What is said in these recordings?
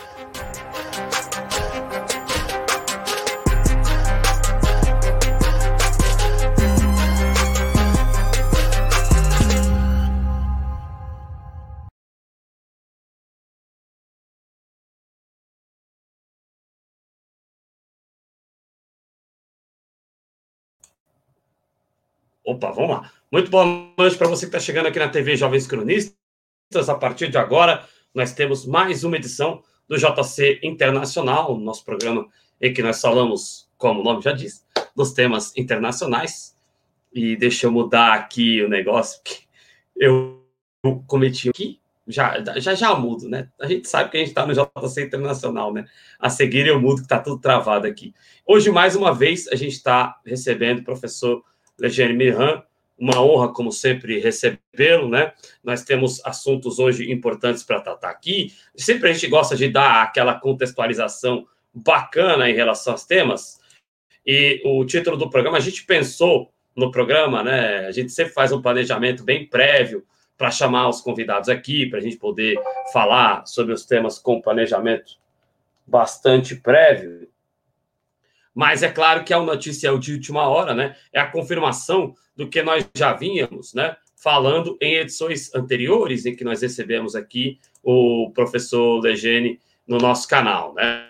Opa, vamos lá. Muito boa noite para você que está chegando aqui na TV Jovens Cronistas. A partir de agora, nós temos mais uma edição do JC Internacional, nosso programa em que nós falamos, como o nome já diz, dos temas internacionais. E deixa eu mudar aqui o negócio que eu cometi aqui. Já mudo, né? A gente sabe que a gente está no JC Internacional, né? A seguir eu mudo, que está tudo travado aqui. Hoje, mais uma vez, a gente está recebendo o professor Legene Mirhan, uma honra, como sempre, recebê-lo, né? Nós temos assuntos hoje importantes para tratar aqui. Sempre a gente gosta de dar aquela contextualização bacana em relação aos temas. E o título do programa, a gente pensou no programa, né? A gente sempre faz um planejamento bem prévio para chamar os convidados aqui, para a gente poder falar sobre os temas com planejamento bastante prévio. Mas é claro que a notícia é de última hora, né? É a confirmação do que nós já vínhamos, né? Falando em edições anteriores, em que nós recebemos aqui o professor Legene no nosso canal, né?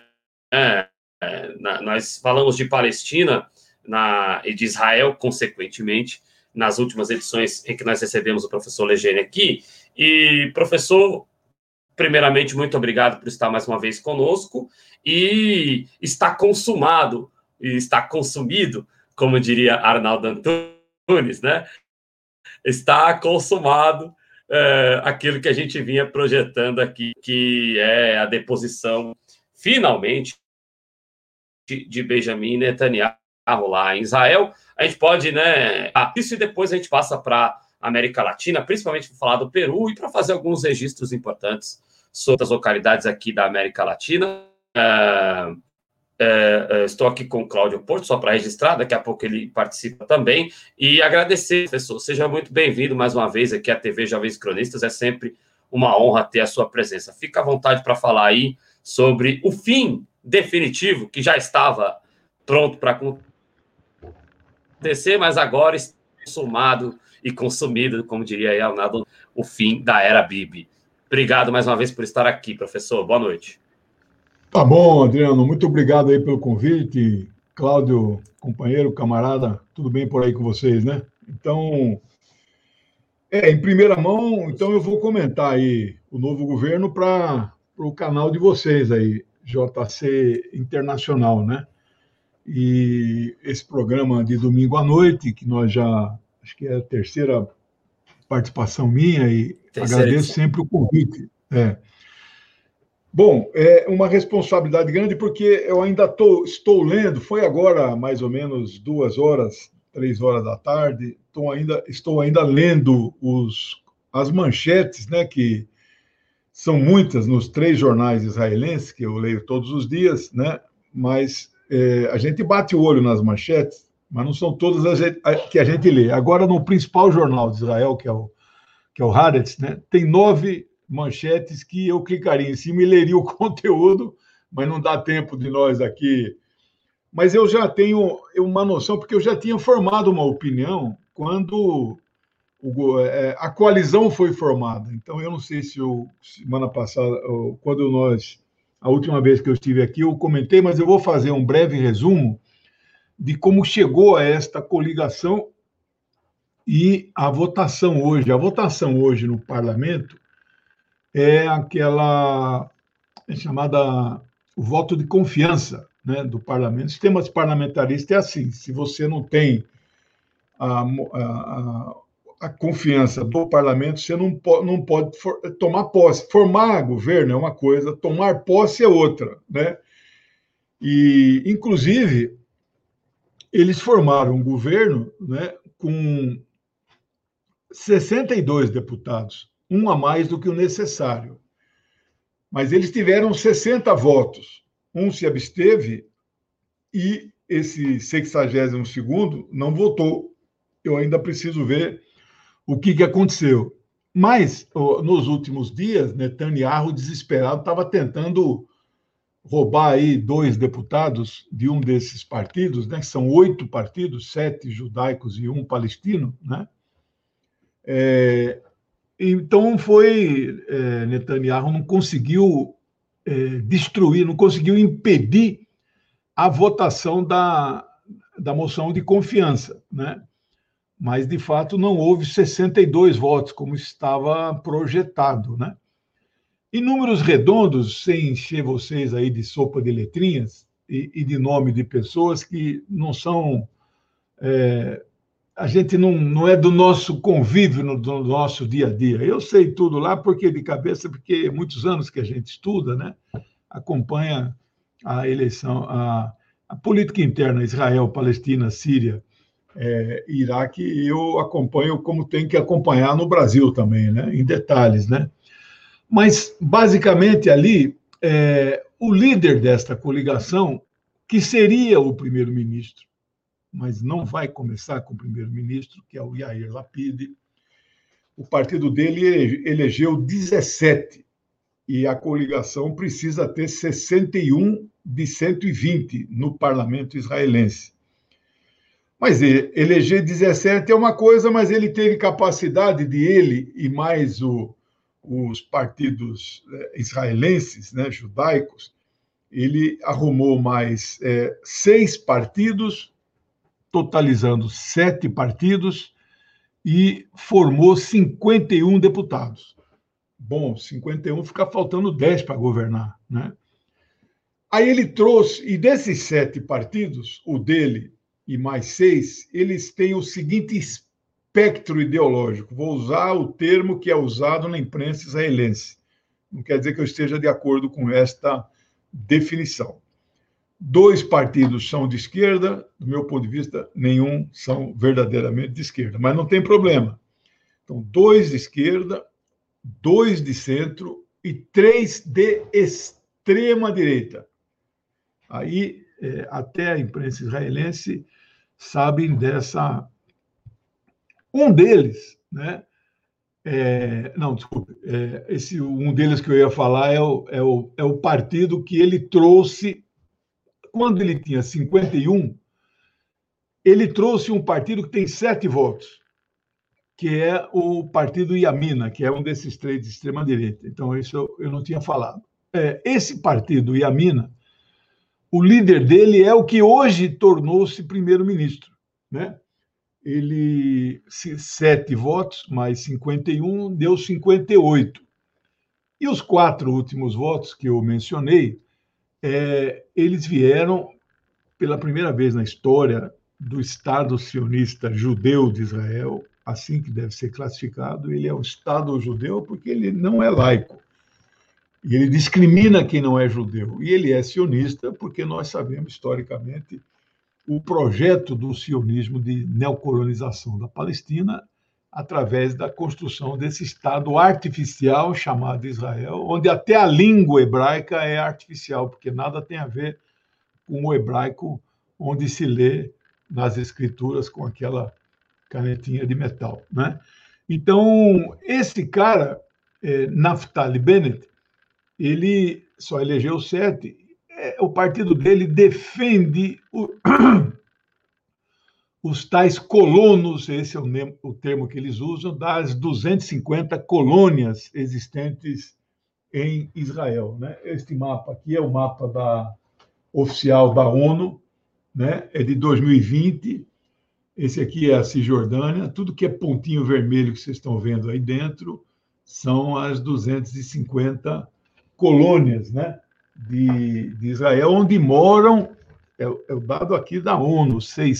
Nós falamos de Palestina e de Israel, consequentemente, nas últimas edições em que nós recebemos o professor Legene aqui. E, professor, primeiramente, muito obrigado por estar mais uma vez conosco. E está consumado e está consumido, como diria Arnaldo Antunes, né? Está consumado aquilo que a gente vinha projetando aqui, que é a deposição, finalmente, de Benjamin Netanyahu lá em Israel. A gente pode, né? Isso e depois a gente passa para a América Latina, principalmente para falar do Peru e para fazer alguns registros importantes sobre as localidades aqui da América Latina. Estou aqui com o Cláudio Porto, só para registrar, daqui a pouco ele participa também, e agradecer, professor, seja muito bem-vindo mais uma vez aqui à TV Jovens Cronistas, é sempre uma honra ter a sua presença. Fica à vontade para falar aí sobre o fim definitivo, que já estava pronto para acontecer, mas agora está consumado e consumido, como diria aí, o fim da era Bibi. Obrigado mais uma vez por estar aqui, professor. Boa noite. Tá bom, Adriano. Muito obrigado aí pelo convite. Cláudio, companheiro, camarada, tudo bem por aí com vocês, né? Então, em primeira mão, então eu vou comentar aí o novo governo para o canal de vocês aí, JC Internacional, né? E esse programa de domingo à noite, que nós já, acho que é a terceira participação minha, e agradeço sempre o convite. Bom, é uma responsabilidade grande, porque eu ainda estou lendo, foi agora mais ou menos 2 horas, 3 horas da tarde, estou ainda lendo as manchetes, né, que são muitas nos 3 jornais israelenses, que eu leio todos os dias, né, mas a gente bate o olho nas manchetes, mas não são todas que a gente lê. Agora, no principal jornal de Israel, que é o Haaretz, né, tem 9 manchetes que eu clicaria em cima e leria o conteúdo, mas não dá tempo de nós aqui. Mas eu já tenho uma noção, porque eu já tinha formado uma opinião quando a coalizão foi formada. Então, eu não sei se semana passada, a última vez que eu estive aqui, eu comentei, mas eu vou fazer um breve resumo de como chegou a esta coligação e a votação hoje. A votação hoje no parlamento é aquela chamada o voto de confiança, né, do parlamento. O sistema parlamentarista é assim: se você não tem a confiança do parlamento, você não pode tomar posse. Formar governo é uma coisa, tomar posse é outra, né? E, inclusive, eles formaram um governo, né, com 62 deputados, um a mais do que o necessário. Mas eles tiveram 60 votos. Um se absteve e esse 62º não votou. Eu ainda preciso ver o que aconteceu. Mas, nos últimos dias, Netanyahu, desesperado, estava tentando roubar aí 2 deputados de um desses partidos, né? São 8 partidos, 7 judaicos e 1 palestino, né? Então Netanyahu não conseguiu destruir, não conseguiu impedir a votação da moção de confiança, né? Mas, de fato, não houve 62 votos, como estava projetado, né? Em números redondos, sem encher vocês aí de sopa de letrinhas e de nome de pessoas que não são... a gente não é do nosso convívio, do nosso dia a dia. Eu sei tudo lá porque de cabeça, porque muitos anos que a gente estuda, né? Acompanha a eleição, a política interna Israel, Palestina, Síria, Iraque, e eu acompanho como tem que acompanhar no Brasil também, né? Em detalhes, né? Mas, basicamente, ali, o líder desta coligação, que seria o primeiro-ministro, mas não vai começar com o primeiro-ministro, que é o Yair Lapid, o partido dele elegeu 17, e a coligação precisa ter 61 de 120 no parlamento israelense. Mas eleger 17 é uma coisa, mas ele teve capacidade de ele e mais os partidos israelenses, né, judaicos, ele arrumou mais 6 partidos, totalizando 7 partidos, e formou 51 deputados. Bom, 51 fica faltando 10 para governar, né? Aí ele trouxe, e desses 7 partidos, o dele e mais 6, eles têm o seguinte espectro ideológico. Vou usar o termo que é usado na imprensa israelense. Não quer dizer que eu esteja de acordo com esta definição. 2 partidos são de esquerda, do meu ponto de vista, nenhum são verdadeiramente de esquerda, mas não tem problema. Então, 2 de esquerda, 2 de centro e 3 de extrema direita. Aí, até a imprensa israelense sabem dessa... Um deles, né? Não, desculpe. Um deles que eu ia falar é o partido que ele trouxe. Quando ele tinha 51, ele trouxe um partido que tem 7 votos, que é o partido Yamina, que é um desses 3 de extrema-direita. Então, isso eu não tinha falado. Esse partido Yamina, o líder dele é o que hoje tornou-se primeiro-ministro, né? Ele, 7 votos mais 51, deu 58. E os 4 últimos votos que eu mencionei, eles vieram pela primeira vez na história do Estado sionista judeu de Israel, assim que deve ser classificado. Ele é um Estado judeu porque ele não é laico. E ele discrimina quem não é judeu. E ele é sionista porque nós sabemos, historicamente, o projeto do sionismo de neocolonização da Palestina através da construção desse Estado artificial chamado Israel, onde até a língua hebraica é artificial, porque nada tem a ver com o hebraico onde se lê nas escrituras com aquela canetinha de metal, né? Então, esse cara, Naftali Bennett, ele só elegeu 7. O partido dele defende os tais colonos, esse é o termo que eles usam, das 250 colônias existentes em Israel, né? Este mapa aqui é o mapa oficial da ONU, né? É de 2020. Esse aqui é a Cisjordânia. Tudo que é pontinho vermelho que vocês estão vendo aí dentro são as 250 colônias, né, de Israel, onde moram, é o dado aqui da ONU,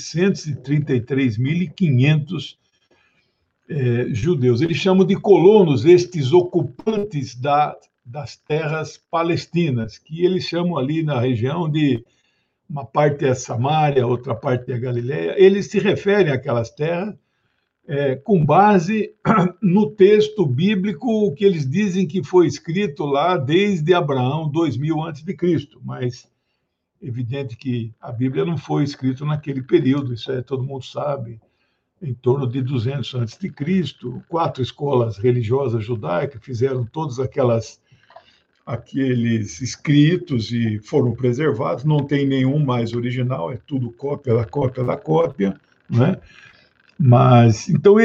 633.500 judeus. Eles chamam de colonos estes ocupantes das terras palestinas, que eles chamam ali na região de... Uma parte é Samaria, outra parte é Galileia. Eles se referem àquelas terras com base no texto bíblico que eles dizem que foi escrito lá desde Abraão, 2000 a.C., mas é evidente que a Bíblia não foi escrita naquele período, isso todo mundo sabe, em torno de 200 a.C., 4 escolas religiosas judaicas fizeram todas aquelas aqueles escritos e foram preservados, não tem nenhum mais original, é tudo cópia da cópia da cópia, né? Mas, então,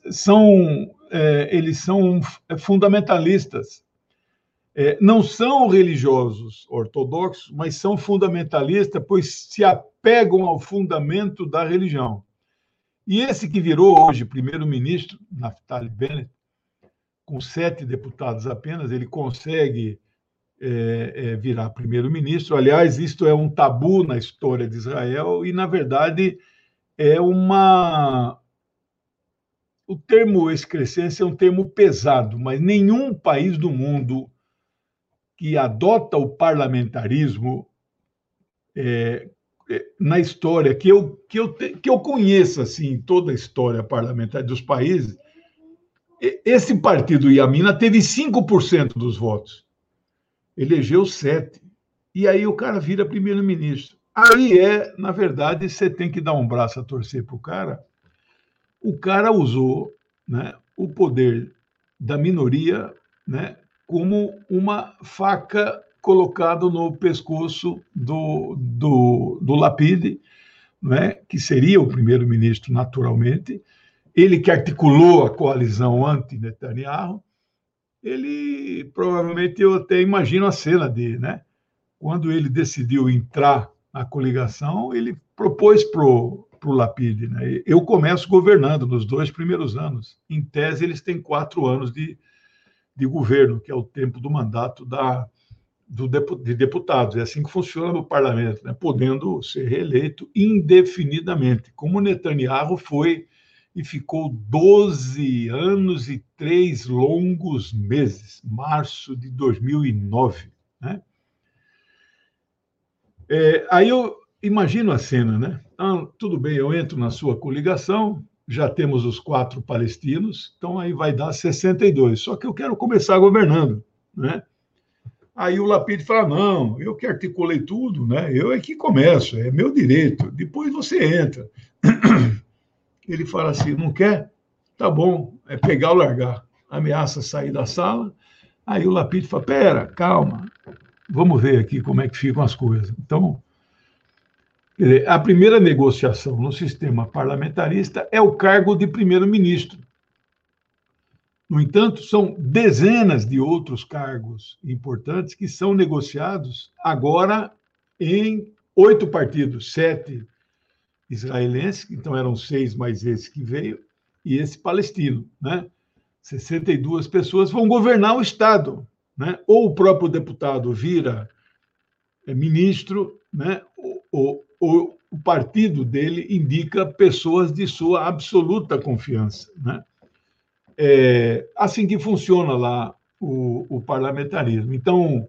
eles são fundamentalistas. Não são religiosos ortodoxos, mas são fundamentalistas, pois se apegam ao fundamento da religião. E esse que virou hoje primeiro-ministro, Naftali Bennett, com 7 deputados apenas, ele consegue virar primeiro-ministro. Aliás, isto é um tabu na história de Israel e, na verdade, é uma... O termo excrescência é um termo pesado, mas nenhum país do mundo que adota o parlamentarismo na história, que eu conheço, assim, toda a história parlamentar dos países, esse partido Yamina teve 5% dos votos, elegeu 7%, e aí o cara vira primeiro-ministro. Aí na verdade, você tem que dar um braço a torcer para o cara usou, né, o poder da minoria, né, como uma faca colocado no pescoço do Lapid, né, que seria o primeiro-ministro naturalmente, ele que articulou a coalizão anti-Netanyahu. Ele provavelmente, eu até imagino a cena dele, né? Quando ele decidiu entrar na coligação, ele propôs para o Lapid, né? Eu começo governando nos 2 primeiros anos. Em tese, eles têm 4 anos de governo, que é o tempo do mandato de deputados. É assim que funciona no parlamento, né? Podendo ser reeleito indefinidamente, como Netanyahu foi e ficou 12 anos e 3 longos meses, março de 2009, né? Aí eu imagino a cena, né? Tudo bem, eu entro na sua coligação, já temos os 4 palestinos, então aí vai dar 62. Só que eu quero começar governando, né? Aí o Lapid fala: não, eu que articulei tudo, né? Eu é que começo, é meu direito. Depois você entra. Ele fala assim: não quer? Tá bom, é pegar ou largar. Ameaça sair da sala. Aí o Lapid fala: pera, calma, vamos ver aqui como é que ficam as coisas. Então, a primeira negociação no sistema parlamentarista é o cargo de primeiro-ministro. No entanto, são dezenas de outros cargos importantes que são negociados agora em 8 partidos, 7 israelenses, então eram 6 mais esse que veio, e esse palestino, né? 62 pessoas vão governar o Estado, né? Ou o próprio deputado vira ministro, né? Ou o partido dele indica pessoas de sua absoluta confiança, né? Assim que funciona lá o parlamentarismo. Então,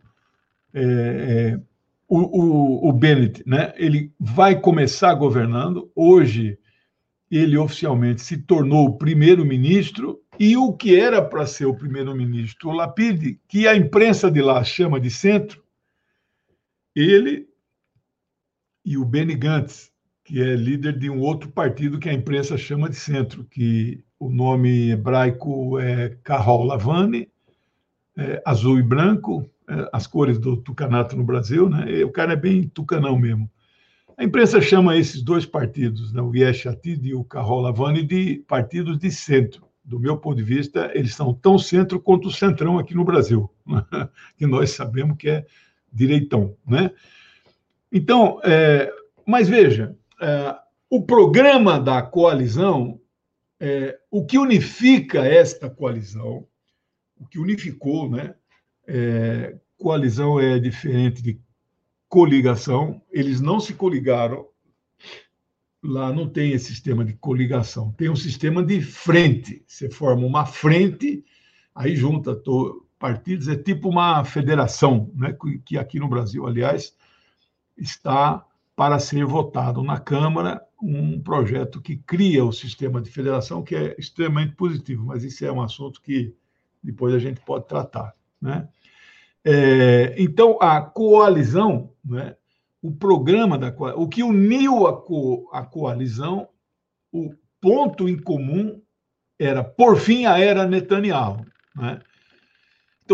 o Bennett, né, ele vai começar governando. Hoje, ele oficialmente se tornou o primeiro-ministro, e o que era para ser o primeiro-ministro, o Lapid, que a imprensa de lá chama de centro, ele e o Benny Gantz, que é líder de um outro partido que a imprensa chama de centro, que o nome hebraico é Kahol Lavane, azul e branco, as cores do tucanato no Brasil, né? O cara é bem tucanão mesmo. A imprensa chama esses 2 partidos, né, o Yesh Atid e o Kahol Lavane, de partidos de centro. Do meu ponto de vista, eles são tão centro quanto o centrão aqui no Brasil, que nós sabemos que é direitão, né? Então, mas veja, o programa da coalizão, o que unifica esta coalizão, o que unificou, né? Coalizão é diferente de coligação, eles não se coligaram, lá não tem esse sistema de coligação, tem um sistema de frente, você forma uma frente, aí junta partidos, é tipo uma federação, né? Que aqui no Brasil, aliás, está para ser votado na Câmara um projeto que cria o sistema de federação, que é extremamente positivo, mas isso é um assunto que depois a gente pode tratar, né? Então, a coalizão, né, o programa o que uniu a coalizão, o ponto em comum era, por fim, a era Netanyahu, né? Então,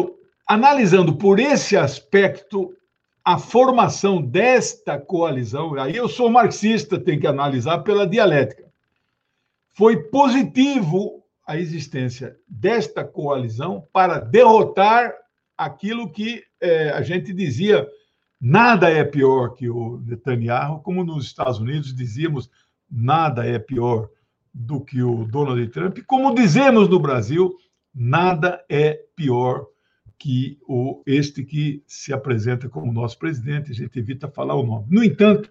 analisando por esse aspecto a formação desta coalizão, aí eu sou marxista, tenho que analisar pela dialética. Foi positivo a existência desta coalizão para derrotar aquilo que a gente dizia, nada é pior que o Netanyahu, como nos Estados Unidos dizíamos, nada é pior do que o Donald Trump, como dizemos no Brasil, nada é pior que este que se apresenta como nosso presidente, a gente evita falar o nome. No entanto,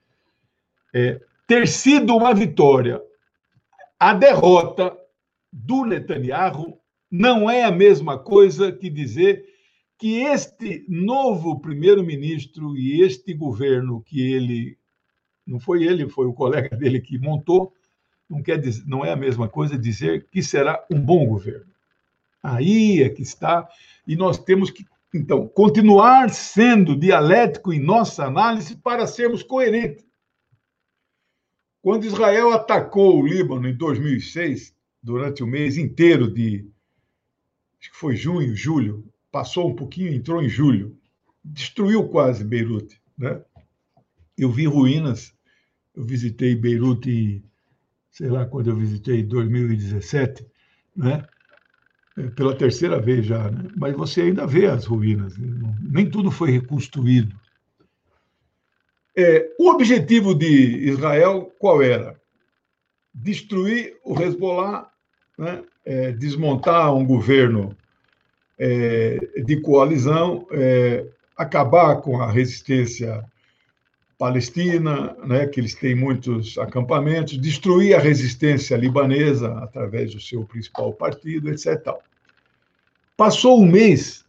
ter sido uma vitória, a derrota do Netanyahu não é a mesma coisa que dizer que este novo primeiro-ministro e este governo que ele, não foi ele, foi o colega dele que montou, não quer dizer, não é a mesma coisa dizer que será um bom governo. Aí é que está, e nós temos que, então, continuar sendo dialético em nossa análise para sermos coerentes. Quando Israel atacou o Líbano em 2006, durante o mês inteiro de, acho que foi junho, julho, passou um pouquinho, entrou em julho, destruiu quase Beirute, né? Eu vi ruínas, eu visitei Beirute, sei lá, quando eu visitei em 2017, né? Pela terceira vez já, né? Mas você ainda vê as ruínas, né? Nem tudo foi reconstruído. O objetivo de Israel qual era? Destruir o Hezbollah, né? Desmontar um governo de coalizão, acabar com a resistência palestina, né? Que eles têm muitos acampamentos, destruir a resistência libanesa através do seu principal partido, etc. Passou um mês,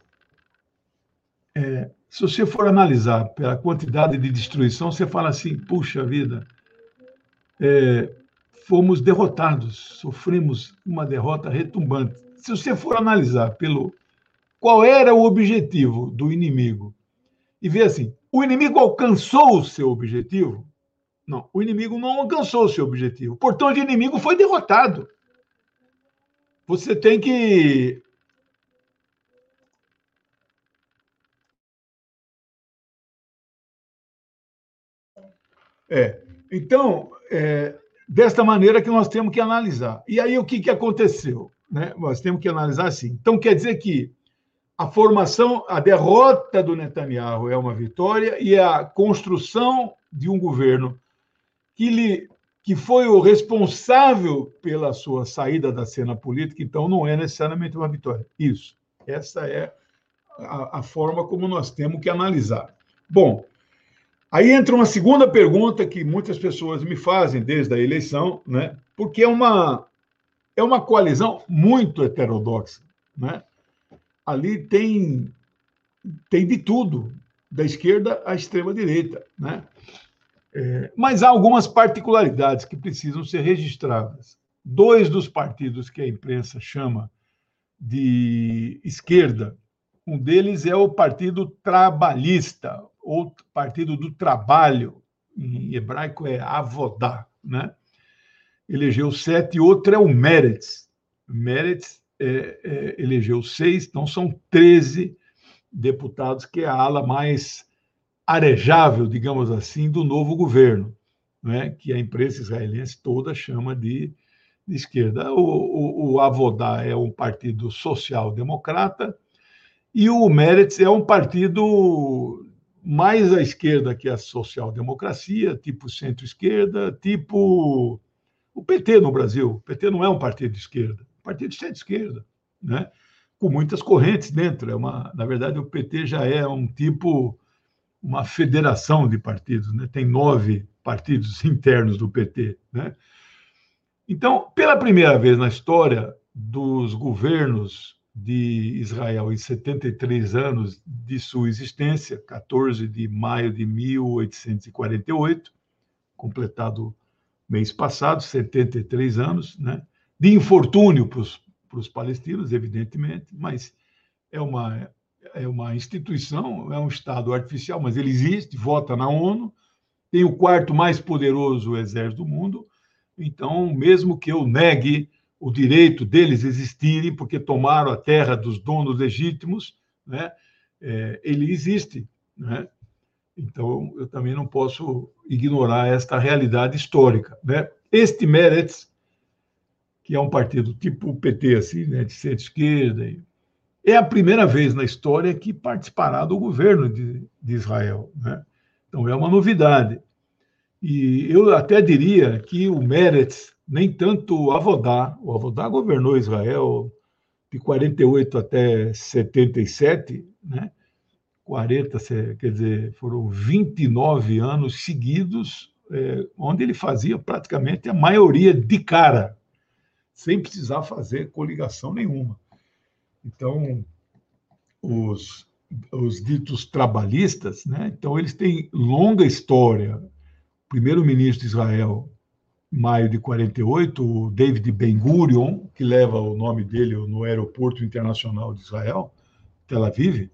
se você for analisar pela quantidade de destruição, você fala assim, puxa vida, fomos derrotados, sofremos uma derrota retumbante. Se você for analisar pelo qual era o objetivo do inimigo e ver assim, o inimigo alcançou o seu objetivo? Não, o inimigo não alcançou o seu objetivo. Portanto, o inimigo foi derrotado. Você tem que então, desta maneira que nós temos que analisar. E aí, o que aconteceu? Né? Nós temos que analisar assim. Então, quer dizer que a formação, a derrota do Netanyahu é uma vitória e a construção de um governo que foi o responsável pela sua saída da cena política, então não é necessariamente uma vitória. Isso. Essa é a forma como nós temos que analisar. Bom, aí entra uma segunda pergunta que muitas pessoas me fazem desde a eleição, né? Porque é uma coalizão muito heterodoxa, né? Ali tem de tudo, da esquerda à extrema-direita, né? Mas há algumas particularidades que precisam ser registradas. Dois dos partidos que a imprensa chama de esquerda, um deles é o Partido Trabalhista, ou Partido do Trabalho, em hebraico é Avodá, né? Elegeu 7, outro é o Meretz. Meretz elegeu 6, então são 13 deputados, que é a ala mais arejável, digamos assim, do novo governo, né? Que a imprensa israelense toda chama de esquerda. O Avodá é um partido social-democrata e o Meretz é um partido mais à esquerda que a social-democracia, tipo centro-esquerda, tipo o PT no Brasil. O PT não é um partido de esquerda, é um partido de centro-esquerda, né? Com muitas correntes dentro. Na verdade, o PT já é uma federação de partidos, né? Tem 9 partidos internos do PT, né? Então, pela primeira vez na história dos governos de Israel, em 73 anos de sua existência, 14 de maio de 1848, completado mês passado, 73 anos, né? De infortúnio para os palestinos, evidentemente, mas é uma instituição, é um Estado artificial, mas ele existe, vota na ONU, tem o quarto mais poderoso exército do mundo, então, mesmo que eu negue o direito deles existirem, porque tomaram a terra dos donos legítimos, né? Ele existe, né? Então, eu também não posso ignorar esta realidade histórica, né? Este Meretz, que é um partido tipo o PT, assim, né, de centro-esquerda, é a primeira vez na história que participará do governo de Israel, né? Então, é uma novidade. E eu até diria que o Meretz, nem tanto o Avodá governou Israel de 48 até 77, né? 40, quer dizer, foram 29 anos seguidos, onde ele fazia praticamente a maioria de cara, sem precisar fazer coligação nenhuma. Então, os, os ditos trabalhistas, né? Então, eles têm longa história. O primeiro-ministro de Israel, em maio de 48, o David Ben-Gurion, que leva o nome dele no Aeroporto Internacional de Israel, Tel Aviv,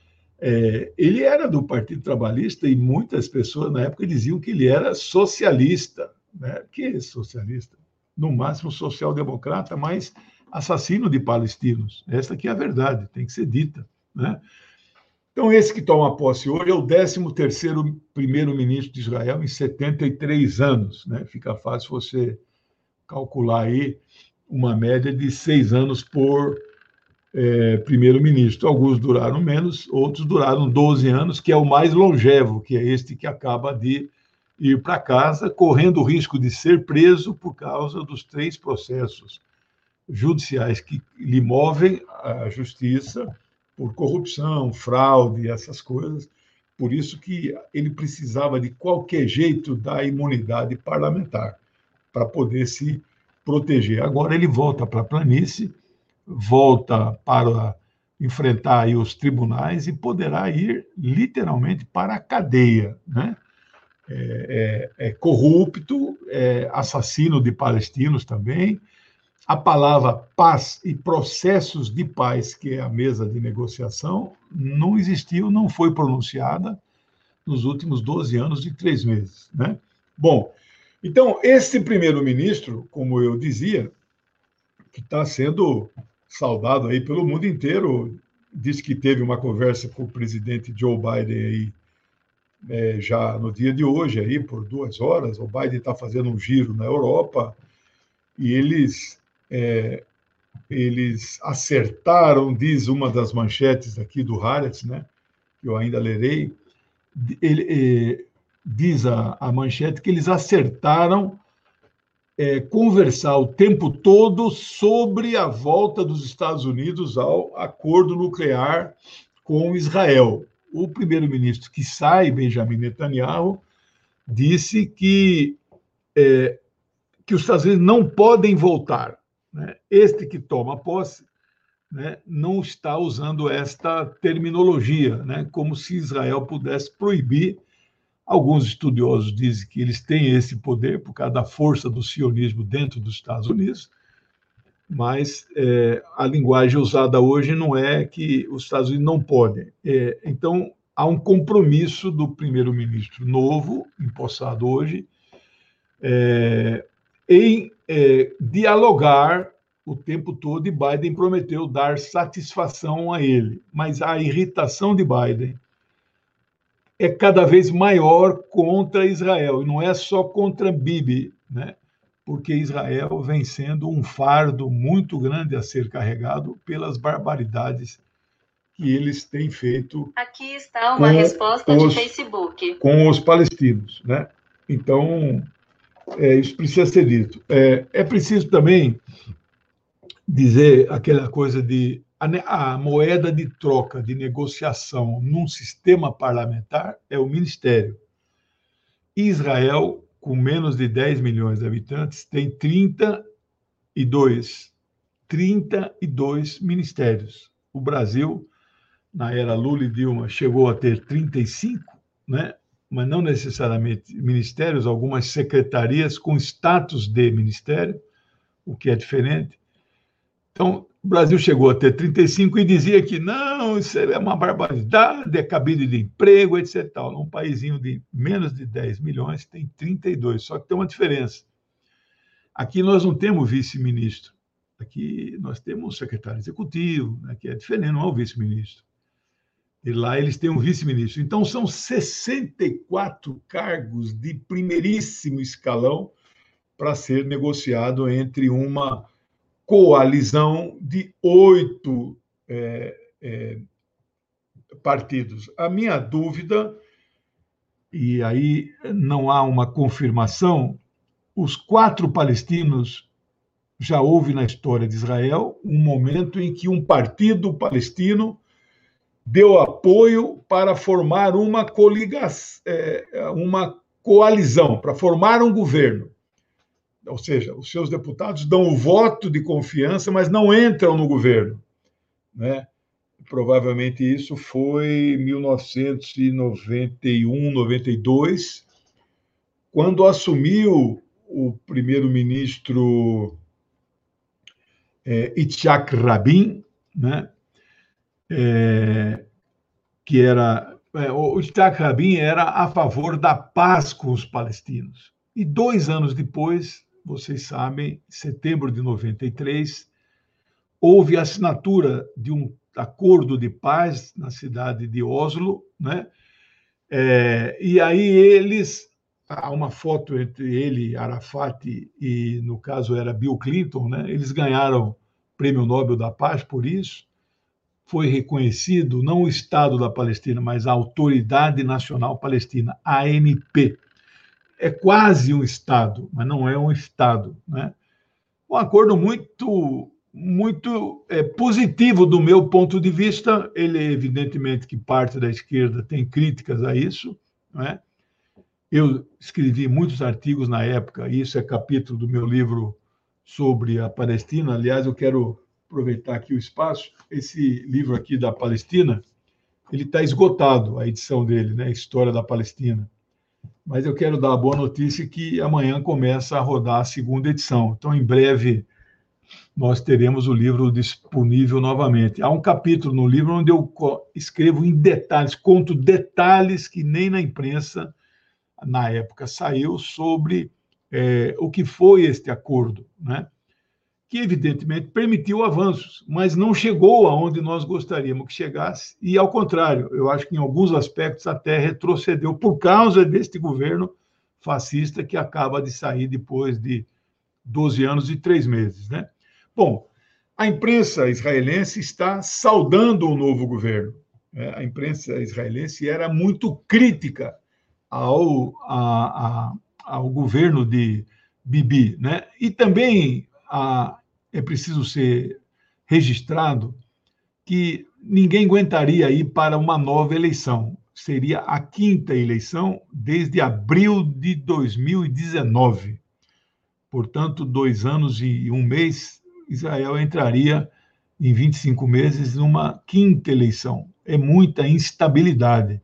ele era do Partido Trabalhista e muitas pessoas na época diziam que ele era socialista. Né? Que socialista? No máximo social-democrata, mas assassino de palestinos. Essa aqui é a verdade, tem que ser dita. Né? Então, esse que toma posse hoje é o 13º primeiro-ministro de Israel em 73 anos. Né? Fica fácil você calcular aí uma média de 6 anos por primeiro-ministro. Alguns duraram menos, outros duraram 12 anos, que é o mais longevo, que é este que acaba de ir para casa, correndo o risco de ser preso por causa dos 3 processos judiciais que lhe movem à justiça por corrupção, fraude, essas coisas. Por isso que ele precisava, de qualquer jeito, da imunidade parlamentar para poder se proteger. Agora ele volta para a planície, volta para enfrentar aí os tribunais e poderá ir literalmente para a cadeia, né? Corrupto, assassino de palestinos também. A palavra paz e processos de paz, que é a mesa de negociação, não existiu, não foi pronunciada nos últimos 12 anos e 3 meses, né? Bom, então, esse primeiro-ministro, como eu dizia, que está sendo saudado aí pelo mundo inteiro, disse que teve uma conversa com o presidente Joe Biden aí, já no dia de hoje, aí, por 2 horas. O Biden está fazendo um giro na Europa e eles acertaram, diz uma das manchetes aqui do Haaretz, né, que eu ainda lerei, diz a manchete que eles acertaram conversar o tempo todo sobre a volta dos Estados Unidos ao acordo nuclear com Israel. O primeiro-ministro que sai, Benjamin Netanyahu, disse que os Estados Unidos não podem voltar. Né? Este que toma posse, né, não está usando esta terminologia, né, como se Israel pudesse proibir. Alguns estudiosos dizem que eles têm esse poder por causa da força do sionismo dentro dos Estados Unidos, mas a linguagem usada hoje não é que os Estados Unidos não podem. Então, há um compromisso do primeiro-ministro novo, empossado hoje, em dialogar o tempo todo, e Biden prometeu dar satisfação a ele. Mas a irritação de Biden é cada vez maior contra Israel, e não é só contra Bibi, né? Porque Israel vem sendo um fardo muito grande a ser carregado pelas barbaridades que eles têm feito. Aqui está uma resposta de Facebook. Com os palestinos, né? Então, isso precisa ser dito. É preciso também dizer aquela coisa de a moeda de troca, de negociação num sistema parlamentar é o ministério. Israel, com menos de 10 milhões de habitantes, tem 32 ministérios. O Brasil, na era Lula e Dilma, chegou a ter 35, né? Mas não necessariamente ministérios, algumas secretarias com status de ministério, o que é diferente. Então, o Brasil chegou a ter 35 e dizia que não, isso é uma barbaridade, é cabide de emprego, etc. Num paísinho de menos de 10 milhões, tem 32, só que tem uma diferença. Aqui nós não temos vice-ministro, aqui nós temos um secretário executivo, né, que é diferente, não é o vice-ministro. E lá eles têm um vice-ministro. Então, são 64 cargos de primeiríssimo escalão para ser negociado entre uma coalizão de 8 partidos. A minha dúvida, e aí não há uma confirmação, os 4 palestinos, já houve na história de Israel um momento em que um partido palestino deu apoio para formar uma coalizão, para formar um governo. Ou seja, os seus deputados dão o voto de confiança, mas não entram no governo, né? Provavelmente isso foi 1991, 92, quando assumiu o primeiro-ministro Yitzhak Rabin, né? Que era... o Yitzhak Rabin era a favor da paz com os palestinos. E 2 anos depois, vocês sabem, em setembro de 93, houve a assinatura de um acordo de paz na cidade de Oslo, né? E aí há uma foto entre ele, Arafat, e no caso era Bill Clinton, né? Eles ganharam o Prêmio Nobel da Paz por isso. Foi reconhecido não o Estado da Palestina, mas a Autoridade Nacional Palestina, ANP. É quase um Estado, mas não é um Estado, né? Um acordo muito positivo do meu ponto de vista. Ele, evidentemente, que parte da esquerda tem críticas a isso, né? Eu escrevi muitos artigos na época, e isso é capítulo do meu livro sobre a Palestina. Aliás, eu quero aproveitar aqui o espaço. Esse livro aqui da Palestina, ele está esgotado, a edição dele, né? História da Palestina. Mas eu quero dar a boa notícia que amanhã começa a rodar a 2ª edição. Então, em breve, nós teremos o livro disponível novamente. Há um capítulo no livro onde eu escrevo em detalhes, conto detalhes que nem na imprensa, na época, saiu sobre o que foi este acordo, né? Que, evidentemente, permitiu avanços, mas não chegou aonde nós gostaríamos que chegasse, e, ao contrário, eu acho que, em alguns aspectos, até retrocedeu por causa deste governo fascista que acaba de sair depois de 12 anos e 3 meses, né? Bom, a imprensa israelense está saudando o novo governo. A imprensa israelense era muito crítica ao governo de Bibi, né? E também é preciso ser registrado que ninguém aguentaria ir para uma nova eleição. Seria a 5ª eleição desde abril de 2019. Portanto, 2 anos e 1 mês, Israel entraria em 25 meses numa 5ª eleição. É muita instabilidade.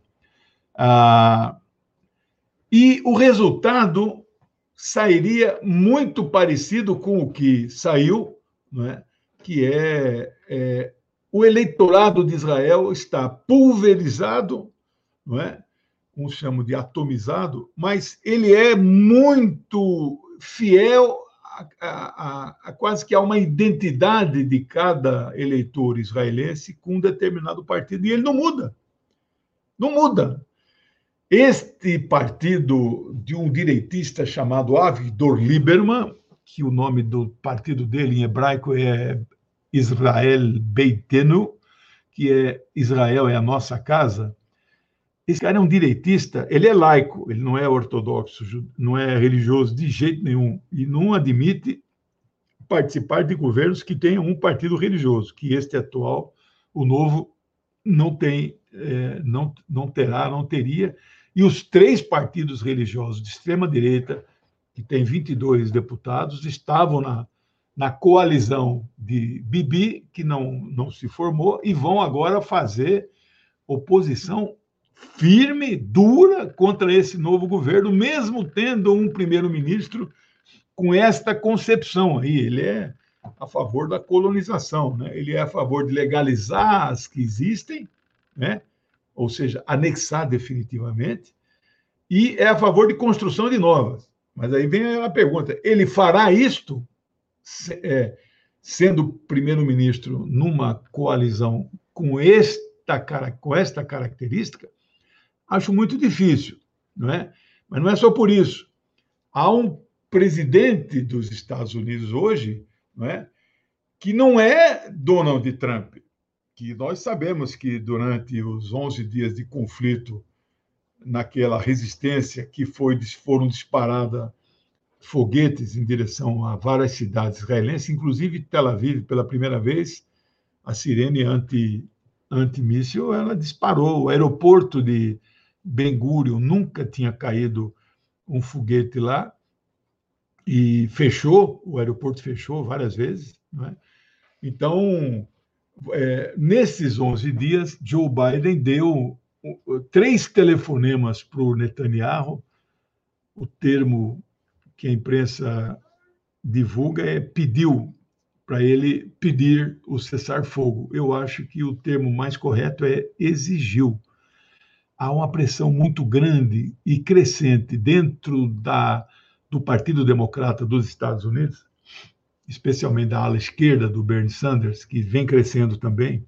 E o resultado sairia muito parecido com o que saiu, né? Que o eleitorado de Israel está pulverizado, não é? Uns chamam de atomizado, mas ele é muito fiel a quase que a uma identidade de cada eleitor israelense com um determinado partido, e ele não muda. Não muda. Este partido de um direitista chamado Avigdor Lieberman, que o nome do partido dele em hebraico é Israel Beitenu, que é Israel é a nossa casa. Esse cara é um direitista, ele é laico, ele não é ortodoxo, não é religioso de jeito nenhum, e não admite participar de governos que tenham um partido religioso, que este atual, o novo, não tem, não terá, não teria. E os 3 partidos religiosos de extrema-direita, que tem 22 deputados, estavam na coalizão de Bibi, que não se formou, e vão agora fazer oposição firme, dura, contra esse novo governo, mesmo tendo um primeiro-ministro com esta concepção aí. Ele é a favor da colonização, né? Ele é a favor de legalizar as que existem, né? Ou seja, anexar definitivamente, e é a favor de construção de novas. Mas aí vem a pergunta: ele fará isto sendo primeiro-ministro numa coalizão com esta com esta característica, acho muito difícil, não é? Mas não é só por isso. Há um presidente dos Estados Unidos hoje, não é, que não é Donald Trump, que nós sabemos que durante os 11 dias de conflito, naquela resistência que foram disparadas foguetes em direção a várias cidades israelenses, inclusive Tel Aviv, pela primeira vez, a sirene antimíssil, ela disparou. O aeroporto de Ben Gurion nunca tinha caído um foguete lá, e o aeroporto fechou várias vezes, não é? Então, nesses 11 dias, Joe Biden deu 3 telefonemas para o Netanyahu. O termo que a imprensa divulga pediu para ele pedir o cessar-fogo. Eu acho que o termo mais correto é exigiu. Há uma pressão muito grande e crescente dentro do Partido Democrata dos Estados Unidos, especialmente da ala esquerda do Bernie Sanders, que vem crescendo também,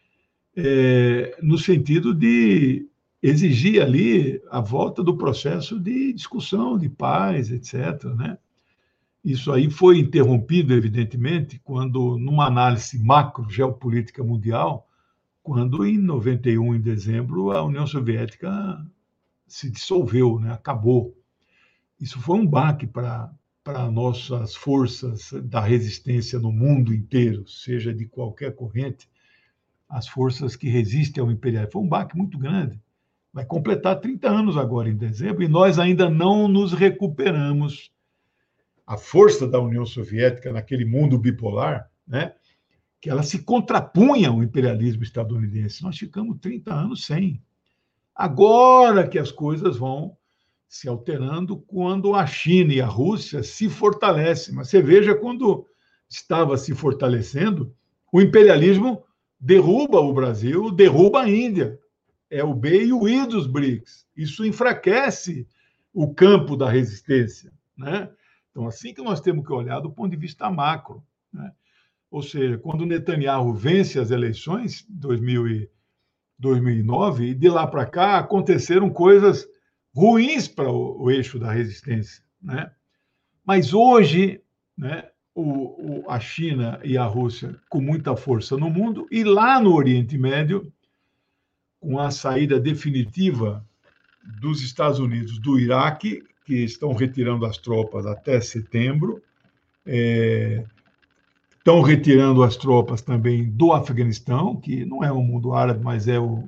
no sentido de exigir ali a volta do processo de discussão, de paz, etc., né? Isso aí foi interrompido, evidentemente, quando, numa análise macro geopolítica mundial, quando, em 91, em dezembro, a União Soviética se dissolveu, né? Acabou. Isso foi um baque para nossas forças da resistência no mundo inteiro, seja de qualquer corrente, as forças que resistem ao imperialismo. Foi um baque muito grande. Vai completar 30 anos agora, em dezembro, e nós ainda não nos recuperamos. A força da União Soviética naquele mundo bipolar, né, que ela se contrapunha ao imperialismo estadunidense. Nós ficamos 30 anos sem. Agora que as coisas vão se alterando, quando a China e a Rússia se fortalecem. Mas você veja, quando estava se fortalecendo, o imperialismo derruba o Brasil, derruba a Índia. É o B e o I dos BRICS. Isso enfraquece o campo da resistência, né? Então, assim que nós temos que olhar do ponto de vista macro, né? Ou seja, quando Netanyahu vence as eleições, 2009, e de lá para cá aconteceram coisas ruins para o eixo da resistência, né? Mas hoje, né, a China e a Rússia com muita força no mundo, e lá no Oriente Médio, com a saída definitiva dos Estados Unidos do Iraque, que estão retirando as tropas até setembro, estão retirando as tropas também do Afeganistão, que não é o mundo árabe, mas é o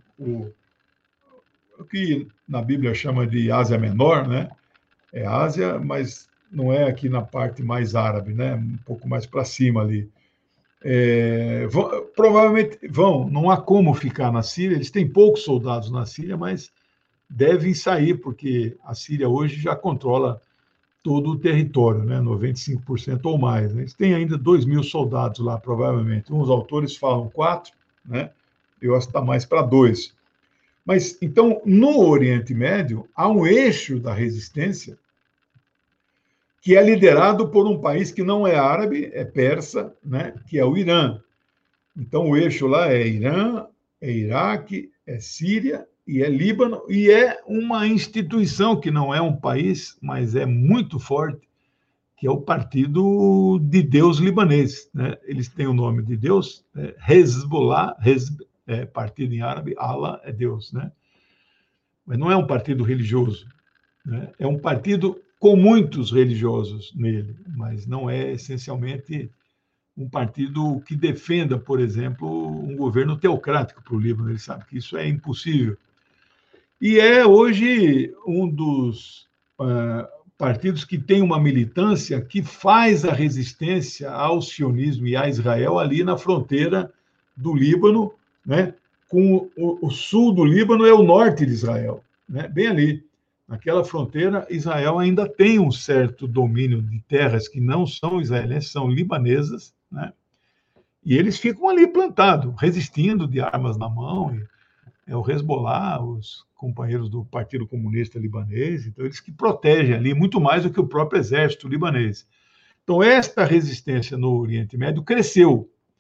que na Bíblia chama de Ásia Menor, né? É Ásia, mas não é aqui na parte mais árabe, né? Um pouco mais para cima ali. Provavelmente vão, não há como ficar na Síria, eles têm poucos soldados na Síria, mas devem sair, porque a Síria hoje já controla todo o território, né? 95% ou mais. Né? Eles têm ainda 2.000 soldados lá, provavelmente. Uns autores falam 4, né? Eu acho que está mais para 2. Mas, então, no Oriente Médio, há um eixo da resistência que é liderado por um país que não é árabe, é persa, né? Que é o Irã. Então, o eixo lá é Irã, é Iraque, é Síria e é Líbano, e é uma instituição que não é um país, mas é muito forte, que é o Partido de Deus Libanês. Né? Eles têm o nome de Deus, Hezbollah, partido em árabe, Allah é Deus. Né? Mas não é um partido religioso, né? É um partido com muitos religiosos nele, mas não é essencialmente um partido que defenda, por exemplo, um governo teocrático para o Líbano. Ele sabe que isso é impossível. E é hoje um dos partidos que tem uma militância que faz a resistência ao sionismo e a Israel ali na fronteira do Líbano, né? Com o sul do Líbano é o norte de Israel, né? Bem ali. Naquela fronteira, Israel ainda tem um certo domínio de terras que não são israelenses, são libanesas, né? E eles ficam ali plantados, resistindo de armas na mão. É o Hezbollah, os companheiros do Partido Comunista Libanês, então eles que protegem ali muito mais do que o próprio exército libanês. Então, esta resistência no Oriente Médio cresceu.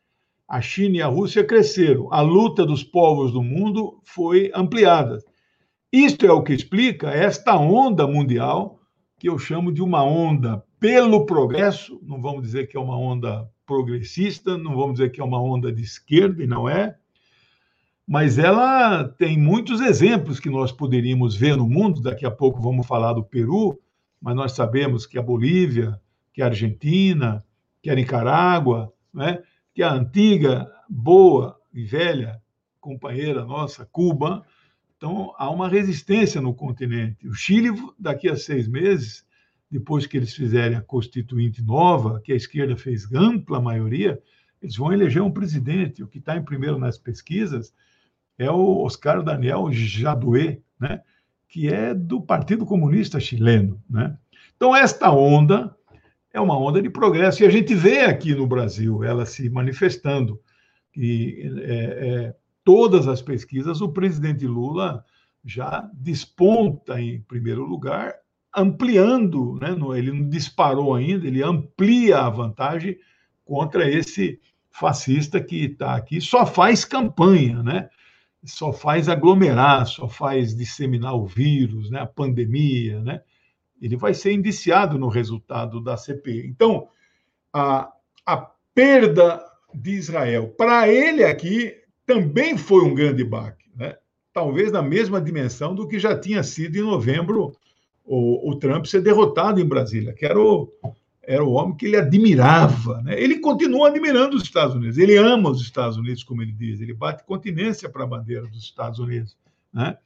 A China e a Rússia cresceram. A luta dos povos do mundo foi ampliada. Isto é o que explica esta onda mundial, que eu chamo de uma onda pelo progresso. Não vamos dizer que é uma onda progressista, não vamos dizer que é uma onda de esquerda, e não é. Mas ela tem muitos exemplos que nós poderíamos ver no mundo. Daqui a pouco vamos falar do Peru, mas nós sabemos que a Bolívia, que a Argentina, que a Nicarágua, né? Que a antiga, boa e velha companheira nossa, Cuba. Então, há uma resistência no continente. O Chile, daqui a 6 meses, depois que eles fizerem a Constituinte nova, que a esquerda fez ampla maioria, eles vão eleger um presidente. O que está em primeiro nas pesquisas é o Oscar Daniel Jadue, né? Que é do Partido Comunista Chileno, né? Então, esta onda é uma onda de progresso, e a gente vê aqui no Brasil ela se manifestando. E todas as pesquisas, o presidente Lula já desponta em primeiro lugar, ampliando, né? Ele não disparou ainda, ele amplia a vantagem contra esse fascista que está aqui, só faz campanha, né? Só faz aglomerar, só faz disseminar o vírus, né? A pandemia, né? Ele vai ser indiciado no resultado da CPI. Então, a perda de Israel, para ele aqui, também foi um grande baque, né? Talvez na mesma dimensão do que já tinha sido em novembro o Trump ser derrotado em Brasília, que era o homem que ele admirava, né? Ele continua admirando os Estados Unidos, ele ama os Estados Unidos, como ele diz, ele bate continência para a bandeira dos Estados Unidos, né?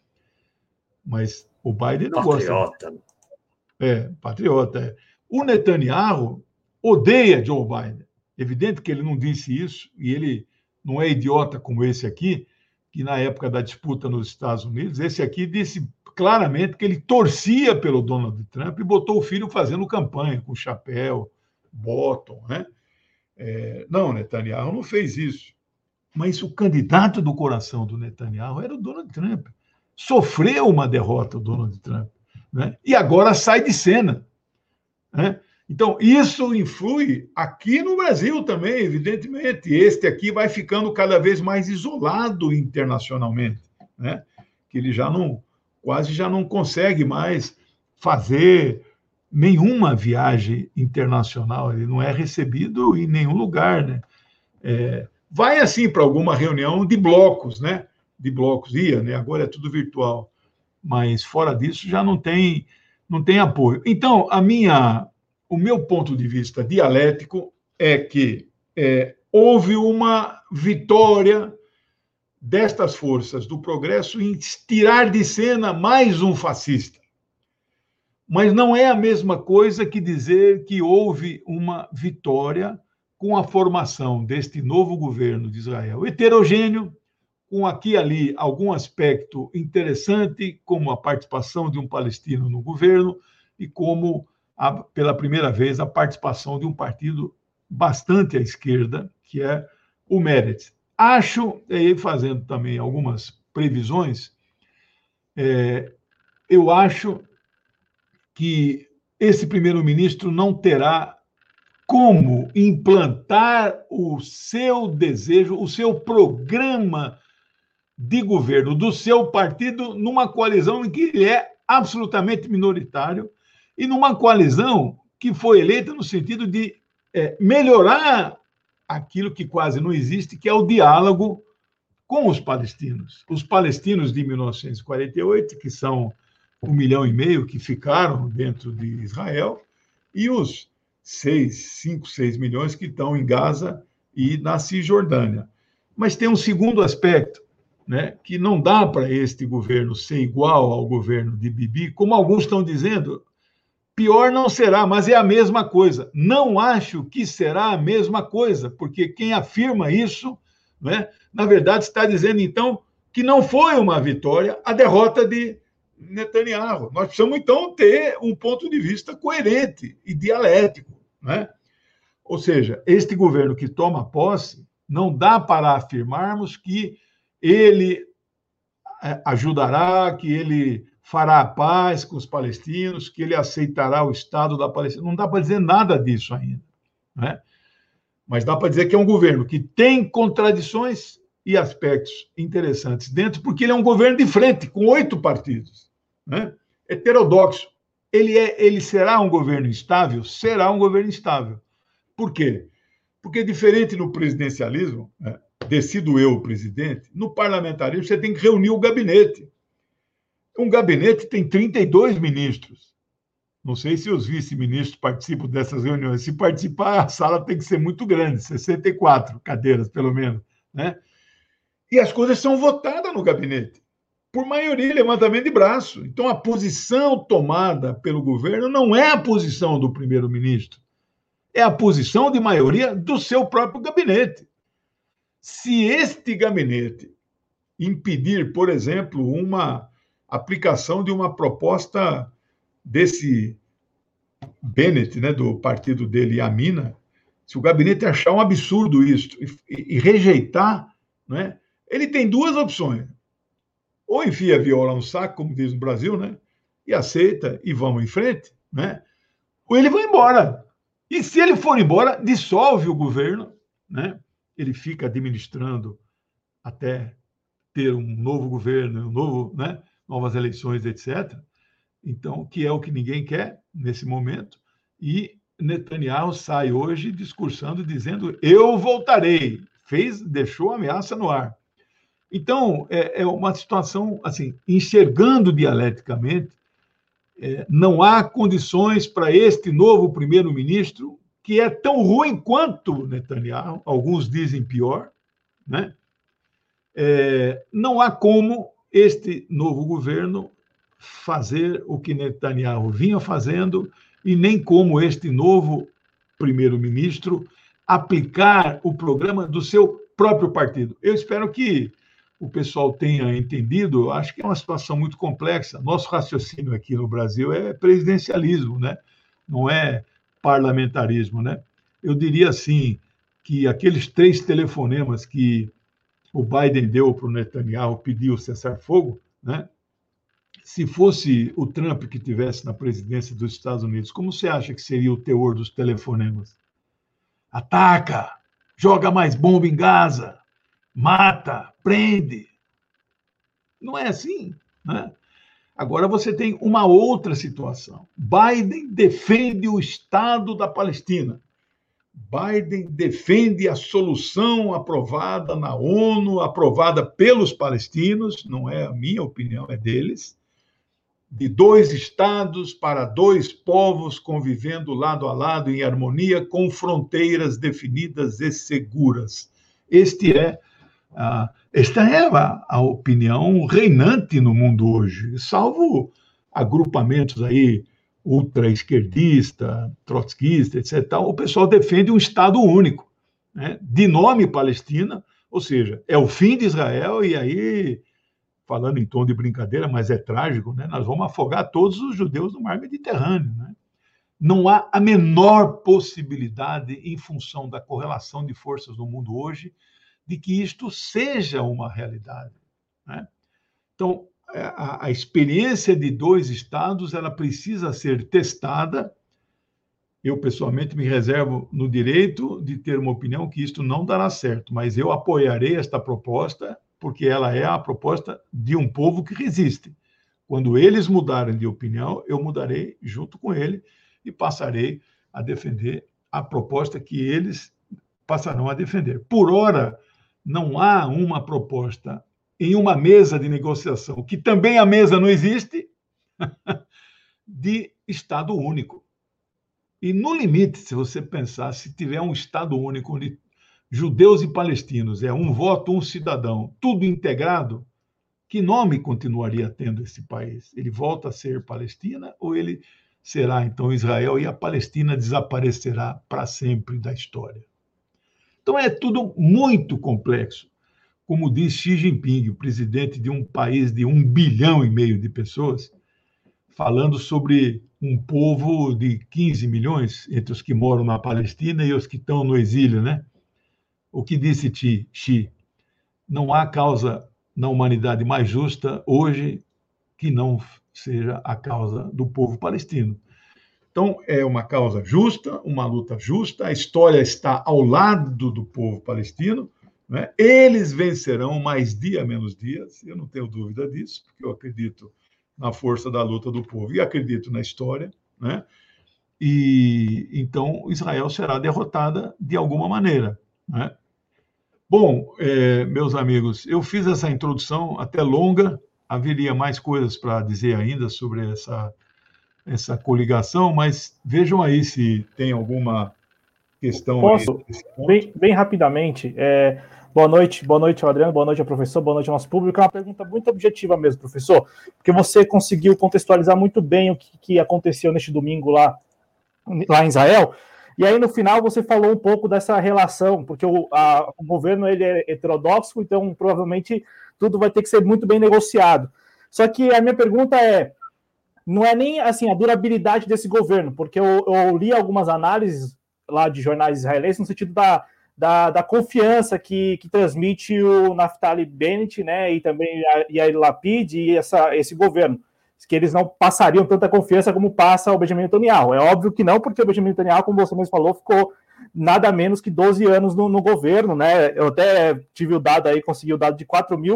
Mas o Biden não patriota. Gosta. Patriota. O Netanyahu odeia Joe Biden. Evidente que ele não disse isso, e ele não é idiota como esse aqui, que na época da disputa nos Estados Unidos, esse aqui disse claramente que ele torcia pelo Donald Trump e botou o filho fazendo campanha com chapéu, bottom, né? Não, Netanyahu não fez isso. Mas o candidato do coração do Netanyahu era o Donald Trump. Sofreu uma derrota o Donald Trump, né? E agora sai de cena, né? Então, isso influi aqui no Brasil também, evidentemente. Este aqui vai ficando cada vez mais isolado internacionalmente, né? Que ele quase já não consegue mais fazer nenhuma viagem internacional, ele não é recebido em nenhum lugar, né? Vai assim para alguma reunião de blocos, né? De blocos, né? Agora é tudo virtual, mas fora disso já não tem apoio. Então, o meu ponto de vista dialético é que houve uma vitória destas forças do progresso em tirar de cena mais um fascista. Mas não é a mesma coisa que dizer que houve uma vitória com a formação deste novo governo de Israel heterogêneo, com aqui e ali algum aspecto interessante, como a participação de um palestino no governo e como, pela primeira vez, a participação de um partido bastante à esquerda, que é o Meretz. Acho, fazendo também algumas previsões, eu acho que esse primeiro-ministro não terá como implantar o seu desejo, o seu programa de governo do seu partido numa coalizão em que ele é absolutamente minoritário e numa coalizão que foi eleita no sentido de melhorar aquilo que quase não existe, que é o diálogo com os palestinos. Os palestinos de 1948, que são 1,5 milhão que ficaram dentro de Israel, e os 5, 6 milhões que estão em Gaza e na Cisjordânia. Mas tem um segundo aspecto, né, que não dá para este governo ser igual ao governo de Bibi, como alguns estão dizendo. Pior não será, mas é a mesma coisa. Não acho que será a mesma coisa, porque quem afirma isso, né, na verdade, está dizendo, então, que não foi uma vitória a derrota de Netanyahu. Nós precisamos, então, ter um ponto de vista coerente e dialético, né? Ou seja, este governo que toma posse, não dá para afirmarmos que ele ajudará, que ele fará a paz com os palestinos, que ele aceitará o Estado da Palestina. Não dá para dizer nada disso ainda, né? Mas dá para dizer que é um governo que tem contradições e aspectos interessantes dentro, porque ele é um governo de frente, com 8 partidos, né? Heterodoxo. Ele será um governo instável? Será um governo instável. Por quê? Porque, diferente no presidencialismo, né, decido eu o presidente, no parlamentarismo você tem que reunir o gabinete. Um gabinete tem 32 ministros. Não sei se os vice-ministros participam dessas reuniões. Se participar, a sala tem que ser muito grande, 64 cadeiras, pelo menos, né? E as coisas são votadas no gabinete, por maioria, levantamento de braço. Então, a posição tomada pelo governo não é a posição do primeiro-ministro, é a posição de maioria do seu próprio gabinete. Se este gabinete impedir, por exemplo, uma aplicação de uma proposta desse Bennett, né, do partido dele, Yamina, se o gabinete achar um absurdo isso e rejeitar, né, ele tem 2 opções. Ou enfia a viola no saco, como diz no Brasil, né, e aceita e vamos em frente, né, ou ele vai embora. E se ele for embora, dissolve o governo, né, ele fica administrando até ter um novo governo, né, novas eleições, etc. Então, que é o que ninguém quer nesse momento. E Netanyahu sai hoje discursando, dizendo: eu voltarei. Deixou a ameaça no ar. Então, é uma situação, assim, enxergando dialeticamente, não há condições para este novo primeiro-ministro, que é tão ruim quanto Netanyahu, alguns dizem pior, né? Não há como este novo governo fazer o que Netanyahu vinha fazendo e nem como este novo primeiro-ministro aplicar o programa do seu próprio partido. Eu espero que o pessoal tenha entendido. Acho que é uma situação muito complexa. Nosso raciocínio aqui no Brasil é presidencialismo, né? Não é parlamentarismo, né? Eu diria assim que aqueles 3 telefonemas que o Biden deu para o Netanyahu, pediu cessar-fogo, né? Se fosse o Trump que estivesse na presidência dos Estados Unidos, como você acha que seria o teor dos telefonemas? Ataca, joga mais bomba em Gaza, mata, prende. Não é assim, né? Agora você tem uma outra situação. Biden defende o Estado da Palestina. Biden defende a solução aprovada na ONU, aprovada pelos palestinos, não é a minha opinião, é deles, de 2 estados para 2 povos convivendo lado a lado em harmonia, com fronteiras definidas e seguras. Esta é a opinião reinante no mundo hoje, salvo agrupamentos aí ultra-esquerdista, trotskista, etc. O pessoal defende um Estado único, né, de nome Palestina, ou seja, é o fim de Israel, e aí, falando em tom de brincadeira, mas é trágico, né, nós vamos afogar todos os judeus no mar Mediterrâneo, né? Não há a menor possibilidade, em função da correlação de forças no mundo hoje, de que isto seja uma realidade, né? Então, a experiência de 2 estados, ela precisa ser testada. Eu, pessoalmente, me reservo no direito de ter uma opinião que isto não dará certo, mas eu apoiarei esta proposta, porque ela é a proposta de um povo que resiste. Quando eles mudarem de opinião, eu mudarei junto com ele e passarei a defender a proposta que eles passarão a defender. Por ora, não há uma proposta em uma mesa de negociação, que também a mesa não existe, de Estado único. E, no limite, se você pensar, se tiver um Estado único, onde judeus e palestinos é um voto, um cidadão, tudo integrado, que nome continuaria tendo esse país? Ele volta a ser Palestina ou ele será, então, Israel, e a Palestina desaparecerá para sempre da história? Então, é tudo muito complexo. Como diz Xi Jinping, o presidente de um país de 1,5 bilhão de pessoas, falando sobre um povo de 15 milhões, entre os que moram na Palestina e os que estão no exílio, né? O que disse Xi? Não há causa na humanidade mais justa hoje que não seja a causa do povo palestino. Então, é uma causa justa, uma luta justa, a história está ao lado do povo palestino, né? Eles vencerão mais dia, menos dias, eu não tenho dúvida disso, porque eu acredito na força da luta do povo e acredito na história, né? E então Israel será derrotada de alguma maneira, né? Bom, meus amigos, eu fiz essa introdução até longa, haveria mais coisas para dizer ainda sobre essa coligação, mas vejam aí se tem alguma questão. Posso, bem rapidamente. Boa noite, Adriano, boa noite ao professor, boa noite ao nosso público. É uma pergunta muito objetiva mesmo, professor, porque você conseguiu contextualizar muito bem o que aconteceu neste domingo lá em Israel. E aí, no final, você falou um pouco dessa relação, porque o governo ele é heterodoxo, então provavelmente tudo vai ter que ser muito bem negociado. Só que a minha pergunta não é nem assim a durabilidade desse governo, porque eu li algumas análises lá de jornais israelenses no sentido da confiança que transmite o Naftali Bennett, né, e também Yair Lapid e esse governo, que eles não passariam tanta confiança como passa o Benjamin Netanyahu. É óbvio que não, porque o Benjamin Netanyahu, como você mesmo falou, ficou nada menos que 12 anos no governo, né? Eu até tive o dado aí, consegui o dado de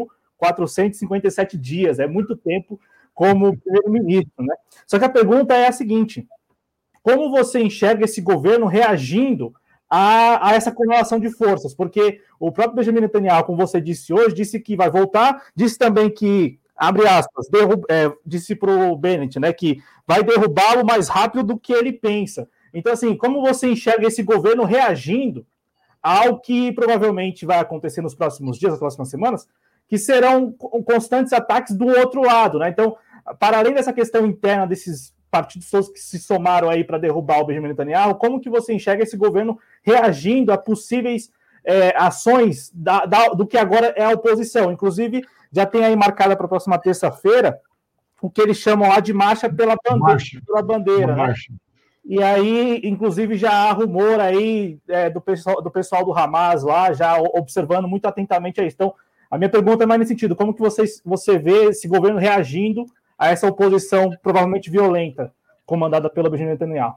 4.457 dias, é muito tempo como primeiro-ministro, né? Só que a pergunta é a seguinte: como você enxerga esse governo reagindo a essa correlação de forças? Porque o próprio Benjamin Netanyahu, como você disse hoje, disse que vai voltar, disse também que, abre aspas, disse para o Bennett, né, que vai derrubá-lo mais rápido do que ele pensa. Então, assim, como você enxerga esse governo reagindo ao que provavelmente vai acontecer nos próximos dias, nas próximas semanas, que serão constantes ataques do outro lado, né? Então, para além dessa questão interna desses partidos todos que se somaram aí para derrubar o Benjamin Netanyahu, como que você enxerga esse governo reagindo a possíveis ações do que agora é a oposição? Inclusive, já tem aí marcada para a próxima terça-feira o que eles chamam lá de marcha pela bandeira, né? E aí, inclusive, já há rumor aí do pessoal do Hamas lá, já observando muito atentamente a isso. Então, a minha pergunta é mais nesse sentido: como que você vê esse governo reagindo a essa oposição provavelmente violenta, comandada pelo Benjamin Netanyahu?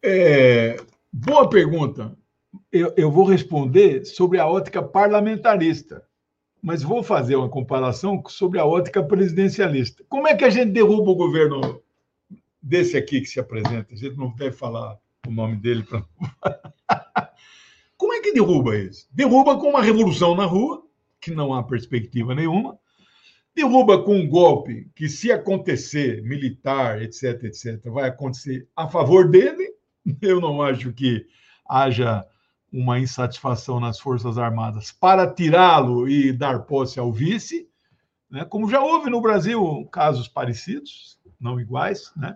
Boa pergunta. Eu vou responder sobre a ótica parlamentarista, mas vou fazer uma comparação sobre a ótica presidencialista. Como é que a gente derruba o governo desse aqui que se apresenta? A gente não deve falar o nome dele. Como é que derruba isso? Derruba com uma revolução na rua, que não há perspectiva nenhuma. Derruba com um golpe que, se acontecer, militar, etc., vai acontecer a favor dele. Eu não acho que haja uma insatisfação nas Forças Armadas para tirá-lo e dar posse ao vice, né? Como já houve no Brasil casos parecidos, não iguais, né?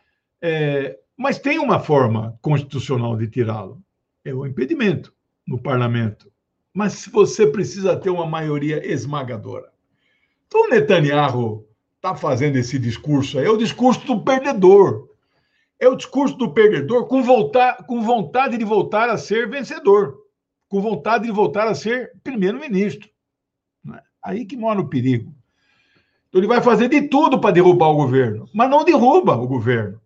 Mas tem uma forma constitucional de tirá-lo, é o impedimento no parlamento. Mas você precisa ter uma maioria esmagadora. Então, o Netanyahu está fazendo esse discurso aí, é o discurso do perdedor. É o discurso do perdedor com vontade de voltar a ser vencedor, com vontade de voltar a ser primeiro-ministro. Aí que mora o perigo. Então, ele vai fazer de tudo para derrubar o governo, mas não derruba o governo.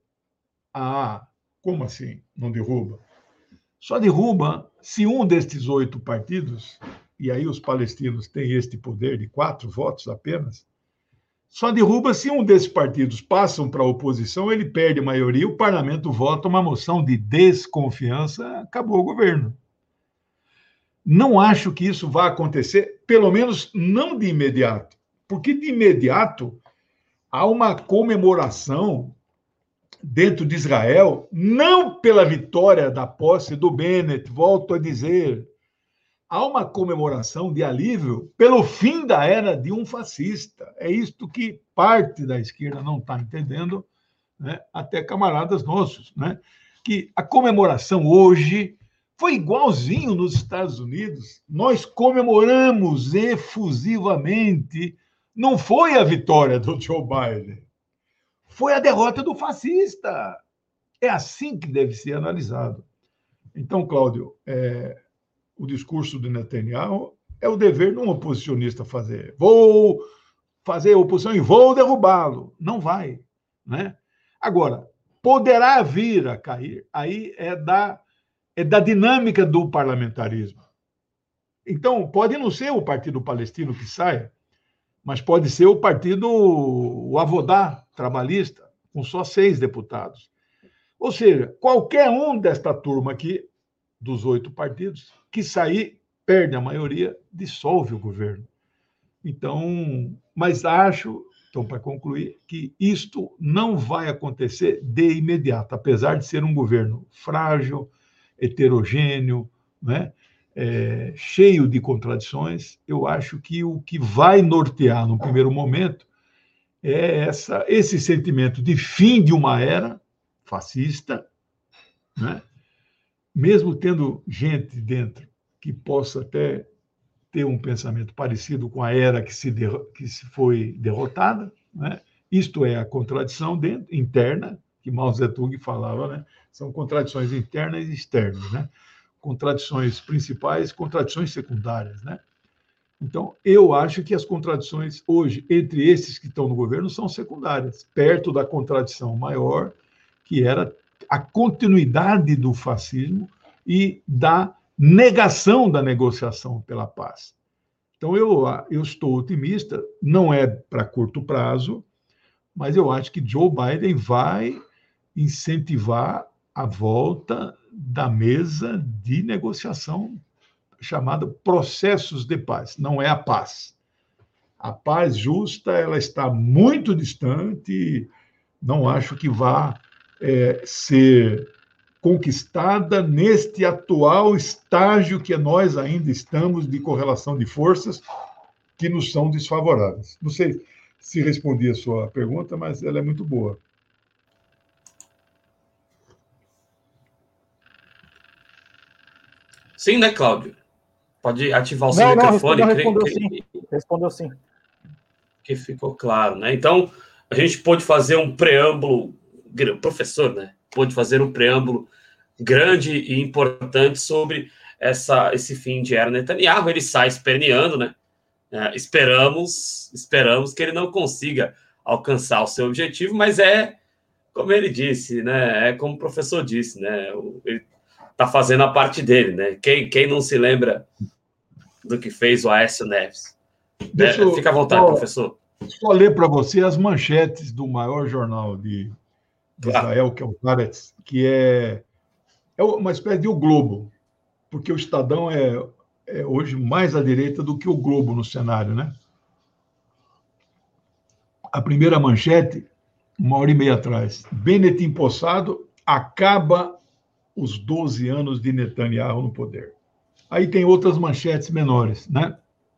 Como assim não derruba? Só derruba se um destes 8 partidos, e aí os palestinos têm este poder de 4 votos apenas, só derruba se um desses partidos passam para a oposição, ele perde a maioria, o parlamento vota uma moção de desconfiança, acabou o governo. Não acho que isso vá acontecer, pelo menos não de imediato, porque de imediato há uma comemoração dentro de Israel, não pela vitória da posse do Bennett, volto a dizer, há uma comemoração de alívio pelo fim da era de um fascista. É isto que parte da esquerda não está entendendo, né? Até camaradas nossos, né? Que a comemoração hoje foi igualzinho nos Estados Unidos. Nós comemoramos efusivamente. Não foi a vitória do Joe Biden, foi a derrota do fascista. É assim que deve ser analisado. Então, Cláudio, o discurso do Netanyahu é o dever de um oposicionista fazer. Vou fazer oposição e vou derrubá-lo. Não vai, né? Agora, poderá vir a cair, aí é da dinâmica do parlamentarismo. Então, pode não ser o Partido Palestino que saia, mas pode ser o partido, o Avodá trabalhista, com só 6 deputados. Ou seja, qualquer um desta turma aqui, dos 8 partidos, que sair, perde a maioria, dissolve o governo. Então, mas acho, então, para concluir, que isto não vai acontecer de imediato, apesar de ser um governo frágil, heterogêneo, né? Cheio de contradições. Eu acho que o que vai nortear no primeiro momento é esse sentimento de fim de uma era fascista, né? Mesmo tendo gente dentro que possa até ter um pensamento parecido com a era que se foi derrotada, né? Isto é a contradição interna, que Mao Zedong falava, né? São contradições internas e externas, né? Contradições principais, contradições secundárias, né? Então, eu acho que as contradições hoje entre esses que estão no governo são secundárias, perto da contradição maior, que era a continuidade do fascismo e da negação da negociação pela paz. Então, eu estou otimista, não é para curto prazo, mas eu acho que Joe Biden vai incentivar a volta da mesa de negociação chamada processos de paz. Não é a paz. A paz justa ela está muito distante, não acho que vá ser conquistada neste atual estágio que nós ainda estamos de correlação de forças que nos são desfavoráveis. Não sei se respondi a sua pergunta, mas ela é muito boa. Sim, né, Cláudio? Pode ativar o seu microfone. Respondeu sim. Que ficou claro, né? Então, a gente pôde fazer um preâmbulo, o professor, né? Pôde fazer um preâmbulo grande e importante sobre esse fim de era Netanyahu. Ele sai esperneando, né? Esperamos que ele não consiga alcançar o seu objetivo, mas como ele disse, né? É como o professor disse, né? Ele está fazendo a parte dele, né? Quem não se lembra do que fez o Aécio Neves? Fica à vontade, professor. Só ler para você as manchetes do maior jornal de Israel, que é o Haaretz, que é uma espécie de O Globo, porque o Estadão é hoje mais à direita do que o Globo no cenário, né? A primeira manchete, 1h30 atrás, Bennett empossado, acaba os 12 anos de Netanyahu no poder. Aí tem outras manchetes menores, né?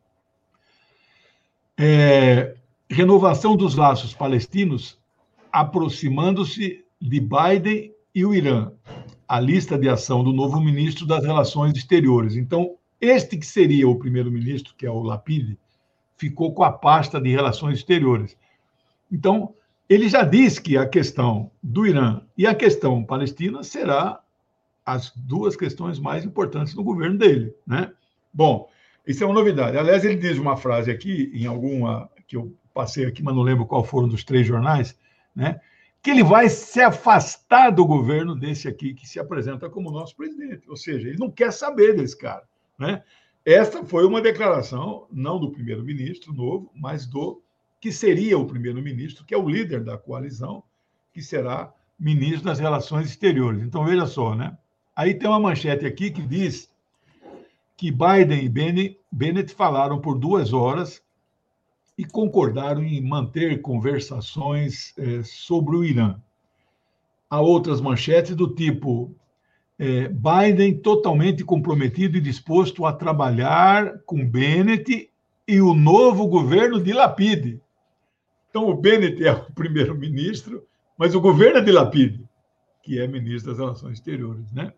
Renovação dos laços palestinos aproximando-se de Biden e o Irã. A lista de ação do novo ministro das Relações Exteriores. Então, este que seria o primeiro-ministro, que é o Lapid, ficou com a pasta de Relações Exteriores. Então, ele já disse que a questão do Irã e a questão palestina será as 2 questões mais importantes no governo dele, né? Bom, isso é uma novidade. Aliás, ele diz uma frase aqui, em alguma que eu passei aqui, mas não lembro qual foram dos 3 jornais, né? Que ele vai se afastar do governo desse aqui que se apresenta como nosso presidente. Ou seja, ele não quer saber desse cara, né? Esta foi uma declaração, não do primeiro-ministro novo, mas do que seria o primeiro-ministro, que é o líder da coalizão, que será ministro das Relações Exteriores. Então, veja só, né? Aí tem uma manchete aqui que diz que Biden e Bennett falaram por 2 horas e concordaram em manter conversações sobre o Irã. Há outras manchetes do tipo Biden totalmente comprometido e disposto a trabalhar com Bennett e o novo governo de Lapid. Então, o Bennett é o primeiro-ministro, mas o governo é de Lapid, que é ministro das Relações Exteriores, né?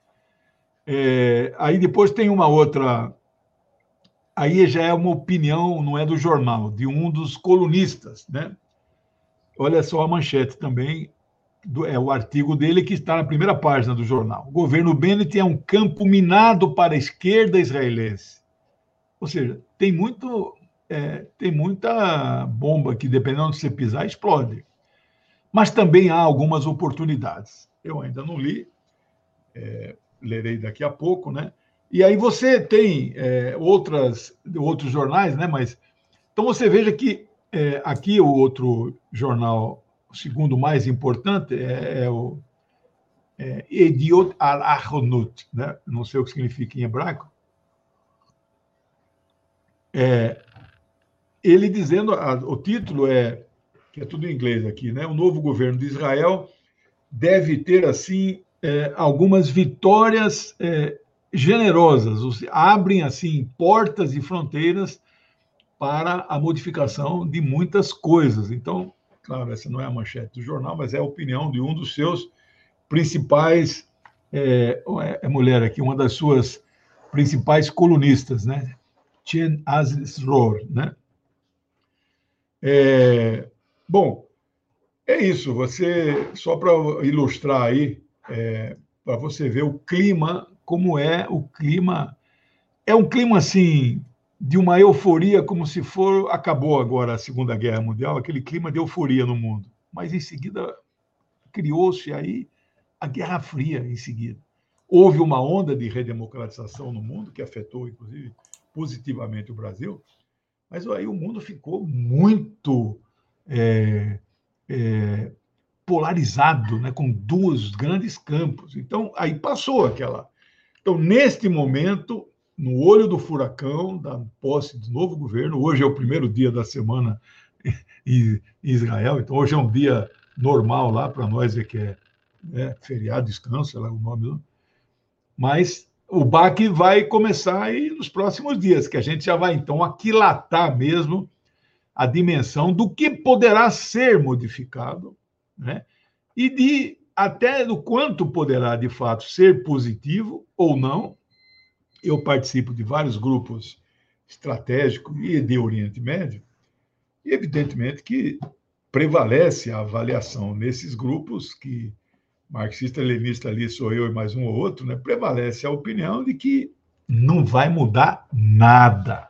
Aí depois tem uma outra... Aí já é uma opinião, não é do jornal, de um dos colunistas, né? Olha só a manchete também, o artigo dele que está na primeira página do jornal. O governo Bennett é um campo minado para a esquerda israelense. Ou seja, tem muita bomba que, dependendo de você pisar, explode. mas também há algumas oportunidades. Eu ainda não li, lerei daqui a pouco, né? E aí você tem outros jornais, né? Mas então você veja que aqui o outro jornal, o segundo mais importante, é o Yediot Ahronot, né? Não sei o que significa em hebraico. Ele dizendo, o título que é tudo em inglês aqui, né? O novo governo de Israel deve ter, assim, algumas vitórias generosas, abrem, assim, portas e fronteiras para a modificação de muitas coisas. Então, claro, essa não é a manchete do jornal, mas é a opinião de um dos seus principais, mulher aqui, uma das suas principais colunistas, né? Chen Azizror, né? Bom, é isso. Só para ilustrar aí, para você ver o clima, como é o clima. É um clima, assim, de uma euforia, como se acabou agora a Segunda Guerra Mundial, aquele clima de euforia no mundo. Mas, em seguida, criou-se aí a Guerra Fria, em seguida. Houve uma onda de redemocratização no mundo, que afetou, inclusive, positivamente o Brasil, mas aí o mundo ficou muito polarizado, né, com dois grandes campos. Então, aí passou aquela... Então, neste momento, no olho do furacão, da posse do novo governo, hoje é o primeiro dia da semana em Israel, então hoje é um dia normal lá, para nós que é feriado, descanso, lá o nome, mas o baque vai começar aí nos próximos dias, que a gente já vai, então, aquilatar mesmo a dimensão do que poderá ser modificado, né? E até do quanto poderá, de fato, ser positivo ou não. Eu participo de vários grupos estratégicos e de Oriente Médio, e evidentemente que prevalece a avaliação nesses grupos, que marxista-leninista ali sou eu e mais um ou outro, né? Prevalece a opinião de que não vai mudar nada.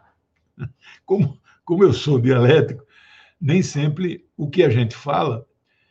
Como eu sou dialético, nem sempre o que a gente fala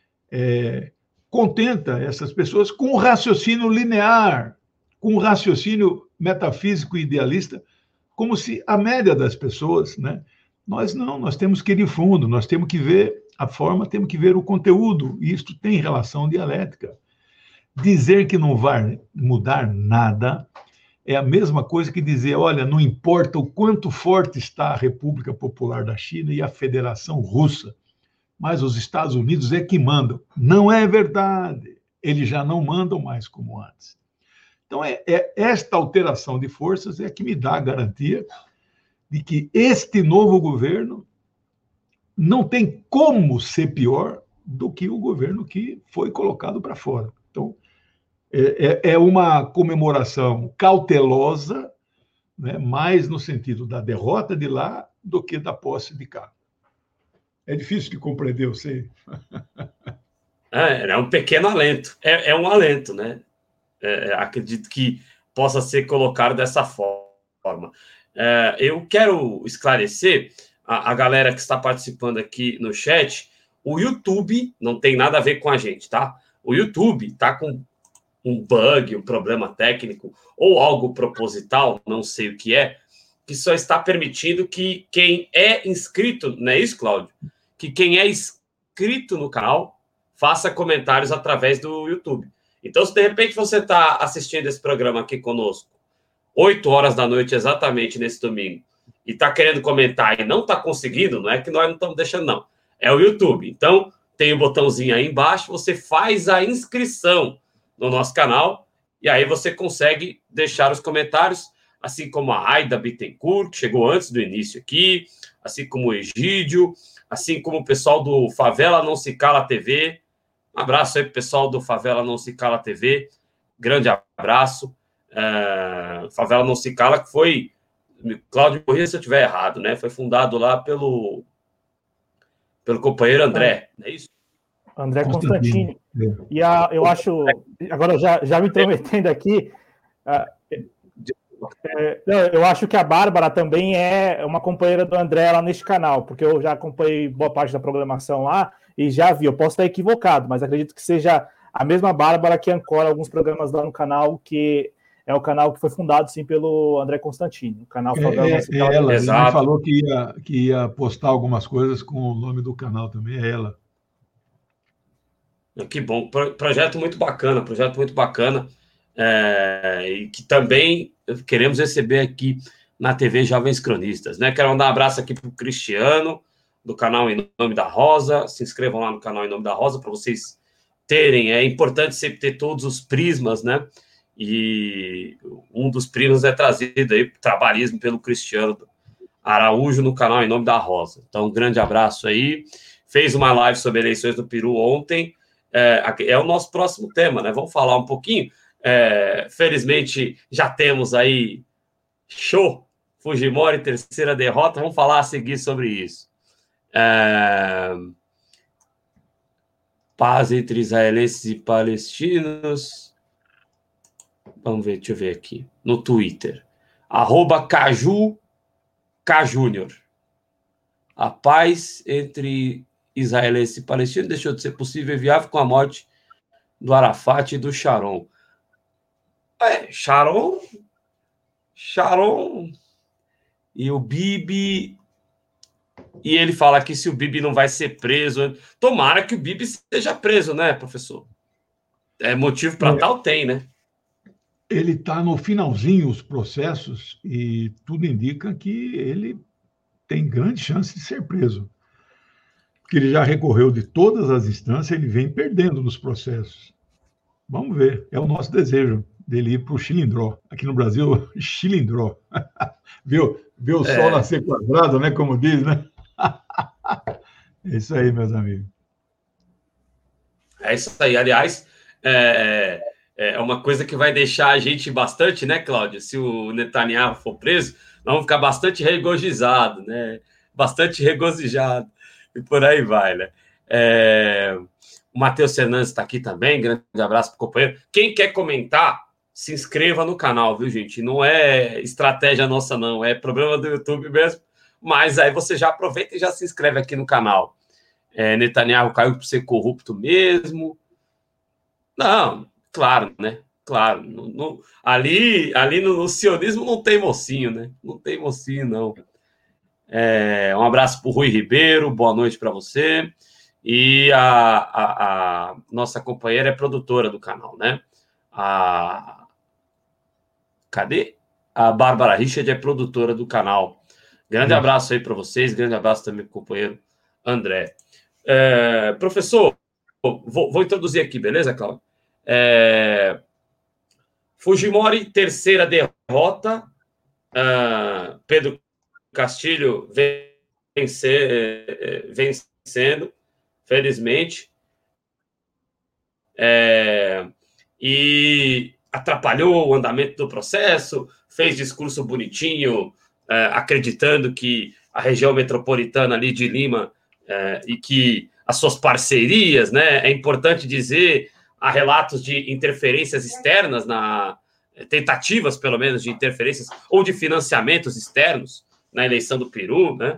contenta essas pessoas com um raciocínio linear, com um raciocínio metafísico e idealista, como se a média das pessoas, né? Nós temos que ir de fundo, nós temos que ver a forma, temos que ver o conteúdo, e isto tem relação dialética. Dizer que não vai mudar nada é a mesma coisa que dizer, olha, não importa o quanto forte está a República Popular da China e a Federação Russa, mas os Estados Unidos é que mandam. Não é verdade. Eles já não mandam mais como antes. Então, esta alteração de forças é que me dá a garantia de que este novo governo não tem como ser pior do que o governo que foi colocado para fora. Então, é uma comemoração cautelosa, né, mais no sentido da derrota de lá do que da posse de cá. É difícil de compreender, eu sei. É um pequeno alento. É um alento, né? Acredito que possa ser colocado dessa forma. Eu quero esclarecer a galera que está participando aqui no chat. O YouTube não tem nada a ver com a gente, tá? O YouTube está com um bug, um problema técnico ou algo proposital, não sei o que só está permitindo que quem é inscrito, não é isso, Cláudio? Que quem é inscrito no canal faça comentários através do YouTube. Então, se de repente você está assistindo esse programa aqui conosco, 8 horas da noite exatamente nesse domingo, e está querendo comentar e não está conseguindo, não é que nós não estamos deixando, não. É o YouTube. Então, tem o botãozinho aí embaixo, você faz a inscrição no nosso canal, e aí você consegue deixar os comentários, assim como a Aida Bittencourt, que chegou antes do início aqui, assim como o Egídio, assim como o pessoal do Favela Não Se Cala TV. Um abraço aí para o pessoal do Favela Não Se Cala TV. Grande abraço. Favela Não Se Cala, que foi... Cláudio, corrija se eu estiver errado, né? Foi fundado lá pelo companheiro André, não é isso? André Constantini. E eu acho... Agora, já me intrometendo aqui... Eu acho que a Bárbara também é uma companheira do André lá neste canal, porque eu já acompanhei boa parte da programação lá e já vi. Eu posso estar equivocado, mas acredito que seja a mesma Bárbara que ancora alguns programas lá no canal, que é o canal que foi fundado, sim, pelo André Constantini. O canal ela. Exato. Ele me falou que ia postar algumas coisas com o nome do canal também, é ela. Que bom, projeto muito bacana, e que também queremos receber aqui na TV Jovens Cronistas, né? Quero mandar um abraço aqui para o Cristiano, do canal Em Nome da Rosa. Se inscrevam lá no canal Em Nome da Rosa para vocês terem. É importante sempre ter todos os prismas, né? E um dos prismas é trazido aí, trabalhismo, pelo Cristiano Araújo no canal Em Nome da Rosa. Então, um grande abraço aí. Fez uma live sobre eleições do Peru ontem. É o nosso próximo tema, né? Vamos falar um pouquinho. Felizmente, já temos aí show Fujimori, terceira derrota. Vamos falar a seguir sobre isso. Paz entre israelenses e palestinos. Vamos ver, deixa eu ver aqui. No Twitter. @CajuCJúnior. A paz entre israelenses e palestinos deixou de ser possível e viável com a morte do Arafat e do Sharon. Sharon e o Bibi. E ele fala que se o Bibi não vai ser preso, tomara que o Bibi seja preso, né, professor? Motivo para tal tem, né? Ele está no finalzinho os processos e tudo indica que ele tem grande chance de ser preso. Porque ele já recorreu de todas as instâncias, ele vem perdendo nos processos. Vamos ver, é o nosso desejo dele ir para o Chilindró. Aqui no Brasil, Chilindró. Viu o sol nascer quadrado, né? Como diz, né? É isso aí, meus amigos. É isso aí. Aliás, é uma coisa que vai deixar a gente bastante, né, Cláudia? Se o Netanyahu for preso, nós vamos ficar bastante regozijados, né? Bastante regozijado. E por aí vai, né? O Matheus Fernandes está aqui também. Grande abraço para o companheiro. Quem quer comentar, se inscreva no canal, viu, gente? Não é estratégia nossa, não. É problema do YouTube mesmo. Mas aí você já aproveita e já se inscreve aqui no canal. Netanyahu caiu por ser corrupto mesmo? Não, claro, né? Claro. Ali no sionismo não tem mocinho, né? Não tem mocinho, não. Um abraço para o Rui Ribeiro. Boa noite para você. E a nossa companheira é produtora do canal, né? Cadê? A Bárbara Richard é produtora do canal. Grande abraço aí para vocês. Grande abraço também para o companheiro André. Professor, vou introduzir aqui, beleza, Cláudio? Fujimori, terceira derrota. Pedro Castilho vencendo, felizmente. E atrapalhou o andamento do processo, fez discurso bonitinho, acreditando que a região metropolitana ali de Lima e que as suas parcerias, né? É importante dizer, há relatos de interferências externas, tentativas, pelo menos, de interferências ou de financiamentos externos na eleição do Peru, né?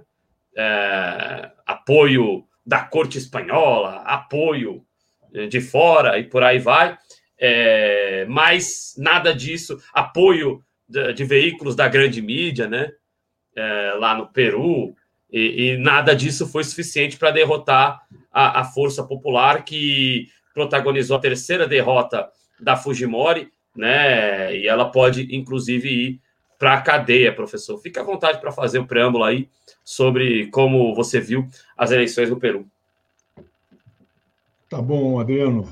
Apoio da corte espanhola, apoio de fora e por aí vai. Mas nada disso, apoio de veículos da grande mídia, né? Lá no Peru, e nada disso foi suficiente para derrotar a força popular que protagonizou a terceira derrota da Fujimori, né? E ela pode, inclusive, ir para a cadeia, professor. Fique à vontade para fazer o preâmbulo aí sobre como você viu as eleições no Peru. Tá bom, Adriano.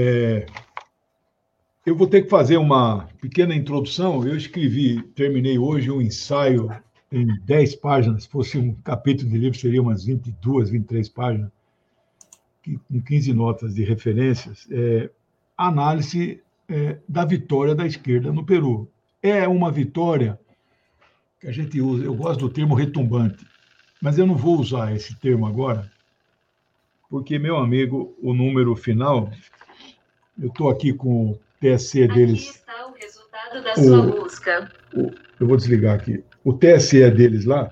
Eu vou ter que fazer uma pequena introdução. Eu terminei hoje um ensaio em 10 páginas. Se fosse um capítulo de livro, seria umas 22, 23 páginas, com 15 notas de referências. Análise da vitória da esquerda no Peru. É uma vitória que a gente usa, eu gosto do termo retumbante, mas eu não vou usar esse termo agora, porque, meu amigo, o número final, eu estou aqui com o TSC deles. Aqui está o resultado da sua busca. Eu vou desligar aqui. O TSE deles lá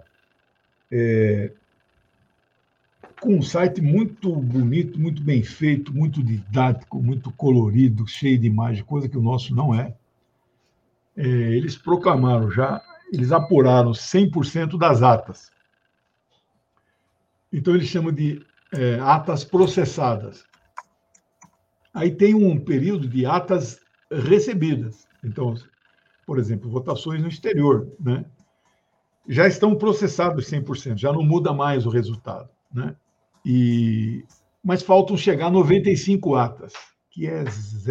com um site muito bonito, muito bem feito, muito didático, muito colorido, cheio de imagem, coisa que o nosso não é. Eles proclamaram já, eles apuraram 100% das atas. Então, eles chamam de atas processadas. Aí tem um período de atas recebidas. Então, por exemplo, votações no exterior, né? Já estão processados 100%, já não muda mais o resultado, né? Mas faltam chegar a 95 atas, que é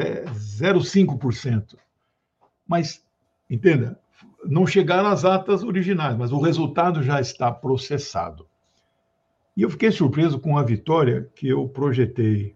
0,5%. Mas, entenda, não chegaram às atas originais, mas o resultado já está processado. E eu fiquei surpreso com a vitória que eu projetei.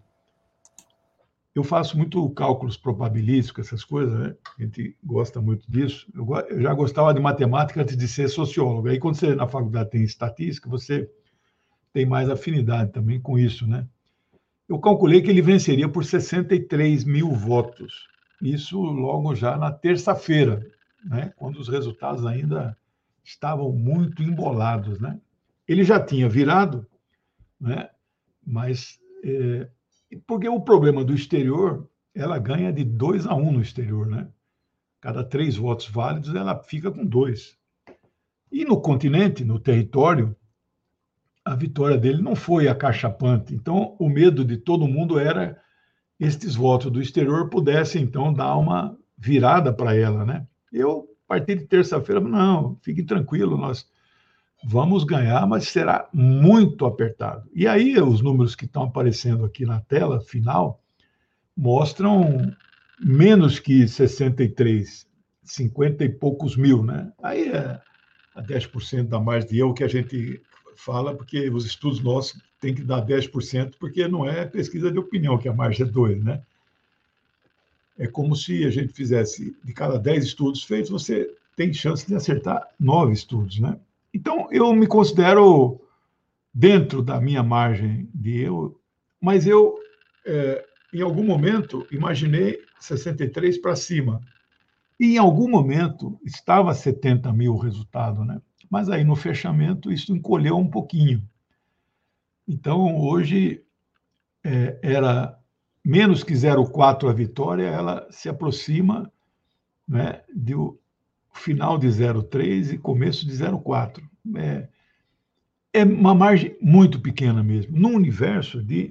Eu faço muito cálculos probabilísticos, essas coisas, né? A gente gosta muito disso. Eu já gostava de matemática antes de ser sociólogo. Aí, quando você na faculdade tem estatística, você tem mais afinidade também com isso, né? Eu calculei que ele venceria por 63 mil votos. Isso logo já na terça-feira, né? Quando os resultados ainda estavam muito embolados, né? Ele já tinha virado, né? Mas porque o problema do exterior, ela ganha de 2-1 no exterior, né? Cada 3 votos válidos, ela fica com 2. E no continente, no território, a vitória dele não foi acachapante. Então, o medo de todo mundo era estes votos do exterior pudessem, então, dar uma virada para ela, né? Eu, a partir de terça-feira, não, fiquem tranquilos, nós vamos ganhar, mas será muito apertado. E aí, os números que estão aparecendo aqui na tela final mostram menos que 63, 50 e poucos mil, né? Aí é a 10% da margem de erro que a gente fala, porque os estudos nossos têm que dar 10%, porque não é pesquisa de opinião, que a margem é 2%, né? É como se a gente fizesse, de cada 10 estudos feitos, você tem chance de acertar 9 estudos, né? Então, eu me considero dentro da minha margem de erro, mas eu, em algum momento, imaginei 63 para cima. E, em algum momento, estava 70 mil o resultado, né? Mas aí, no fechamento, isso encolheu um pouquinho. Então, hoje, era menos que 0,4 a vitória, ela se aproxima, né, do final de 0,3 e começo de 0,4. É uma margem muito pequena mesmo, num universo de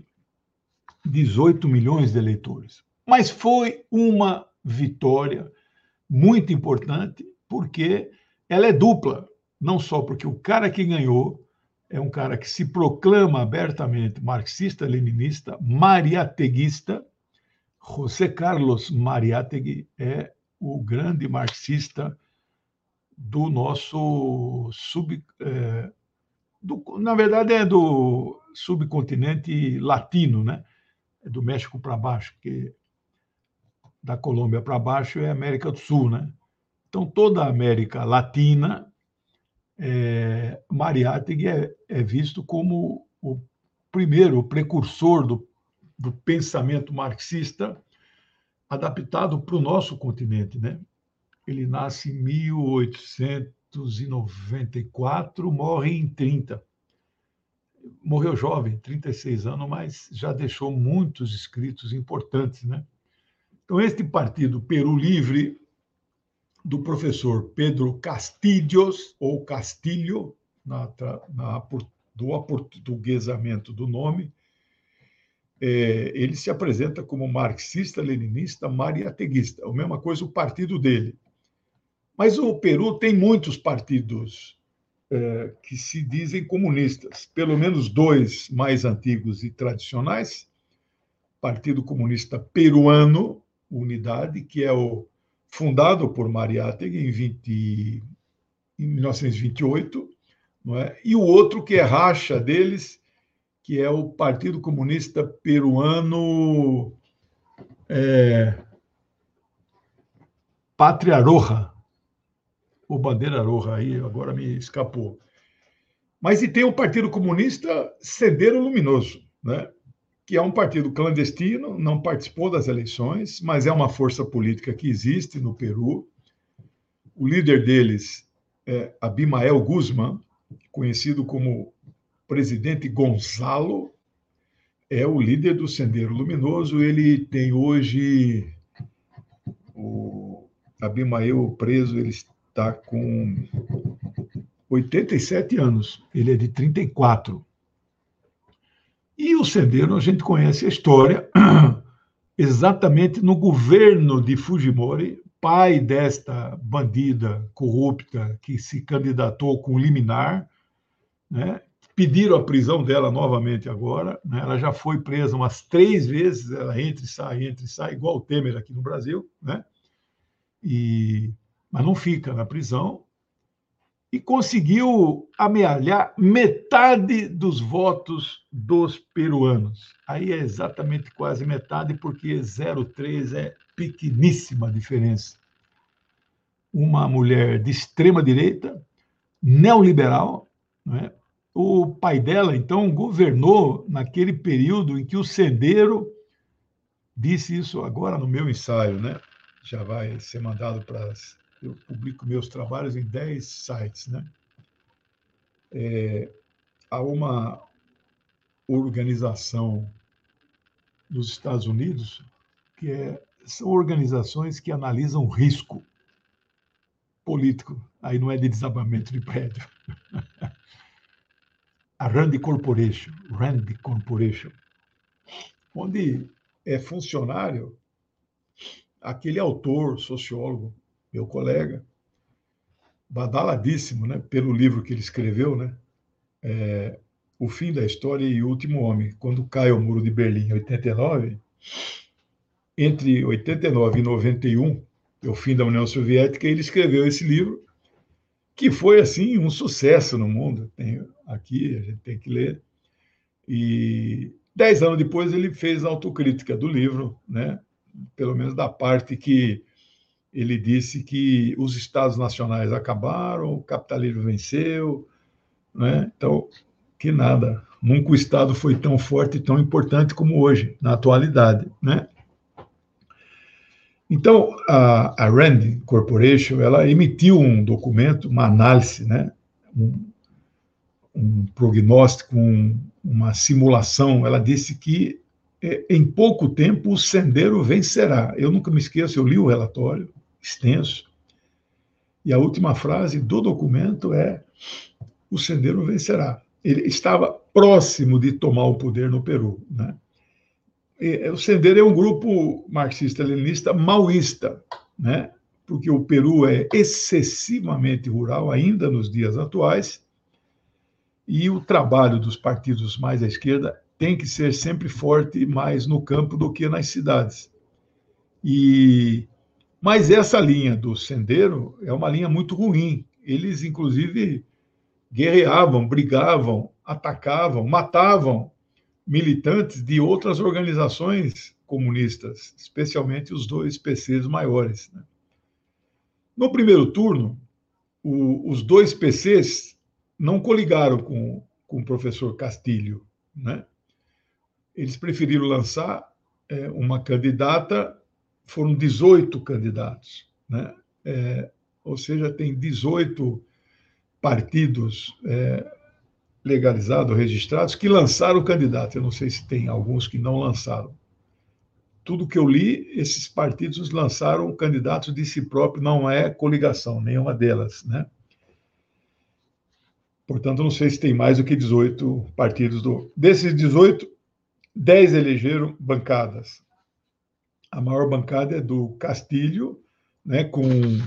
18 milhões de eleitores. Mas foi uma vitória muito importante, porque ela é dupla. Não só porque o cara que ganhou é um cara que se proclama abertamente marxista-leninista, mariateguista. José Carlos Mariátegui é o grande marxista do nosso na verdade, é do subcontinente latino, né? É do México para baixo, porque da Colômbia para baixo é América do Sul, né? Então, toda a América Latina, Mariátegui é visto como o primeiro, o precursor do pensamento marxista adaptado para o nosso continente, né? Ele nasce em 1894, morre em 30. Morreu jovem, 36 anos, mas já deixou muitos escritos importantes, né? Então, este partido, Peru Livre, do professor Pedro Castilhos, ou Castilho, do aportuguesamento do nome, ele se apresenta como marxista-leninista, mariateguista. A mesma coisa o partido dele. Mas o Peru tem muitos partidos que se dizem comunistas, pelo menos 2 mais antigos e tradicionais. Partido Comunista Peruano, Unidade, que é fundado por Mariátegui em 1928, não é? E o outro que é racha deles, que é o Partido Comunista Peruano Pátria Roja, ou Bandeira Roja, aí agora me escapou. Mas e tem o Partido Comunista Sendero Luminoso, né? Que é um partido clandestino, não participou das eleições, mas é uma força política que existe no Peru. O líder deles é Abimael Guzmán, conhecido como Presidente Gonzalo, é o líder do Sendero Luminoso. Ele tem hoje, o Abimael preso, ele está com 87 anos, ele é de 34. E o Sendero, a gente conhece a história, exatamente no governo de Fujimori, pai desta bandida corrupta que se candidatou com liminar, né? Pediram a prisão dela novamente agora, né? Ela já foi presa umas 3 vezes, ela entra e sai, igual o Temer aqui no Brasil, né? Mas não fica na prisão, e conseguiu amealhar metade dos votos dos peruanos. Aí é exatamente quase metade, porque 0,3 é pequeníssima a diferença. Uma mulher de extrema-direita, neoliberal, né? O pai dela, então, governou naquele período em que o Sendero, disse isso agora no meu ensaio, né? Já vai ser mandado para... Eu publico meus trabalhos em 10 sites, né? Há uma organização dos Estados Unidos que são organizações que analisam risco político. Aí não é de desabamento de prédio. A Rand Corporation, onde é funcionário aquele autor, sociólogo, meu colega, badaladíssimo, né, pelo livro que ele escreveu, né, O Fim da História e o Último Homem, quando cai o Muro de Berlim, em 89, entre 89 e 91, o fim da União Soviética, ele escreveu esse livro, que foi, assim, um sucesso no mundo. Aqui, a gente tem que ler. E 10 anos depois ele fez a autocrítica do livro, né, pelo menos da parte que ele disse que os Estados nacionais acabaram, o capitalismo venceu, né? Então, que nada. Nunca o Estado foi tão forte e tão importante como hoje, na atualidade, né? Então, a Rand Corporation, ela emitiu um documento, uma análise, né? Um prognóstico, uma simulação. Ela disse que, em pouco tempo, o Sendero vencerá. Eu nunca me esqueço, eu li o relatório, extenso, e a última frase do documento é: o Sendero vencerá. Ele estava próximo de tomar o poder no Peru, né? O Sendero é um grupo marxista-leninista maoísta, né? Porque o Peru é excessivamente rural ainda nos dias atuais, e o trabalho dos partidos mais à esquerda tem que ser sempre forte mais no campo do que nas cidades. Mas essa linha do Sendero é uma linha muito ruim. Eles, inclusive, guerreavam, brigavam, atacavam, matavam militantes de outras organizações comunistas, especialmente os 2 PCs maiores, né? No primeiro turno, os 2 PCs não coligaram com o professor Castilho, né? Eles preferiram lançar uma candidata. Foram 18 candidatos, né? Ou seja, tem 18 partidos legalizados, registrados, que lançaram candidatos. Eu não sei se tem alguns que não lançaram. Tudo que eu li, esses partidos lançaram candidatos de si próprio, não é coligação, nenhuma delas, né? Portanto, não sei se tem mais do que 18 partidos. Desses 18, 10 elegeram bancadas. A maior bancada é do Castilho, né, com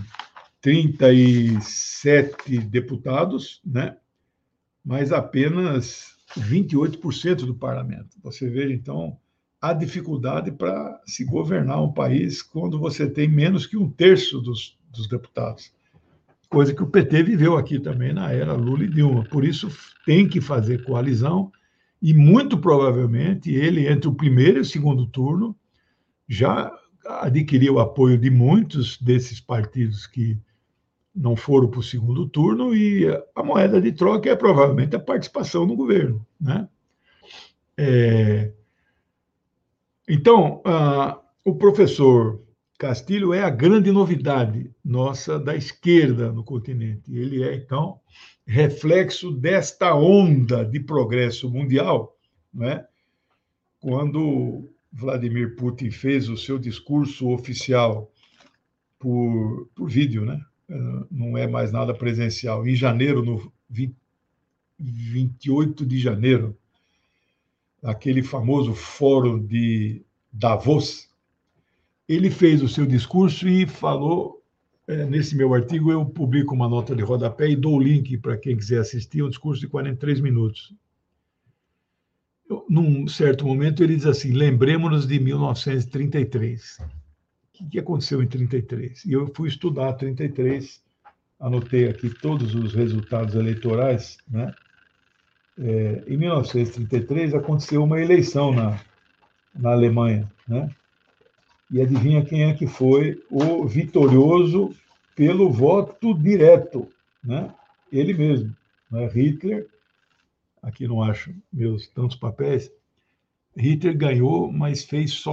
37 deputados, né, mas apenas 28% do parlamento. Você vê, então, a dificuldade para se governar um país quando você tem menos que 1/3 dos deputados. Coisa que o PT viveu aqui também na era Lula e Dilma. Por isso, tem que fazer coalizão e, muito provavelmente, ele, entre o primeiro e o segundo turno, já adquiriu o apoio de muitos desses partidos que não foram para o segundo turno, e a moeda de troca é provavelmente a participação no governo, né? Então, o professor Castilho é a grande novidade nossa da esquerda no continente. Ele é, então, reflexo desta onda de progresso mundial, né? Quando Vladimir Putin fez o seu discurso oficial por vídeo, né? Não é mais nada presencial. Em janeiro, no 28 de janeiro, aquele famoso fórum de Davos, ele fez o seu discurso e falou, nesse meu artigo eu publico uma nota de rodapé e dou o link para quem quiser assistir, um discurso de 43 minutos. Num certo momento ele diz assim, lembremos-nos de 1933. O que aconteceu em 33? E eu fui estudar 33, anotei aqui todos os resultados eleitorais, né? Em 1933 aconteceu uma eleição na Alemanha, né? E adivinha quem é que foi o vitorioso pelo voto direto, né? Ele mesmo, né? Hitler. Aqui não acho meus tantos papéis. Hitler ganhou, mas fez só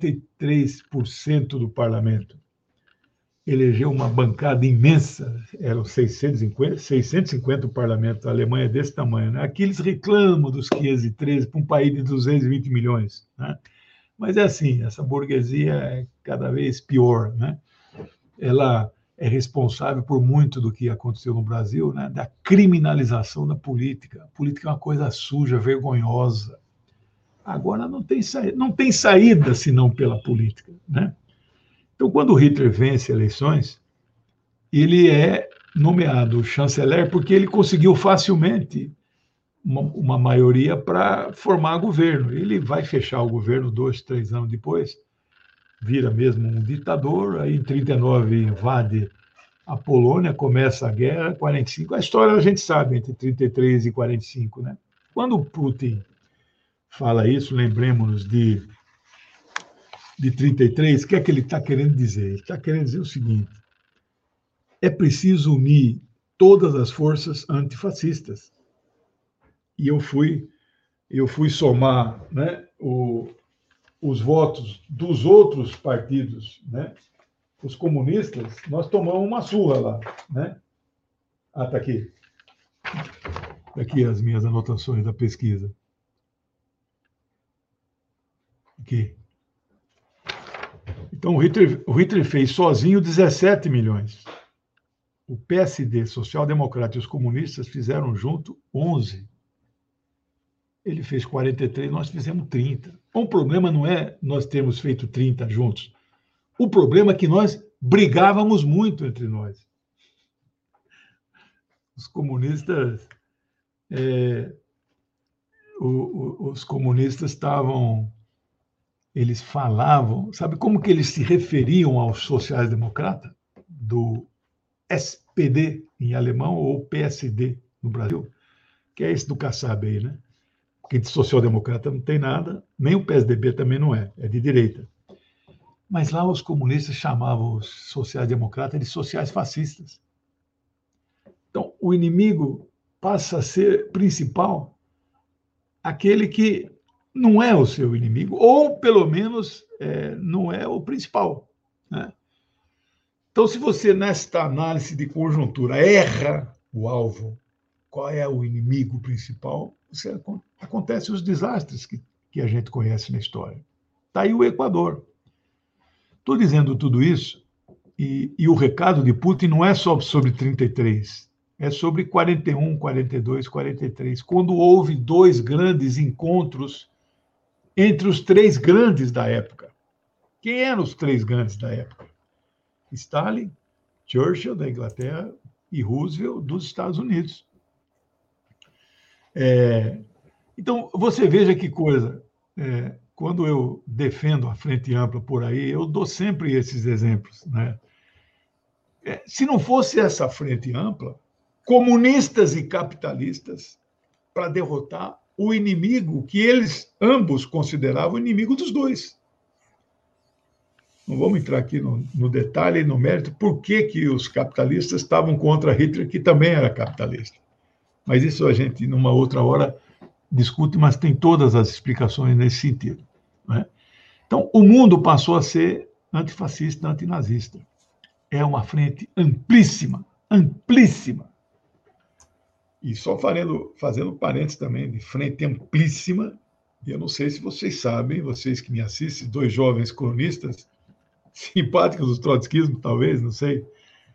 43% do parlamento. Elegeu uma bancada imensa, eram 650 o parlamento, a Alemanha é desse tamanho, né? Aqui eles reclamam dos 513 para um país de 220 milhões, né? Mas é assim, essa burguesia é cada vez pior, né? Ela é responsável por muito do que aconteceu no Brasil, né? Da criminalização da política. A política é uma coisa suja, vergonhosa. Agora não tem saída senão pela política, né? Então, quando Hitler vence eleições, ele é nomeado chanceler porque ele conseguiu facilmente uma maioria para formar governo. Ele vai fechar o governo 2, 3 anos depois, vira mesmo um ditador, aí em 39 invade a Polônia, começa a guerra, 45, a história a gente sabe, entre 33 e 45, né? Quando Putin fala isso, lembremos-nos de 33, o que é que ele está querendo dizer? Ele está querendo dizer o seguinte, é preciso unir todas as forças antifascistas. E eu fui somar, né, os votos dos outros partidos, né? Os comunistas, nós tomamos uma surra lá, né? Ah, está aqui. Aqui as minhas anotações da pesquisa. Aqui. Então, o Hitler fez sozinho 17 milhões. O PSD, Social Democrata e os comunistas fizeram junto 11. Ele fez 43, nós fizemos 30. O problema não é nós termos feito 30 juntos. O problema é que nós brigávamos muito entre nós. Os comunistas... os comunistas estavam... Eles falavam... Sabe como que eles se referiam aos sociais-democratas? Do SPD em alemão ou PSD no Brasil? Que é esse do Kassab aí, né? Porque de social-democrata não tem nada, nem o PSDB também não é de direita. Mas lá os comunistas chamavam os sociais-democratas de sociais-fascistas. Então, o inimigo passa a ser principal aquele que não é o seu inimigo, ou pelo menos não é o principal, né? Então, se você, nesta análise de conjuntura, erra o alvo, qual é o inimigo principal, acontecem os desastres que a gente conhece na história. Está aí o Equador. Estou dizendo tudo isso, e o recado de Putin não é só sobre 33, é sobre 41, 42, 43, quando houve 2 grandes encontros entre os 3 grandes da época. Quem eram os 3 grandes da época? Stalin, Churchill, da Inglaterra, e Roosevelt, dos Estados Unidos. Então, você veja que coisa. Quando eu defendo a frente ampla por aí, eu dou sempre esses exemplos, né? Se não fosse essa frente ampla, comunistas e capitalistas, para derrotar o inimigo que eles ambos consideravam inimigo dos dois. Não vamos entrar aqui no detalhe e no mérito por que os capitalistas estavam contra Hitler, que também era capitalista. Mas isso a gente, numa outra hora, discute, mas tem todas as explicações nesse sentido, né? Então, o mundo passou a ser antifascista, antinazista. É uma frente amplíssima, amplíssima. E só fazendo parênteses também, de frente amplíssima, e eu não sei se vocês sabem, vocês que me assistem, 2 jovens cronistas, simpáticos do trotskismo, talvez, não sei,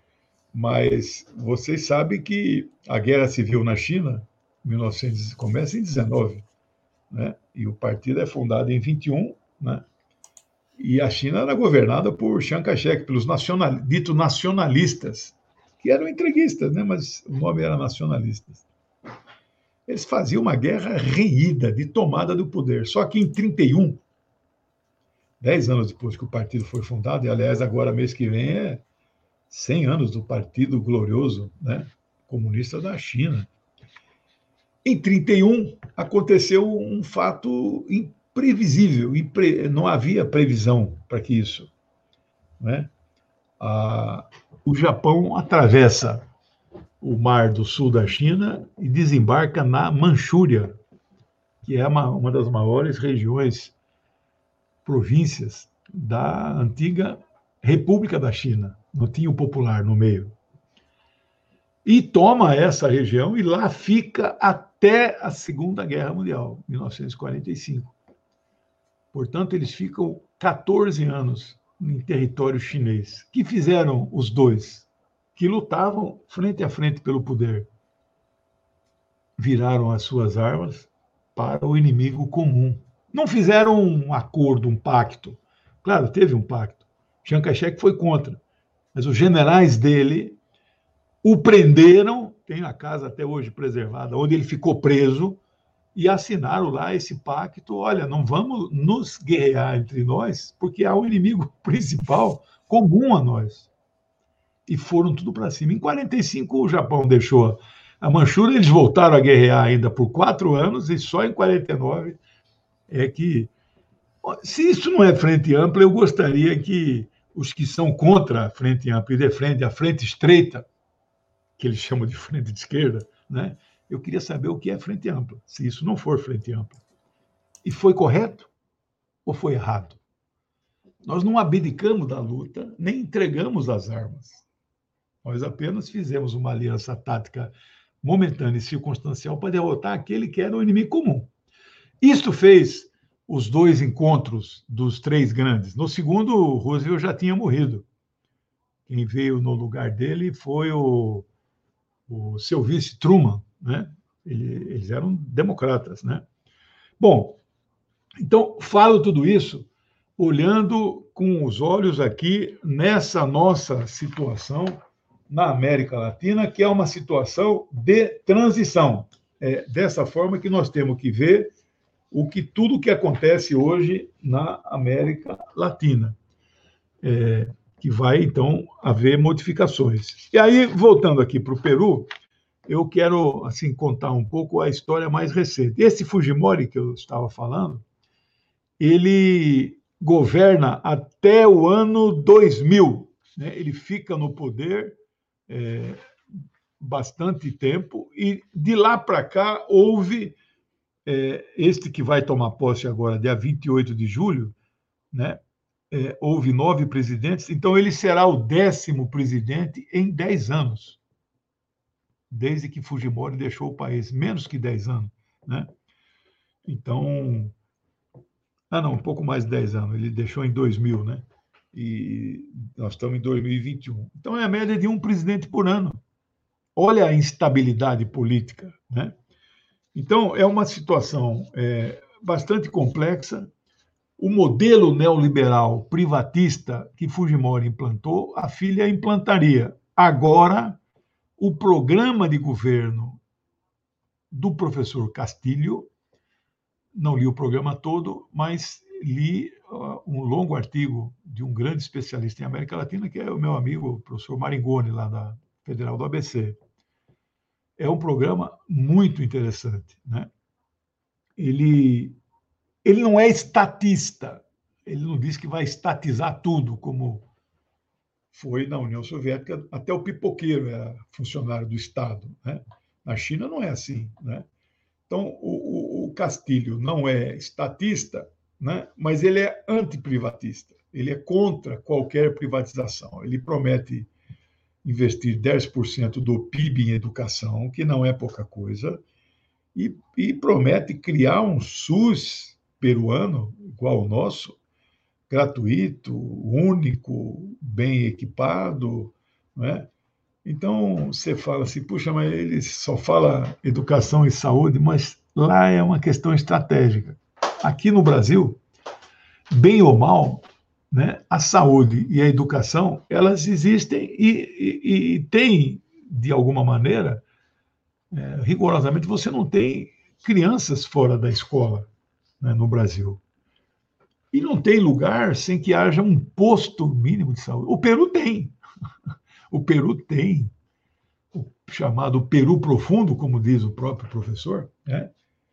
mas vocês sabem que a Guerra Civil na China, 1900, começa em 19, né? E o partido é fundado em 21, né? E a China era governada por Chiang Kai-shek, pelos ditos nacionalistas, que eram entreguistas, né? Mas o nome era nacionalistas. Eles faziam uma guerra renhida de tomada do poder. Só que em 31, 10 anos depois que o partido foi fundado, e aliás, agora mês que vem é 100 anos do Partido Glorioso, né, comunista da China. Em 31, aconteceu um fato imprevisível, não havia previsão para que isso. Né? O Japão atravessa o mar do sul da China e desembarca na Manchúria, que é uma das maiores regiões, províncias da antiga República da China. Não tinha o popular no meio. E toma essa região e lá fica até a Segunda Guerra Mundial, 1945. Portanto, eles ficam 14 anos em território chinês. O que fizeram os dois? Que lutavam frente a frente pelo poder. Viraram as suas armas para o inimigo comum. Não fizeram um acordo, um pacto. Claro, teve um pacto. Chiang Kai-shek foi contra. Mas os generais dele o prenderam, tem a casa até hoje preservada, onde ele ficou preso, e assinaram lá esse pacto. Olha, não vamos nos guerrear entre nós, porque há um inimigo principal comum a nós. E foram tudo para cima. Em 45, o Japão deixou a Manchúria, eles voltaram a guerrear ainda por 4 anos, e só em 49 é que... Se isso não é frente ampla, eu gostaria que os que são contra a frente ampla e defendem a frente estreita, que eles chamam de frente de esquerda, né? Eu queria saber o que é frente ampla, se isso não for frente ampla. E foi correto ou foi errado? Nós não abdicamos da luta, nem entregamos as armas. Nós apenas fizemos uma aliança tática momentânea e circunstancial para derrotar aquele que era o inimigo comum. Isto fez os 2 encontros dos 3 grandes. No segundo, o Roosevelt já tinha morrido. Quem veio no lugar dele foi o seu vice Truman, né? Eles eram democratas, né? Bom, então falo tudo isso olhando com os olhos aqui nessa nossa situação na América Latina, que é uma situação de transição. É dessa forma que nós temos que ver tudo o que acontece hoje na América Latina. Que vai, então, haver modificações. E aí, voltando aqui para o Peru, eu quero assim, contar um pouco a história mais recente. Esse Fujimori que eu estava falando, ele governa até o ano 2000. Né? Ele fica no poder bastante tempo, e de lá para cá houve este que vai tomar posse agora, dia 28 de julho, né? Houve 9 presidentes, então ele será o 10º presidente em 10 anos, desde que Fujimori deixou o país, menos que 10 anos. Né? Então, não, um pouco mais de 10 anos, ele deixou em 2000, né? E nós estamos em 2021. Então, é a média de um presidente por ano. Olha a instabilidade política. Né? Então, é uma situação bastante complexa. O modelo neoliberal privatista que Fujimori implantou, a filha implantaria. Agora, o programa de governo do professor Castilho, não li o programa todo, mas li um longo artigo de um grande especialista em América Latina, que é o meu amigo, o professor Maringoni, lá da Federal do ABC. É um programa muito interessante. Né? Ele não é estatista, ele não diz que vai estatizar tudo, como foi na União Soviética, até o pipoqueiro era funcionário do Estado. Né? Na China não é assim. Né? Então, o Castilho não é estatista, né? Mas ele é antiprivatista, ele é contra qualquer privatização. Ele promete investir 10% do PIB em educação, que não é pouca coisa, e promete criar um SUS peruano, igual ao nosso, gratuito, único, bem equipado, né? Então, você fala assim, puxa, mas ele só fala educação e saúde, mas lá é uma questão estratégica. Aqui no Brasil, bem ou mal, né, a saúde e a educação, elas existem e têm, de alguma maneira, rigorosamente, você não tem crianças fora da escola, né, no Brasil. E não tem lugar sem que haja um posto mínimo de saúde. O Peru tem. O Peru tem o chamado Peru Profundo, como diz o próprio professor, né?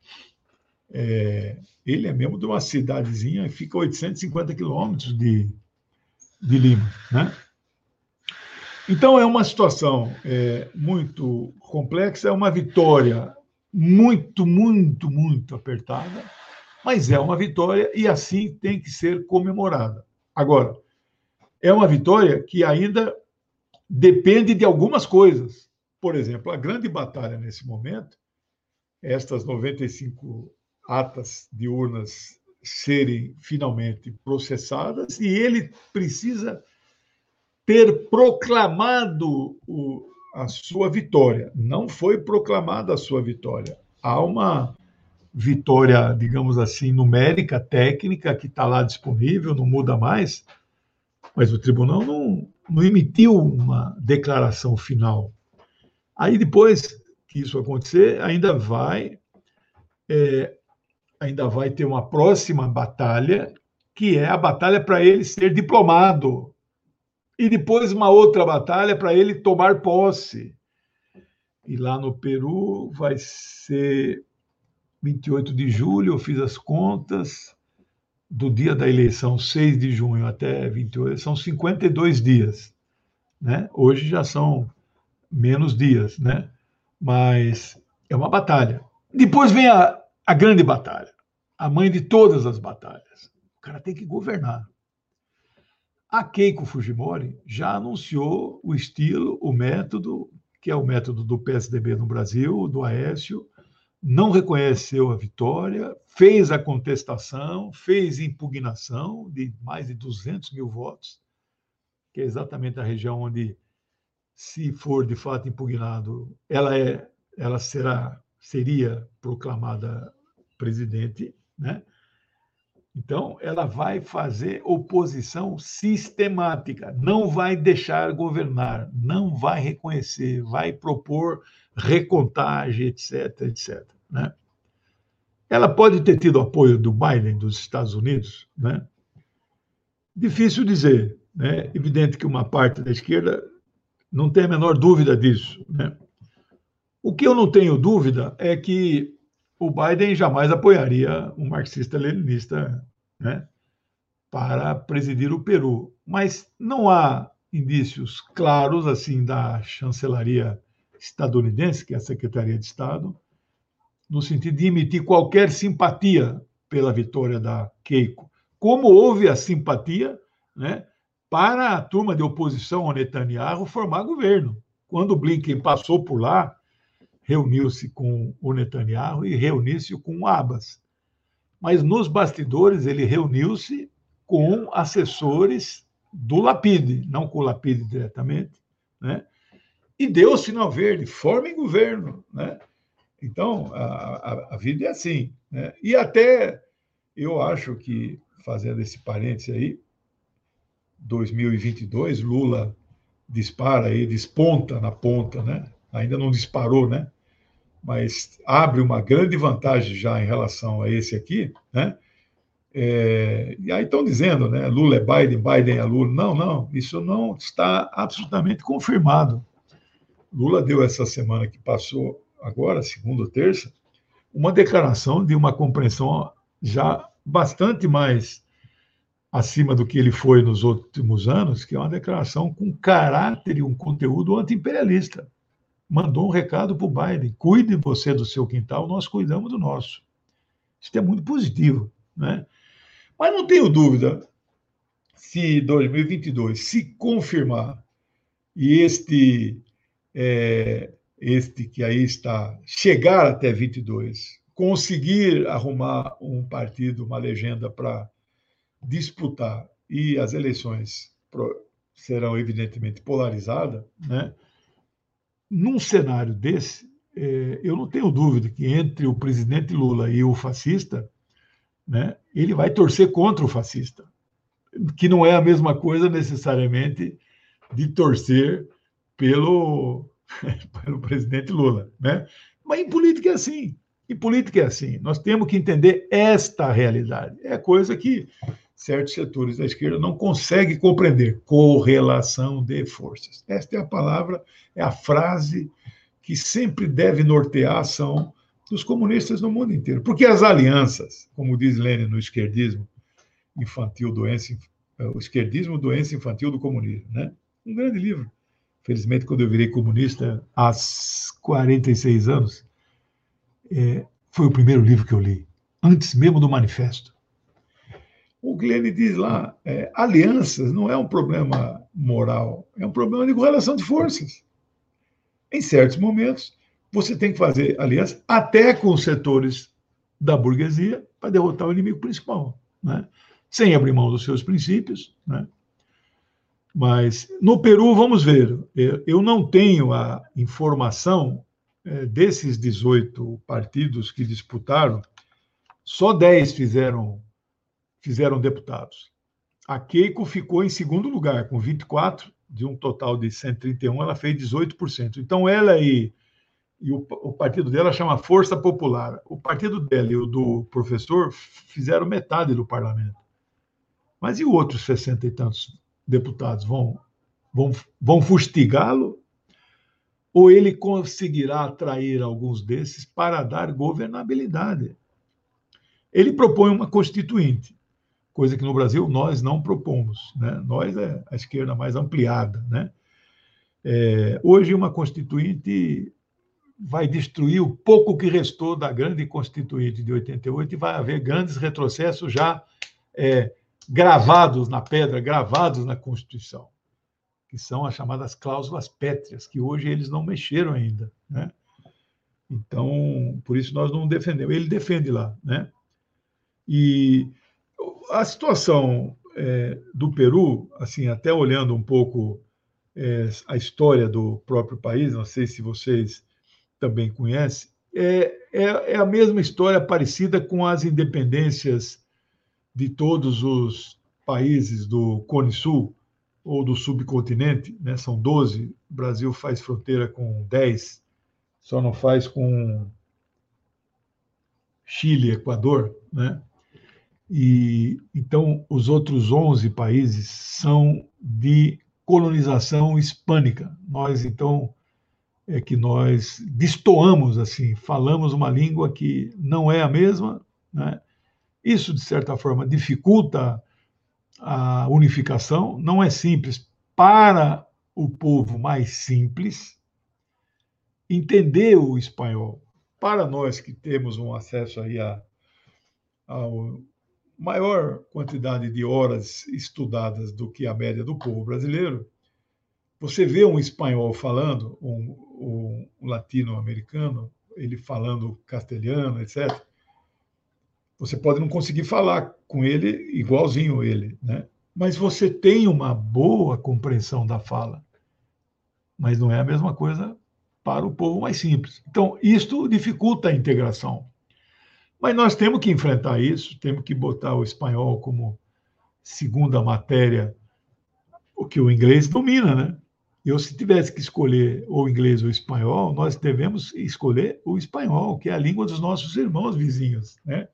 Ele é mesmo de uma cidadezinha que fica a 850 quilômetros de Lima, né? Então, é uma situação muito complexa, é uma vitória muito, muito, muito apertada, mas é uma vitória e assim tem que ser comemorada. Agora, é uma vitória que ainda depende de algumas coisas. Por exemplo, a grande batalha nesse momento, estas 95 atas de urnas serem finalmente processadas, e ele precisa ter proclamado a sua vitória. Não foi proclamada a sua vitória. Há uma vitória, digamos assim, numérica, técnica, que está lá disponível, não muda mais, mas o tribunal não emitiu uma declaração final. Aí, depois que isso acontecer, ainda vai ter uma próxima batalha, que é a batalha para ele ser diplomado. E depois uma outra batalha para ele tomar posse. E lá no Peru vai ser 28 de julho, eu fiz as contas, do dia da eleição, 6 de junho até 28, são 52 dias. Né? Hoje já são menos dias, né? Mas é uma batalha. Depois vem a grande batalha, a mãe de todas as batalhas. O cara tem que governar. A Keiko Fujimori já anunciou o estilo, o método, que é o método do PSDB no Brasil, do Aécio, não reconheceu a vitória, fez a contestação, fez impugnação de mais de 200 mil votos, que é exatamente a região onde, se for de fato impugnado, ela seria proclamada presidente, né? Então, ela vai fazer oposição sistemática, não vai deixar governar, não vai reconhecer, vai propor recontagem, etc, etc. Né? Ela pode ter tido apoio do Biden, dos Estados Unidos, né? Difícil dizer, né? Evidente que uma parte da esquerda não tem a menor dúvida disso, né? O que eu não tenho dúvida é que o Biden jamais apoiaria um marxista-leninista, né, para presidir o Peru. Mas não há indícios claros assim da chancelaria estadunidense, que é a Secretaria de Estado, no sentido de emitir qualquer simpatia pela vitória da Keiko. Como houve a simpatia, né, para a turma de oposição ao Netanyahu formar governo. Quando o Blinken passou por lá, reuniu-se com o Netanyahu e reuniu-se com o Abbas. Mas nos bastidores ele reuniu-se com assessores do Lapid, não com o Lapid diretamente, né? E deu o sinal verde, formem governo, né? Então, a vida é assim, né? E até eu acho que, fazendo esse parênteses aí, 2022, Lula dispara aí, desponta na ponta, né? Ainda não disparou, né? Mas abre uma grande vantagem já em relação a esse aqui, né? E aí estão dizendo, né? Lula é Biden, Biden é Lula. Não, isso não está absolutamente confirmado. Lula deu essa semana que passou, agora, segunda ou terça, uma declaração de uma compreensão já bastante mais acima do que ele foi nos últimos anos, que é uma declaração com caráter e um conteúdo anti-imperialista. Mandou um recado para o Biden: cuide você do seu quintal, nós cuidamos do nosso. Isso é muito positivo, né? Mas não tenho dúvida, se 2022 se confirmar e este que aí está, chegar até 22, conseguir arrumar um partido, uma legenda para disputar, e as eleições serão evidentemente polarizadas, né? Num cenário desse, eu não tenho dúvida que entre o presidente Lula e o fascista, né, ele vai torcer contra o fascista, que não é a mesma coisa necessariamente de torcer pelo, pelo presidente Lula, né? Mas em política é assim. Em política é assim. Nós temos que entender esta realidade. É coisa que certos setores da esquerda não conseguem compreender. Correlação de forças. Esta é a palavra, é a frase que sempre deve nortear a ação dos comunistas no mundo inteiro. Porque as alianças, como diz Lenin no esquerdismo infantil, o esquerdismo, doença infantil do comunismo, né? Um grande livro. Felizmente, quando eu virei comunista, há 46 anos, foi o primeiro livro que eu li, antes mesmo do manifesto. O Glenn diz lá, alianças não é um problema moral, é um problema de correlação de forças. Em certos momentos, você tem que fazer aliança até com os setores da burguesia para derrotar o inimigo principal, né? Sem abrir mão dos seus princípios, né? Mas no Peru, vamos ver, eu não tenho a informação desses 18 partidos que disputaram, só 10 fizeram deputados. A Keiko ficou em segundo lugar, com 24, de um total de 131, ela fez 18%. Então, ela e o partido dela chama Força Popular. O partido dela e o do professor fizeram metade do parlamento. Mas e outros 60 e tantos deputados vão fustigá-lo? Ou ele conseguirá atrair alguns desses para dar governabilidade? Ele propõe uma constituinte, coisa que no Brasil nós não propomos, né? Nós é a esquerda mais ampliada, né? Hoje uma constituinte vai destruir o pouco que restou da grande constituinte de 88 e vai haver grandes retrocessos já gravados na pedra, gravados na Constituição, que são as chamadas cláusulas pétreas, que hoje eles não mexeram ainda, né? Então, por isso nós não defendemos. Ele defende lá, né? E a situação do Peru, assim, até olhando um pouco a história do próprio país, não sei se vocês também conhecem, é a mesma história parecida com as independências de todos os países do Cone Sul ou do subcontinente, né? São 12, o Brasil faz fronteira com 10, só não faz com Chile, Equador, né? E então os outros 11 países são de colonização hispânica. Nós então que nós destoamos assim, falamos uma língua que não é a mesma, né? Isso de certa forma dificulta a unificação, não é simples para o povo mais simples entender o espanhol. Para nós que temos um acesso aí a maior quantidade de horas estudadas do que a média do povo brasileiro, você vê um espanhol falando, um latino-americano, ele falando castelhano, etc., você pode não conseguir falar com ele igualzinho ele, né? Mas você tem uma boa compreensão da fala. Mas não é a mesma coisa para o povo mais simples. Então, isto dificulta a integração. Mas nós temos que enfrentar isso, temos que botar o espanhol como segunda matéria, o que o inglês domina, né? Eu, se tivesse que escolher o inglês ou o espanhol, nós devemos escolher o espanhol, que é a língua dos nossos irmãos vizinhos, né?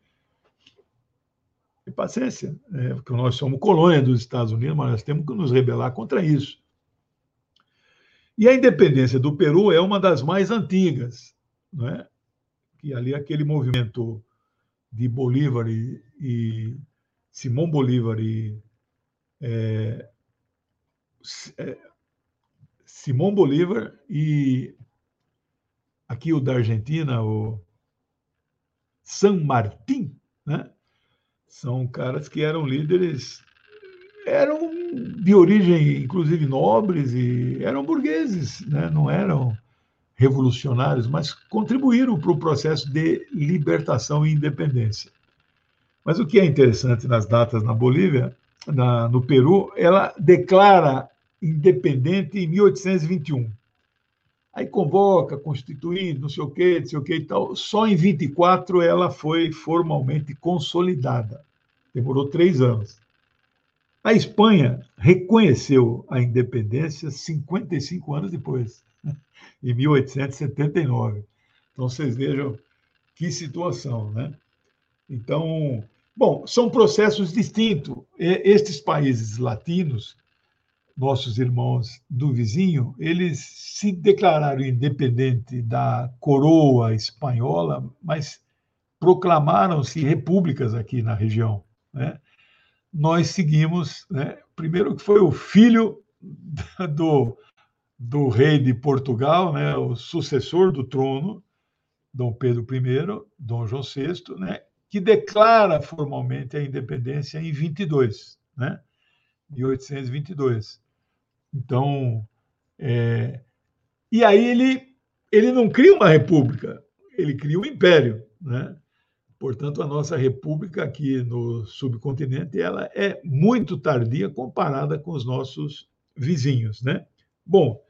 E paciência, porque nós somos colônia dos Estados Unidos, mas nós temos que nos rebelar contra isso. E a independência do Peru é uma das mais antigas, não é? Que ali aquele movimento de Bolívar e Simão Bolívar e Simão Bolívar e aqui o da Argentina, o San Martín, né? São caras que eram líderes, eram de origem, inclusive, nobres, e eram burgueses, né? Não eram revolucionários, mas contribuíram para o processo de libertação e independência. Mas o que é interessante nas datas na Bolívia, no Peru, ela declara independente em 1821. Aí convoca, constituinte, não sei o quê e tal. Só em 24 ela foi formalmente consolidada. Demorou 3 anos. A Espanha reconheceu a independência 55 anos depois, em 1879. Então, vocês vejam que situação, né? Então, bom, são processos distintos. Estes países latinos, nossos irmãos do vizinho, eles se declararam independentes da coroa espanhola, mas proclamaram-se repúblicas aqui na região, né? Nós seguimos, né? Primeiro que foi o filho do rei de Portugal, né? O sucessor do trono, Dom Pedro I, Dom João VI, né? Que declara formalmente a independência em 22, né? 1822. Então, e aí ele não cria uma república, ele cria um império, né? Portanto, a nossa república aqui no subcontinente ela é muito tardia comparada com os nossos vizinhos, né? Bom,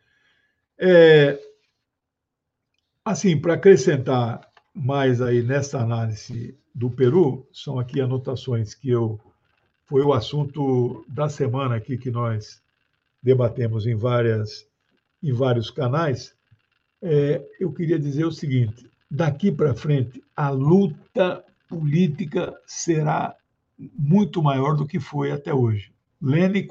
assim, para acrescentar mais aí nessa análise do Peru, são aqui anotações que foi o assunto da semana aqui que nós debatemos em vários canais. Eu queria dizer o seguinte: daqui para frente, a luta política será muito maior do que foi até hoje. Lênin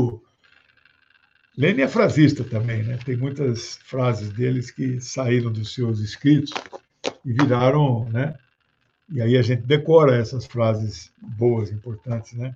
é frasista também, né? Tem muitas frases deles que saíram dos seus escritos e viraram, né? E aí a gente decora essas frases boas, importantes, né?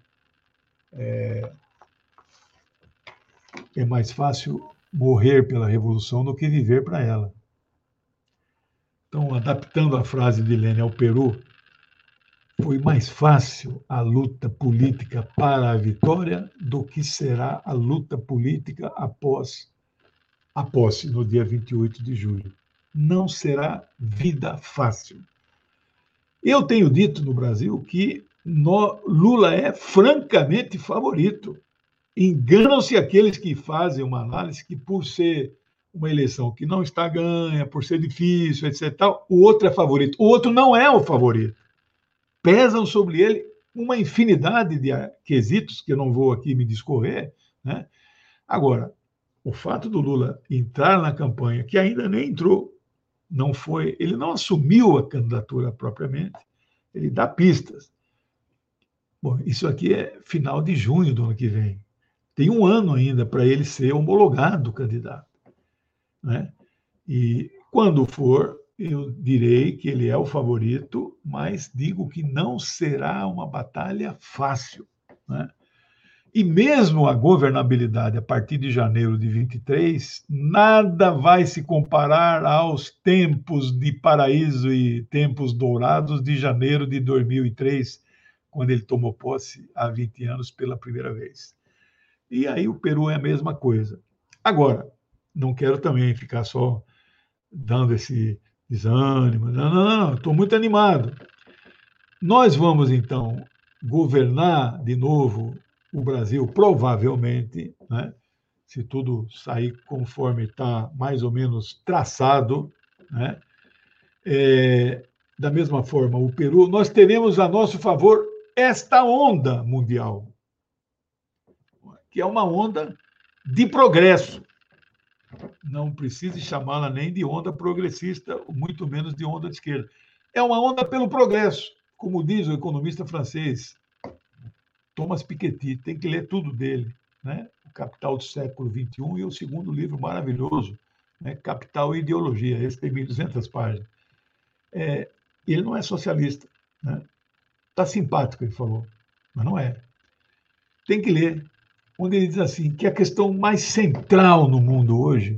É mais fácil morrer pela revolução do que viver para ela. Então, adaptando a frase de Lênin ao Peru, foi mais fácil a luta política para a vitória do que será a luta política após a posse, no dia 28 de julho. Não será vida fácil. Eu tenho dito no Brasil que Lula é francamente favorito. Enganam-se aqueles que fazem uma análise que, por ser uma eleição que não está ganha, por ser difícil, etc., o outro é favorito. O outro não é o favorito. Pesam sobre ele uma infinidade de quesitos, que eu não vou aqui me discorrer, né? Agora, o fato do Lula entrar na campanha, que ainda nem entrou, ele não assumiu a candidatura propriamente, ele dá pistas. Bom, isso aqui é final de junho do ano que vem. Tem 1 ano ainda para ele ser homologado candidato, né? E quando for, eu direi que ele é o favorito, mas digo que não será uma batalha fácil, né? E mesmo a governabilidade a partir de janeiro de 23, nada vai se comparar aos tempos de paraíso e tempos dourados de janeiro de 2003, quando ele tomou posse há 20 anos pela primeira vez. E aí o Peru é a mesma coisa. Agora, não quero também ficar só dando esse desânimo. Não, estou muito animado. Nós vamos, então, governar de novo o Brasil, provavelmente, né? Se tudo sair conforme está mais ou menos traçado, né? Da mesma forma, o Peru, nós teremos a nosso favor esta onda mundial, que é uma onda de progresso. Não precisa chamá-la nem de onda progressista, muito menos de onda de esquerda. É uma onda pelo progresso, como diz o economista francês Thomas Piketty. Tem que ler tudo dele, né? O Capital do século XXI e o segundo livro maravilhoso, né? Capital e Ideologia. Esse tem 1.200 páginas. Ele não é socialista, né? Tá simpático, ele falou, mas não é. Tem que ler, onde ele diz assim, que a questão mais central no mundo hoje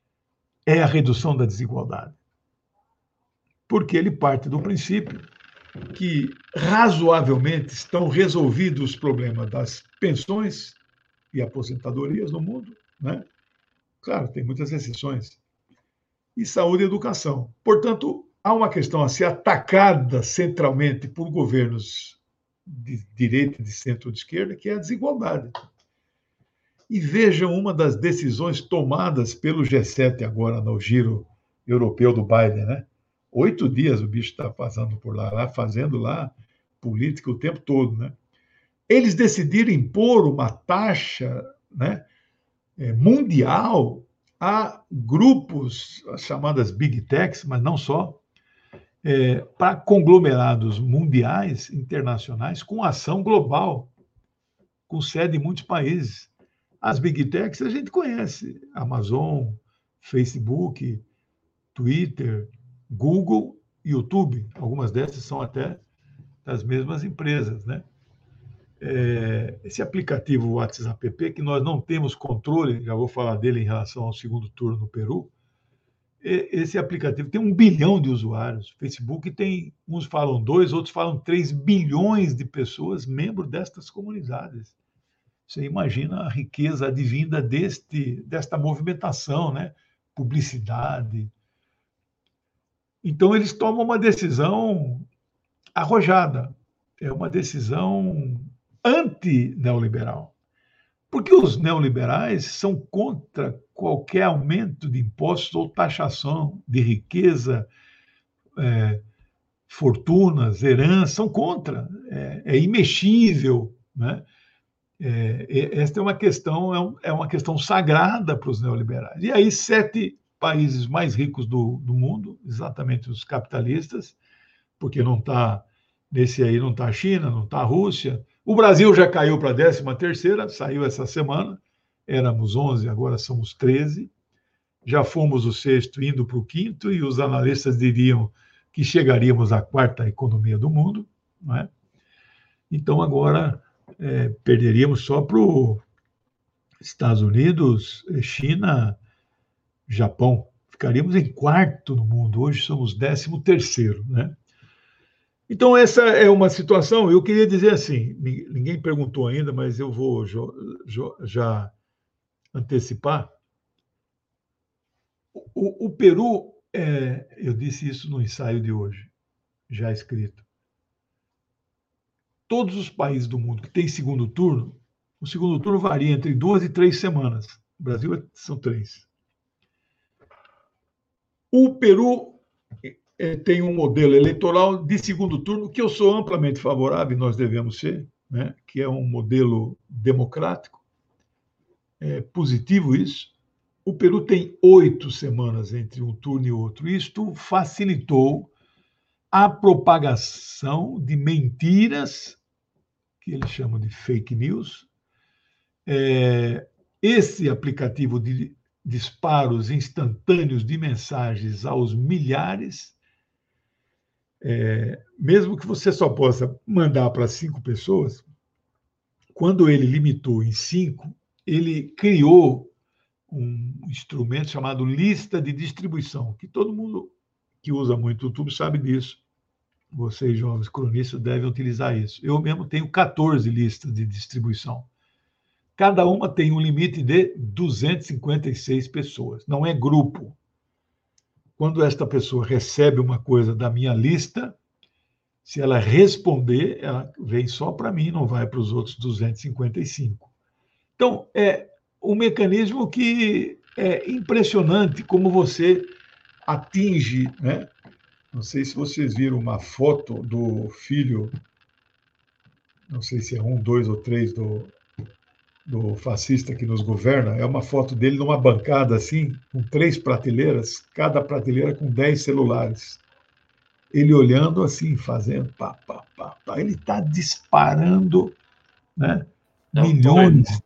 é a redução da desigualdade. Porque ele parte do princípio que razoavelmente estão resolvidos os problemas das pensões e aposentadorias no mundo, né? Claro, tem muitas exceções. E saúde e educação. Portanto, há uma questão a ser atacada centralmente por governos de direita, de centro, de esquerda, que é a desigualdade. E vejam uma das decisões tomadas pelo G7 agora no giro europeu do Biden, né? 8 dias o bicho está passando por lá, fazendo lá política o tempo todo, né? Eles decidiram impor uma taxa, né, mundial a grupos, as chamadas Big Techs, mas não só, para conglomerados mundiais, internacionais, com ação global, com sede em muitos países. As Big Techs a gente conhece, Amazon, Facebook, Twitter, Google, YouTube. Algumas dessas são até das mesmas empresas, né? Esse aplicativo WhatsApp, que nós não temos controle, já vou falar dele em relação ao segundo turno no Peru, esse aplicativo tem 1 bilhão de usuários. Facebook tem, uns falam 2, outros falam 3 bilhões de pessoas membros destas comunidades. Você imagina a riqueza advinda desta movimentação, né? Publicidade. Então, eles tomam uma decisão arrojada, é uma decisão anti-neoliberal. Porque os neoliberais são contra qualquer aumento de impostos ou taxação de riqueza, fortunas, heranças, são contra. É imexível, né? Esta é uma questão sagrada para os neoliberais. E aí, 7 países mais ricos do mundo, exatamente os capitalistas, porque não está, nesse aí não está a China, não está a Rússia. O Brasil já caiu para a 13ª, saiu essa semana, éramos 11, agora somos 13. Já fomos o 6º, indo para o 5º, e os analistas diriam que chegaríamos à 4ª economia do mundo, não é? Então, agora, perderíamos só para os Estados Unidos, China, Japão. Ficaríamos em 4º no mundo, hoje somos 13º, né? Então, essa é uma situação, eu queria dizer assim, ninguém perguntou ainda, mas eu vou já antecipar. O Peru, eu disse isso no ensaio de hoje, já escrito. Todos os países do mundo que têm segundo turno, o segundo turno varia entre 2 e 3 semanas. O Brasil são 3. O Peru tem um modelo eleitoral de segundo turno que eu sou amplamente favorável, e nós devemos ser, né? Que é um modelo democrático. É positivo isso. O Peru tem 8 semanas entre um turno e outro. Isto facilitou a propagação de mentiras, que eles chamam de fake news. Esse aplicativo de disparos instantâneos de mensagens aos milhares, mesmo que você só possa mandar para 5 pessoas, quando ele limitou em 5, ele criou um instrumento chamado lista de distribuição, que todo mundo que usa muito o YouTube sabe disso. Vocês, jovens cronistas, devem utilizar isso. Eu mesmo tenho 14 listas de distribuição. Cada uma tem um limite de 256 pessoas. Não é grupo. Quando esta pessoa recebe uma coisa da minha lista, se ela responder, ela vem só para mim, não vai para os outros 255. Então, é um mecanismo que é impressionante como você atinge, né? Não sei se vocês viram uma foto do filho, não sei se é 1, 2 ou 3 do fascista que nos governa, é uma foto dele numa bancada assim, com 3 prateleiras, cada prateleira com 10 celulares. Ele olhando assim, fazendo pá, pá, pá, pá. Ele está disparando, né, milhões.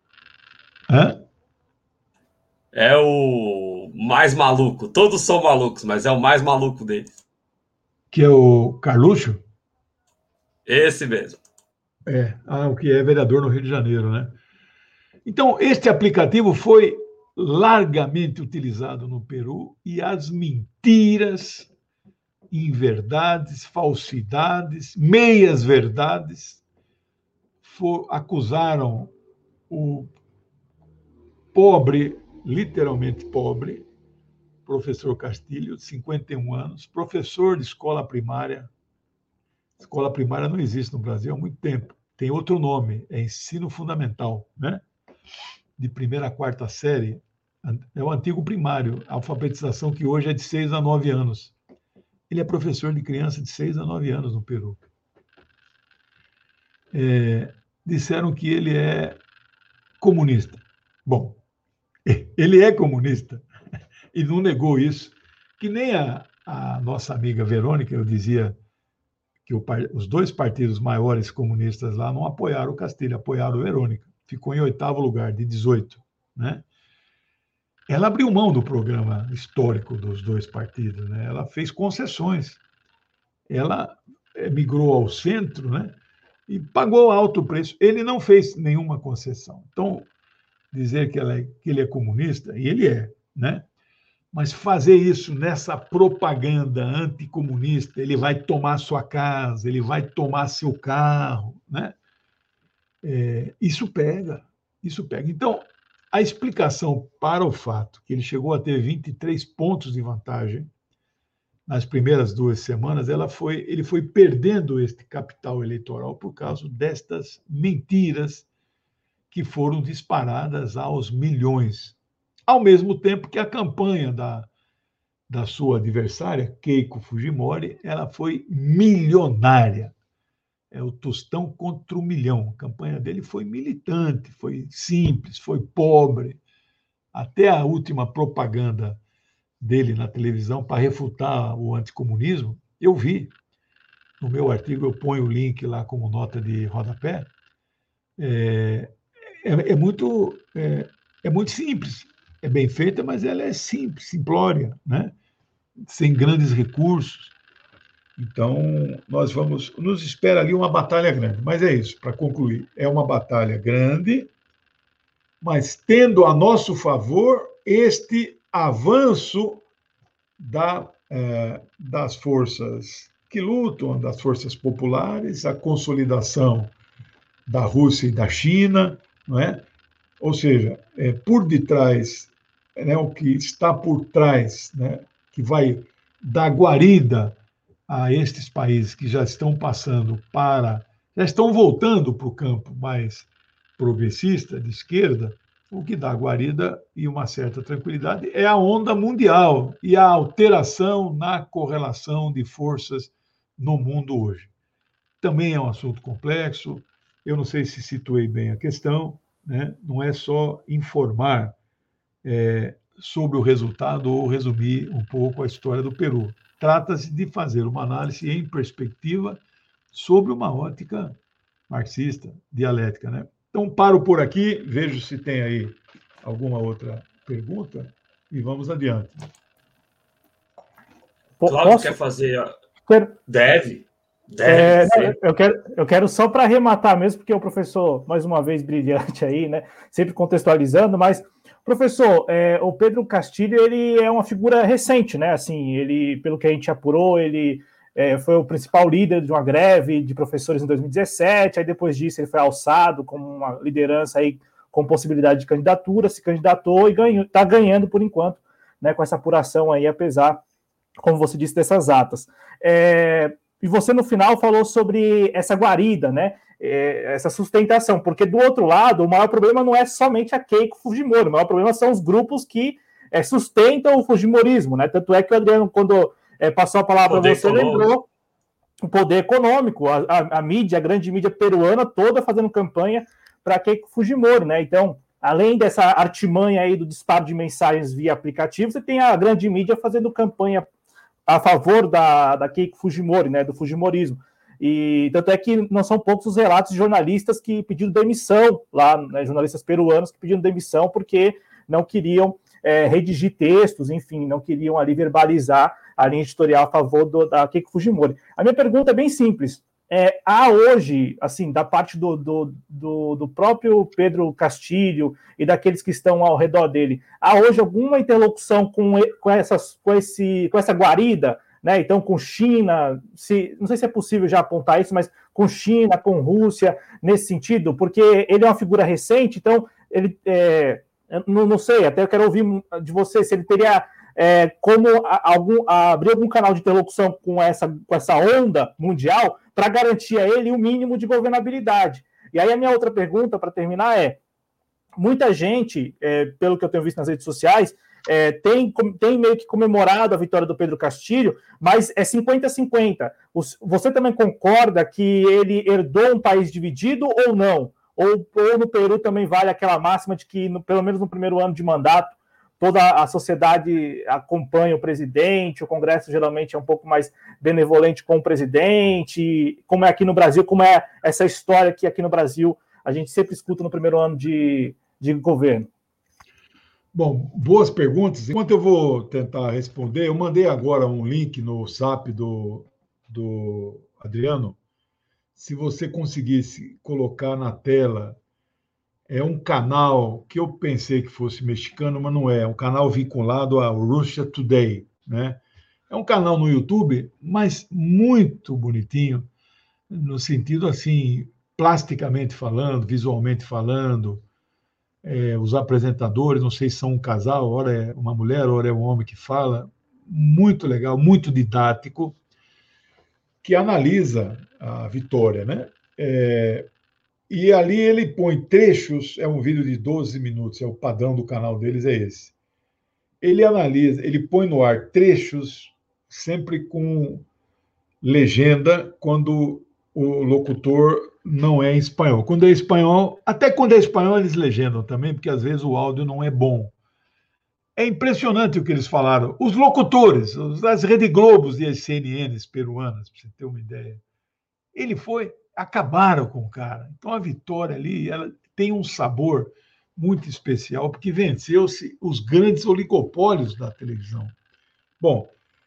É o mais maluco. Todos são malucos, mas é o mais maluco deles. Que é o Carluxo? Esse mesmo. O que é vereador no Rio de Janeiro, né? Então, este aplicativo foi largamente utilizado no Peru e as mentiras inverdades, falsidades, meias-verdades, acusaram o pobre, literalmente pobre, professor Castilho, de 51 anos, professor de escola primária. Escola primária não existe no Brasil há muito tempo. Tem outro nome, é ensino fundamental, né? De 1ª a 4ª série. É o antigo primário, a alfabetização que hoje é de 6 a 9 anos. Ele é professor de criança de 6 a 9 anos no Peru. Disseram que ele é comunista. Bom, ele é comunista e não negou isso, que nem a nossa amiga Verônica, eu dizia que os 2 partidos maiores comunistas lá não apoiaram o Castilho, apoiaram a Verônica. Ficou em 8º lugar, de 18, né? Ela abriu mão do programa histórico dos 2 partidos, né? Ela fez concessões. Ela migrou ao centro, né? E pagou alto preço. Ele não fez nenhuma concessão. Então, dizer que ele é comunista, e ele é, né? Mas fazer isso nessa propaganda anticomunista, ele vai tomar sua casa, ele vai tomar seu carro, né? Isso pega. Então, a explicação para o fato que ele chegou a ter 23 pontos de vantagem nas primeiras 2 semanas, ele foi perdendo este capital eleitoral por causa destas mentiras que foram disparadas aos milhões. Ao mesmo tempo que a campanha da sua adversária, Keiko Fujimori, ela foi milionária. É o tostão contra o milhão. A campanha dele foi militante, foi simples, foi pobre. Até a última propaganda dele na televisão para refutar o anticomunismo, eu vi. No meu artigo eu ponho o link lá como nota de rodapé. É muito simples. É bem feita, mas ela é simples, simplória, né? Sem grandes recursos. Então, nos espera ali uma batalha grande. Mas é isso, para concluir, é uma batalha grande, mas tendo a nosso favor este avanço das forças que lutam, das forças populares, a consolidação da Rússia e da China, não é? Ou seja, por detrás, né, o que está por trás, né, que vai dar guarida a estes países que já estão já estão voltando para o campo mais progressista, de esquerda, o que dá guarida e uma certa tranquilidade é a onda mundial e a alteração na correlação de forças no mundo hoje. Também é um assunto complexo, eu não sei se situei bem a questão, né? Não é só informar sobre o resultado ou resumir um pouco a história do Peru. Trata-se de fazer uma análise em perspectiva sobre uma ótica marxista, dialética, né? Então, paro por aqui, vejo se tem aí alguma outra pergunta e vamos adiante. Cláudio quer fazer? Deve. Eu quero só para arrematar mesmo, porque o professor, mais uma vez, brilhante aí, né? Sempre contextualizando, mas, professor, o Pedro Castilho, ele é uma figura recente, né? Assim, ele, pelo que a gente apurou, ele foi o principal líder de uma greve de professores em 2017, aí depois disso ele foi alçado como uma liderança aí com possibilidade de candidatura, se candidatou e está ganhando por enquanto, né? Com essa apuração aí, apesar, como você disse, dessas atas. E você, no final, falou sobre essa guarida, né? Essa sustentação, porque, do outro lado, o maior problema não é somente a Keiko Fujimori, o maior problema são os grupos que sustentam o fujimorismo, né? Tanto é que o Adriano, quando passou a palavra para você, lembrou o poder econômico, a mídia, a grande mídia peruana toda fazendo campanha para Keiko Fujimori, né? Então, além dessa artimanha aí do disparo de mensagens via aplicativo, você tem a grande mídia fazendo campanha a favor da Keiko Fujimori, né, do fujimorismo. E tanto é que não são poucos os relatos de jornalistas que pediram demissão lá, né, jornalistas peruanos que pediram demissão porque não queriam redigir textos, enfim, não queriam ali verbalizar a linha editorial a favor da Keiko Fujimori. A minha pergunta é bem simples. Há hoje, assim, da parte do próprio Pedro Castilho e daqueles que estão ao redor dele, há hoje alguma interlocução com essa guarida né? Então, com China, não sei se é possível já apontar isso, mas com China, com Rússia, nesse sentido, porque ele é uma figura recente, então, ele, não sei, até eu quero ouvir de você se ele teria como abrir algum canal de interlocução com essa onda mundial para garantir a ele o mínimo de governabilidade. E aí a minha outra pergunta, para terminar, muita gente, pelo que eu tenho visto nas redes sociais, tem meio que comemorado a vitória do Pedro Castilho, mas é 50-50. Você também concorda que ele herdou um país dividido ou não? Ou no Peru também vale aquela máxima de que, pelo menos no primeiro ano de mandato, toda a sociedade acompanha o presidente, o Congresso geralmente é um pouco mais benevolente com o presidente, como é aqui no Brasil, como é essa história que aqui no Brasil a gente sempre escuta no primeiro ano de governo? Bom, boas perguntas. Enquanto eu vou tentar responder, eu mandei agora um link no SAP do Adriano. Se você conseguisse colocar na tela, é um canal que eu pensei que fosse mexicano, mas não é. É um canal vinculado ao Russia Today, né? É um canal no YouTube, mas muito bonitinho, no sentido assim, plasticamente falando, visualmente falando. Os apresentadores, não sei se são um casal, ora é uma mulher, ora é um homem que fala. Muito legal, muito didático, que analisa a vitória, né? E ali ele põe trechos, é um vídeo de 12 minutos, é o padrão do canal deles, é esse. Ele analisa, ele põe no ar trechos, sempre com legenda, quando o locutor não é em espanhol. Quando é espanhol, até quando é espanhol eles legendam também, porque às vezes o áudio não é bom. É impressionante o que eles falaram. Os locutores, as Rede Globos e as CNNs peruanas, para você ter uma ideia, acabaram com o cara. Então a vitória ali, ela tem um sabor muito especial, porque venceu-se os grandes oligopólios da televisão. Bom,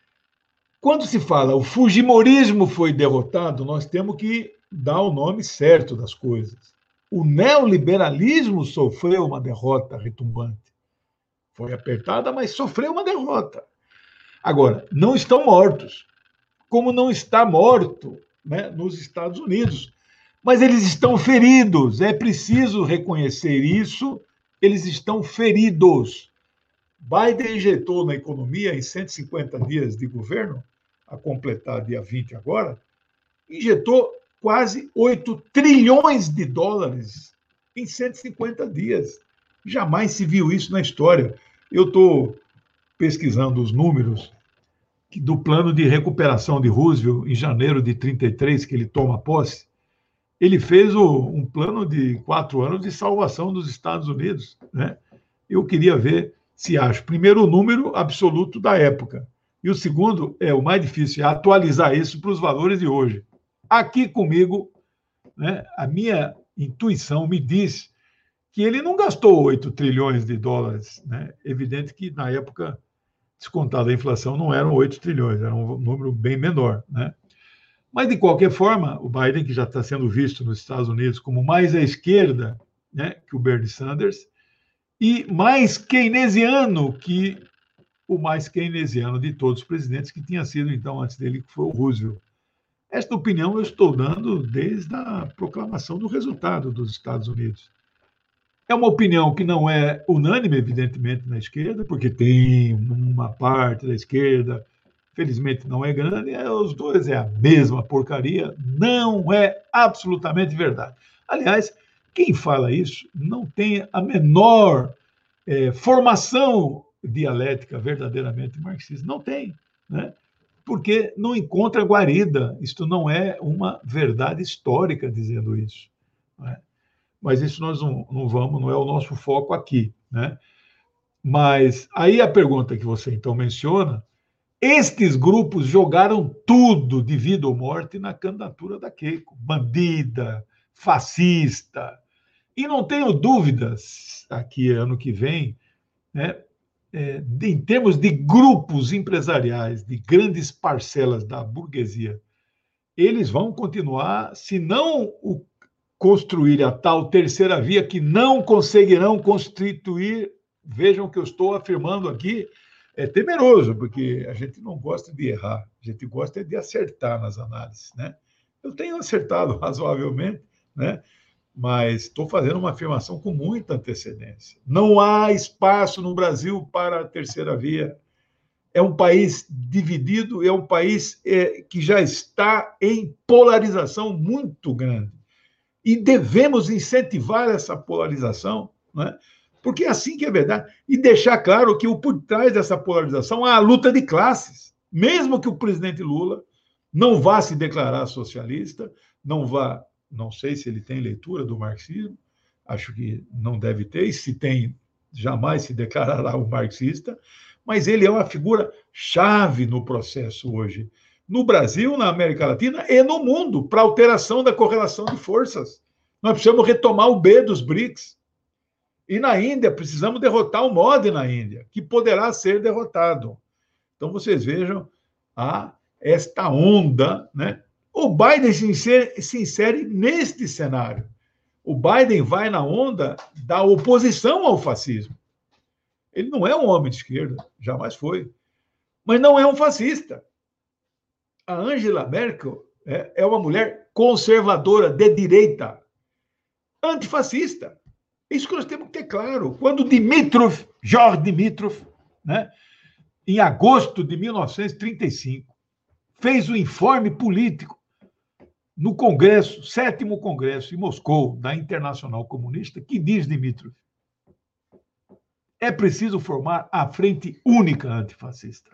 quando se fala o fujimorismo foi derrotado, nós temos que dar o nome certo das coisas. O neoliberalismo sofreu uma derrota retumbante. Foi apertada, mas sofreu uma derrota. Agora, não estão mortos, como não está morto, né, nos Estados Unidos. Mas eles estão feridos, é preciso reconhecer isso, eles estão feridos. Biden injetou na economia, em 150 dias de governo, a completar dia 20 agora, injetou quase 8 trilhões de dólares em 150 dias. Jamais se viu isso na história. Eu estou pesquisando os números do plano de recuperação de Roosevelt em janeiro de 1933, que ele toma posse. Ele fez um plano de 4 anos de salvação dos Estados Unidos, né? Eu queria ver se acho. Primeiro, o número absoluto da época. E o segundo, o mais difícil, é atualizar isso para os valores de hoje. Aqui comigo, né, a minha intuição me diz que ele não gastou 8 trilhões de dólares. Né? Evidente que, na época, descontada a inflação, não eram 8 trilhões, era um número bem menor. Né? Mas, de qualquer forma, o Biden, que já está sendo visto nos Estados Unidos como mais à esquerda, né, que o Bernie Sanders, e mais keynesiano que o mais keynesiano de todos os presidentes, que tinha sido, então, antes dele, que foi o Roosevelt. Esta opinião eu estou dando desde a proclamação do resultado dos Estados Unidos. É uma opinião que não é unânime, evidentemente, na esquerda, porque tem uma parte da esquerda, felizmente não é grande, os dois é a mesma porcaria, não é absolutamente verdade. Aliás, quem fala isso não tem a menor formação dialética verdadeiramente marxista. Não tem, né? Porque não encontra guarida. Isto não é uma verdade histórica dizendo isso. Né? Mas isso nós não vamos, não é o nosso foco aqui. Né? Mas aí a pergunta que você então menciona, estes grupos jogaram tudo de vida ou morte na candidatura da Keiko. Bandida, fascista. E não tenho dúvidas, aqui ano que vem, né, em termos de grupos empresariais, de grandes parcelas da burguesia, eles vão continuar, se não construir a tal terceira via, que não conseguirão constituir, vejam o que eu estou afirmando aqui, é temeroso, porque a gente não gosta de errar, a gente gosta de acertar nas análises, né? Eu tenho acertado razoavelmente, né? Mas estou fazendo uma afirmação com muita antecedência. Não há espaço no Brasil para a terceira via. É um país dividido, é um país que já está em polarização muito grande. E devemos incentivar essa polarização, né? Porque é assim que é verdade. E deixar claro que por trás dessa polarização há a luta de classes. Mesmo que o presidente Lula não vá se declarar socialista, não sei se ele tem leitura do marxismo, acho que não deve ter, e se tem, jamais se declarará um marxista, mas ele é uma figura chave no processo hoje, no Brasil, na América Latina e no mundo, para alteração da correlação de forças. Nós precisamos retomar o B dos BRICS. E na Índia, precisamos derrotar o Modi na Índia, que poderá ser derrotado. Então, vocês vejam esta onda, né? O Biden se insere neste cenário. O Biden vai na onda da oposição ao fascismo. Ele não é um homem de esquerda, jamais foi, mas não é um fascista. A Angela Merkel é uma mulher conservadora, de direita, antifascista. Isso que nós temos que ter claro. Quando George Dimitrov, né, em agosto de 1935, fez o informe político no Congresso, 7º Congresso, em Moscou, da Internacional Comunista, que diz Dimitrov: é preciso formar a frente única antifascista.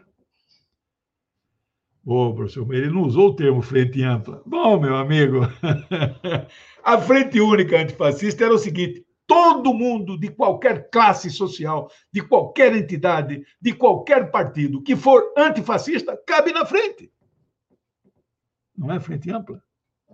Bom, professor, ele não usou o termo frente ampla. Bom, meu amigo, a frente única antifascista era o seguinte: todo mundo de qualquer classe social, de qualquer entidade, de qualquer partido que for antifascista, cabe na frente. Não é frente ampla?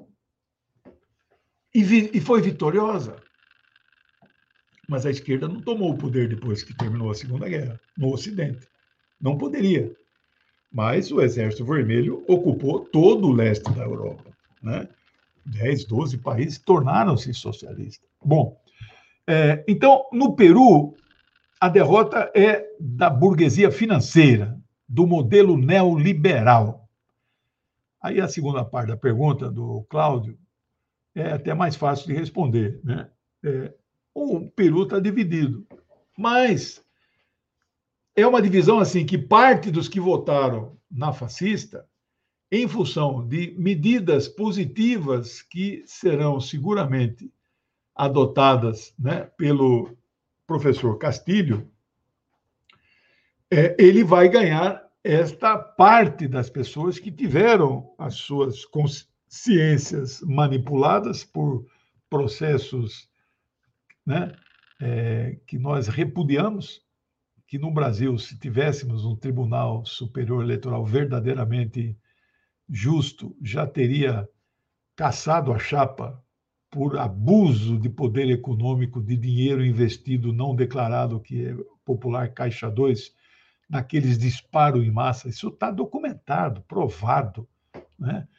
E foi vitoriosa. Mas a esquerda não tomou o poder depois que terminou a Segunda Guerra, no Ocidente. Não poderia. Mas o Exército Vermelho ocupou todo o leste da Europa, né? 10, 12 países tornaram-se socialistas. Bom, então, no Peru, a derrota é da burguesia financeira, do modelo neoliberal. Aí a segunda parte da pergunta do Cláudio é até mais fácil de responder, né? O Peru está dividido, mas é uma divisão assim que parte dos que votaram na fascista, em função de medidas positivas que serão seguramente adotadas, né, pelo professor Castilho, ele vai ganhar esta parte das pessoas que tiveram as suas consciências manipuladas por processos, né, que nós repudiamos, que no Brasil, se tivéssemos um Tribunal Superior Eleitoral verdadeiramente justo, já teria caçado a chapa por abuso de poder econômico, de dinheiro investido não declarado, que é popular Caixa 2, naqueles disparos em massa. Isso está documentado, provado, né?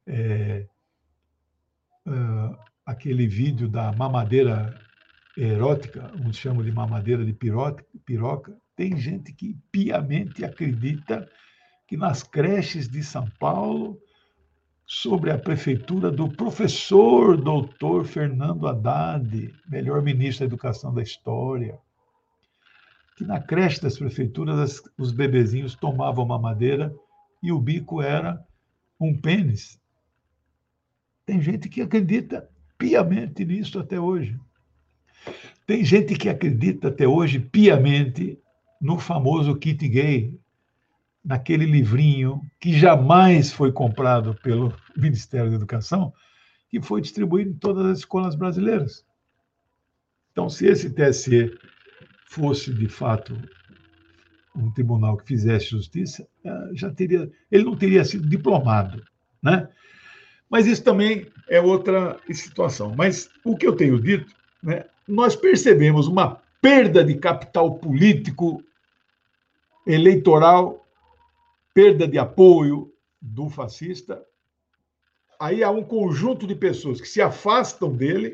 Aquele vídeo da mamadeira erótica, uns chamam de mamadeira de piroca, tem gente que piamente acredita que nas creches de São Paulo, sobre a prefeitura do professor doutor Fernando Haddad, melhor ministro da Educação da história, que na creche das prefeituras os bebezinhos tomavam mamadeira e o bico era um pênis. Tem gente que acredita piamente nisso até hoje. Tem gente que acredita até hoje piamente no famoso kit gay, naquele livrinho que jamais foi comprado pelo Ministério da Educação, que foi distribuído em todas as escolas brasileiras. Então, se esse TSE fosse, de fato, um tribunal que fizesse justiça, ele não teria sido diplomado, né? Mas isso também é outra situação. Mas o que eu tenho dito, né, nós percebemos uma perda de capital político, eleitoral, perda de apoio do fascista. Aí há um conjunto de pessoas que se afastam dele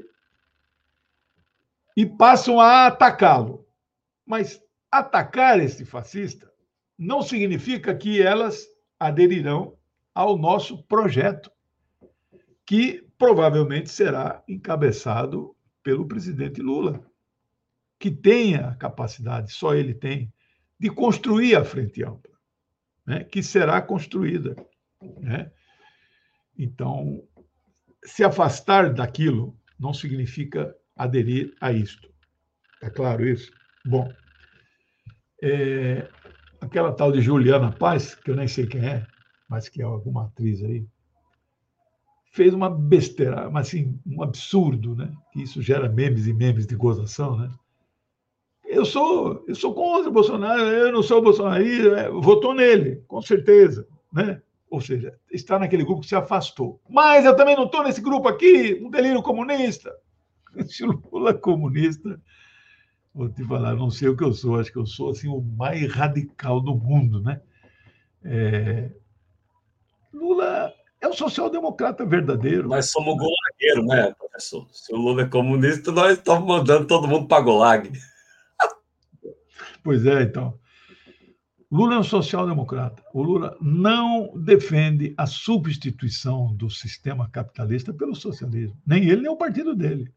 e passam a atacá-lo. Mas atacar esse fascista não significa que elas aderirão ao nosso projeto, que provavelmente será encabeçado pelo presidente Lula, que tem a capacidade, só ele tem, de construir a frente ampla, né, que será construída, né? Então, se afastar daquilo não significa aderir a isto. É claro isso? Bom, aquela tal de Juliana Paz, que eu nem sei quem é, mas que é alguma atriz aí, fez uma besteira, mas assim, um absurdo, né? Isso gera memes e memes de gozação, né? Eu sou contra o Bolsonaro, eu não sou bolsonarista, votou nele, com certeza, né? Ou seja, está naquele grupo que se afastou. Mas eu também não estou nesse grupo aqui, um delírio comunista. Se o Lula é comunista, vou te falar, não sei o que eu sou, acho que eu sou assim, o mais radical do mundo, né? Lula é um social-democrata verdadeiro. Nós somos gulagueiros, né, professor? Se o Lula é comunista, nós estamos mandando todo mundo para gulag. Pois é, então. Lula é um social-democrata. O Lula não defende a substituição do sistema capitalista pelo socialismo. Nem ele, nem o partido dele.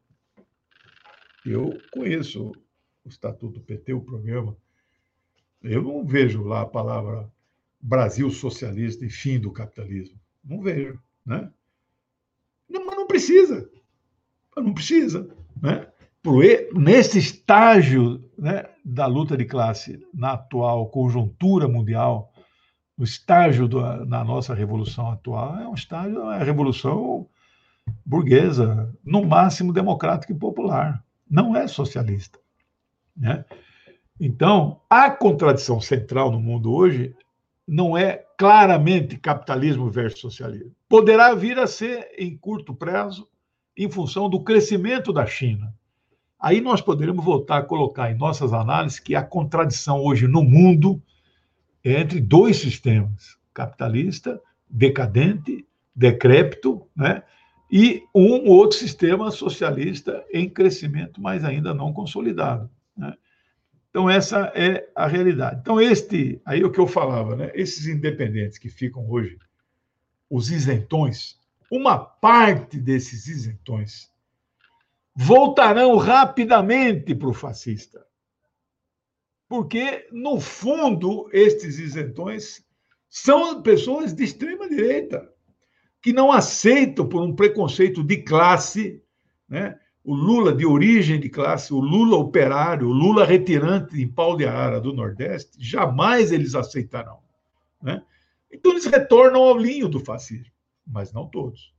Eu conheço o Estatuto do PT, o programa. Eu não vejo lá a palavra Brasil socialista e fim do capitalismo. Não vejo, né? Não, mas não precisa. Não precisa, né? Nesse estágio, né, da luta de classe, na atual conjuntura mundial, o estágio na nossa revolução atual é um estágio, é a revolução burguesa, no máximo democrática e popular. Não é socialista, né? Então, a contradição central no mundo hoje não é claramente capitalismo versus socialismo. Poderá vir a ser, em curto prazo, em função do crescimento da China. Aí nós poderemos voltar a colocar em nossas análises que a contradição hoje no mundo é entre dois sistemas, capitalista, decadente, decrépito, né? E um outro sistema socialista em crescimento, mas ainda não consolidado, né? Então, essa é a realidade. Então, aí é o que eu falava, né? Esses independentes que ficam hoje, os isentões, uma parte desses isentões voltarão rapidamente para o fascista. Porque, no fundo, estes isentões são pessoas de extrema direita, que não aceitam, por um preconceito de classe, né, o Lula de origem de classe, o Lula operário, o Lula retirante em Pau de Arara do Nordeste, jamais eles aceitarão, né? Então, eles retornam ao linho do fascismo, mas não todos.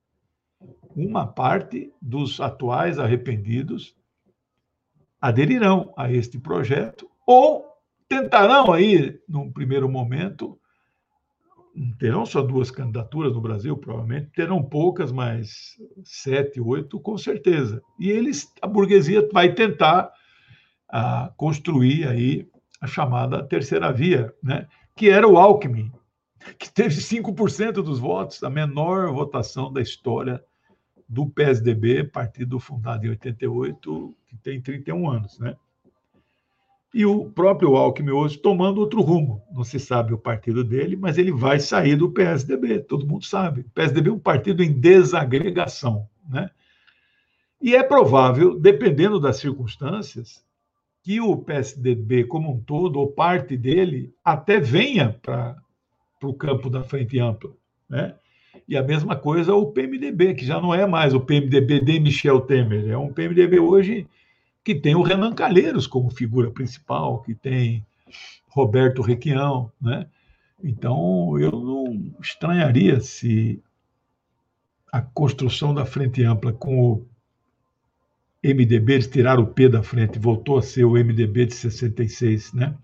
Uma parte dos atuais arrependidos aderirão a este projeto ou tentarão aí, num primeiro momento, terão só 2 candidaturas no Brasil, provavelmente, terão poucas, mas 7, 8, com certeza. E a burguesia vai tentar construir aí a chamada terceira via, né? Que era o Alckmin, que teve 5% dos votos, a menor votação da história do PSDB, partido fundado em 88, que tem 31 anos, né? E o próprio Alckmin hoje tomando outro rumo. Não se sabe o partido dele, mas ele vai sair do PSDB, todo mundo sabe. O PSDB é um partido em desagregação, né? E é provável, dependendo das circunstâncias, que o PSDB como um todo, ou parte dele, até venha para o campo da frente ampla, né? E a mesma coisa o PMDB, que já não é mais o PMDB de Michel Temer, é um PMDB hoje que tem o Renan Calheiros como figura principal, que tem Roberto Requião, né? Então, eu não estranharia se a construção da frente ampla com o MDB, eles tiraram o P da frente, voltou a ser o MDB de 66, né?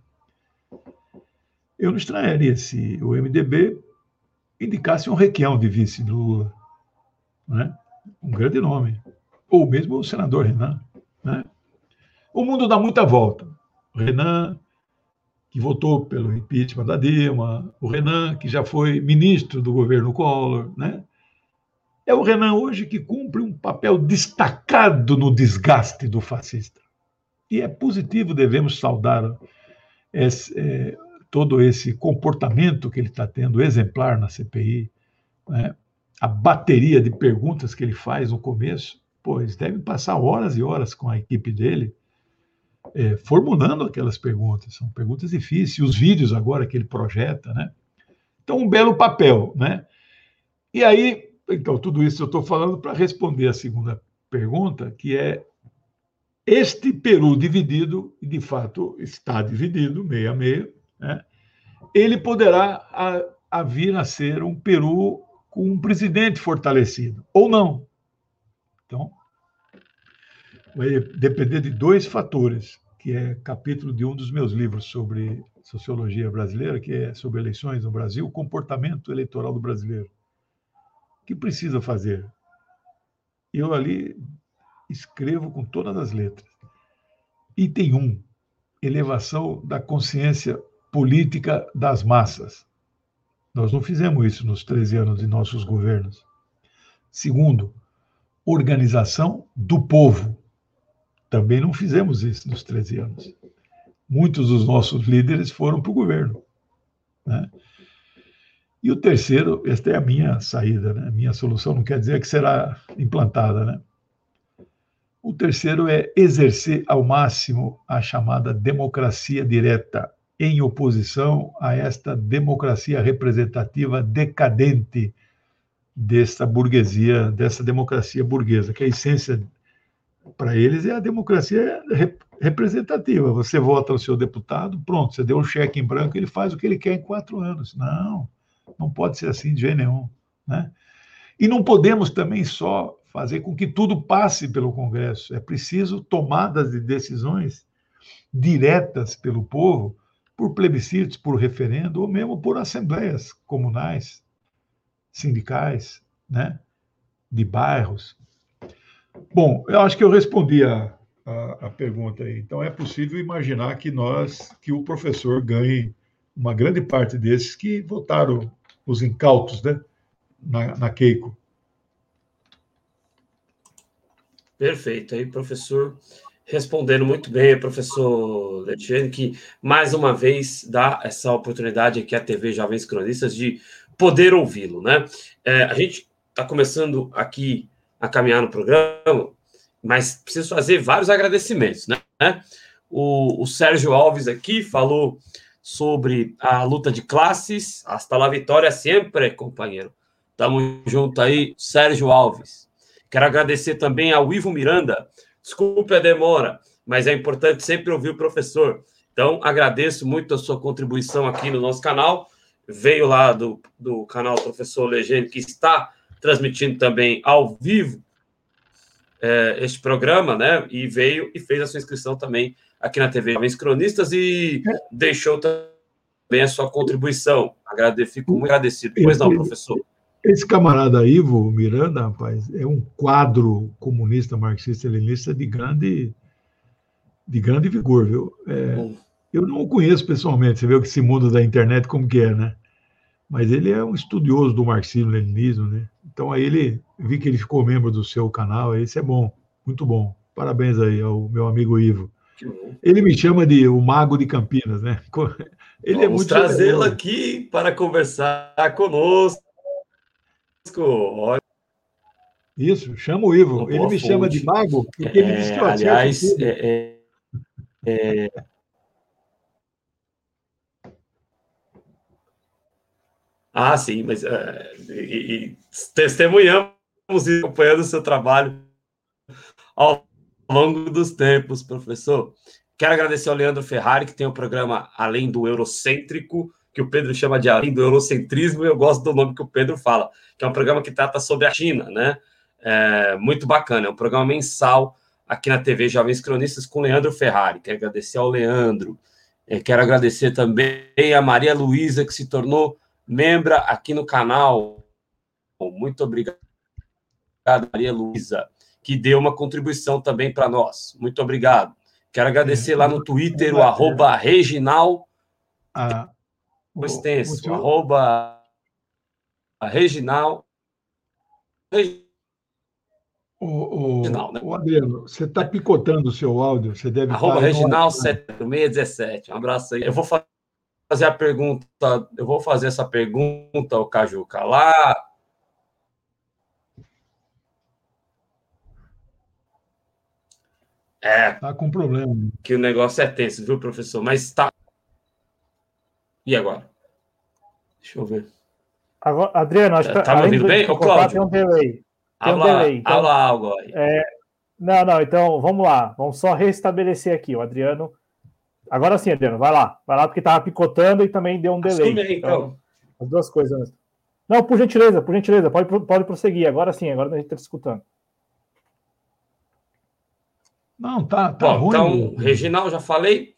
Eu não estranharia se o MDB indicasse um Requião de vice do Lula, né? Um grande nome. Ou mesmo o senador Renan, né? O mundo dá muita volta. O Renan, que votou pelo impeachment da Dilma, o Renan, que já foi ministro do governo Collor, né? É o Renan hoje que cumpre um papel destacado no desgaste do fascista. E é positivo, devemos saudar todo esse comportamento que ele está tendo exemplar na CPI, né? A bateria de perguntas que ele faz no começo, pô, eles devem passar horas e horas com a equipe dele formulando aquelas perguntas. São perguntas difíceis. E os vídeos agora que ele projeta, né? Então, um belo papel, né? E aí, então, tudo isso eu estou falando para responder a segunda pergunta, que é este Peru dividido, e de fato está dividido, meio a meio, né? Ele poderá vir a ser um Peru com um presidente fortalecido, ou não. Então, vai depender de dois fatores, que é capítulo de um dos meus livros sobre sociologia brasileira, que é sobre eleições no Brasil, o comportamento eleitoral do brasileiro. O que precisa fazer? Eu ali escrevo com todas as letras. Item 1, elevação da consciência política das massas. Nós não fizemos isso nos 13 anos de nossos governos. Segundo, organização do povo. Também não fizemos isso nos 13 anos. Muitos dos nossos líderes foram para o governo, né? E o terceiro, esta é a minha saída, né? A minha solução não quer dizer que será implantada, né? O terceiro é exercer ao máximo a chamada democracia direta, em oposição a esta democracia representativa decadente dessa burguesia, dessa democracia burguesa, que a essência para eles é a democracia representativa. Você vota o seu deputado, pronto, você deu um cheque em branco, ele faz o que ele quer em 4 anos. Não, não pode ser assim de jeito nenhum, né? E não podemos também só fazer com que tudo passe pelo Congresso. É preciso tomadas de decisões diretas pelo povo, por plebiscitos, por referendo, ou mesmo por assembleias comunais, sindicais, né? De bairros. Bom, eu acho que eu respondi a pergunta aí. Então, é possível imaginar que o professor ganhe uma grande parte desses que votaram os incautos, né, na Keiko. Perfeito. Aí, professor, respondendo muito bem, professor Letiane, que mais uma vez dá essa oportunidade aqui à TV Jovens Cronistas de poder ouvi-lo, né? A gente está começando aqui a caminhar no programa, mas preciso fazer vários agradecimentos, né? O Sérgio Alves aqui falou sobre a luta de classes, hasta la vitória sempre, companheiro. Tamo junto aí, Sérgio Alves. Quero agradecer também ao Ivo Miranda. Desculpe a demora, mas é importante sempre ouvir o professor. Então, agradeço muito a sua contribuição aqui no nosso canal. Veio lá do canal Professor Legende, que está transmitindo também ao vivo este programa, né? E veio e fez a sua inscrição também aqui na TV Jovens Cronistas e deixou também a sua contribuição. Fico muito agradecido. Pois não, professor? Esse camarada Ivo Miranda, rapaz, é um quadro comunista, marxista-leninista de grande vigor, viu? Eu não o conheço pessoalmente, você vê que esse mundo da internet como que é, né? Mas ele é um estudioso do marxismo-leninismo, né? Então aí vi que ele ficou membro do seu canal, isso é bom, muito bom. Parabéns aí ao meu amigo Ivo. Ele me chama de o Mago de Campinas, né? Ele Vamos trazê-lo aqui para conversar conosco. Olha. Isso, chama o Ivo. Ele me chama de mago porque ele diz que eu acerto. Aliás, sim, mas testemunhamos e acompanhando o seu trabalho ao longo dos tempos, professor. Quero agradecer ao Leandro Ferrari, que tem o programa Além do Eurocêntrico, que o Pedro chama de Além do Eurocentrismo, e eu gosto do nome que o Pedro fala, que é um programa que trata sobre a China, né? Muito bacana, é um programa mensal aqui na TV Jovens Cronistas com Leandro Ferrari. Quero agradecer ao Leandro. Quero agradecer também a Maria Luísa, que se tornou membro aqui no canal. Muito obrigado, Maria Luísa, que deu uma contribuição também para nós. Muito obrigado. Quero agradecer lá no Twitter o @Reginal extenso, @Reginal. Adriano, você está picotando o seu áudio, você deve @Reginal7617. Um abraço aí. Eu vou falar fazer a pergunta, eu vou fazer essa pergunta ao Cajuca lá. Tá com problema. Que o negócio é tenso, viu, professor? Mas tá. E agora? Deixa eu ver. Agora, Adriano, acho que tá me ouvindo bem? Ô, Cláudio. Tem um delay. Então... algo aí. Não, então vamos lá. Vamos só restabelecer aqui. O Adriano. Agora sim, Adriano, vai lá, porque tava picotando e também deu um delay. Assume aí, então. As duas coisas. Não, por gentileza, pode prosseguir. Agora sim, agora a gente está escutando. Não, tá bom, ruim. Então, Reginaldo, já falei.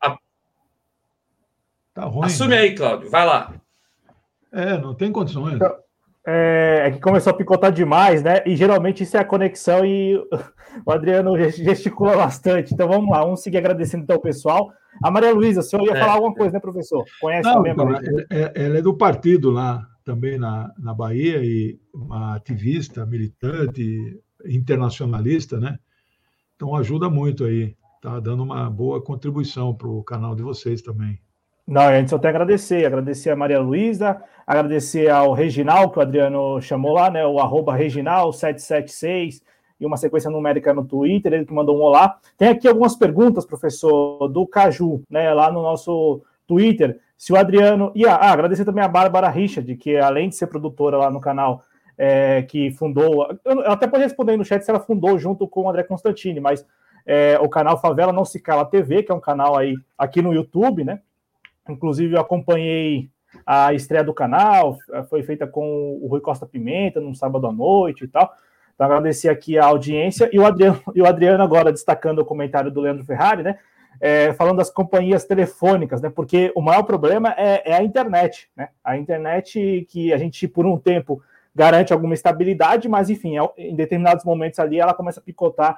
Tá ruim. Assume aí, Cláudio, vai lá. Não tem condições. Então, é que começou a picotar demais, né? E geralmente isso é a conexão e o Adriano gesticula bastante. Então vamos lá, vamos seguir agradecendo então o pessoal. A Maria Luísa, o senhor ia falar alguma coisa, né, professor? Conhece também a Maria Luísa? Ela é do partido lá, também na Bahia, e uma ativista, militante, internacionalista, né? Então ajuda muito aí. Tá dando uma boa contribuição para o canal de vocês também. Não, a gente só tem a agradecer a Maria Luísa, agradecer ao Reginal, que o Adriano chamou lá, né, o @Reginal776, e uma sequência numérica no Twitter, ele que mandou um olá. Tem aqui algumas perguntas, professor, do Caju, né, lá no nosso Twitter, se o Adriano... E agradecer também a Bárbara Richard, que além de ser produtora lá no canal, que fundou... Eu até pode responder no chat se ela fundou junto com o André Constantini, mas o canal Favela Não Se Cala TV, que é um canal aí aqui no YouTube, né? Inclusive, eu acompanhei a estreia do canal, foi feita com o Rui Costa Pimenta, num sábado à noite e tal. Então, agradecer aqui a audiência. E o Adriano agora destacando o comentário do Leandro Ferrari, né? Falando das companhias telefônicas, né? Porque o maior problema é a internet, né? A internet que a gente, por um tempo, garante alguma estabilidade, mas, enfim, em determinados momentos ali, ela começa a picotar,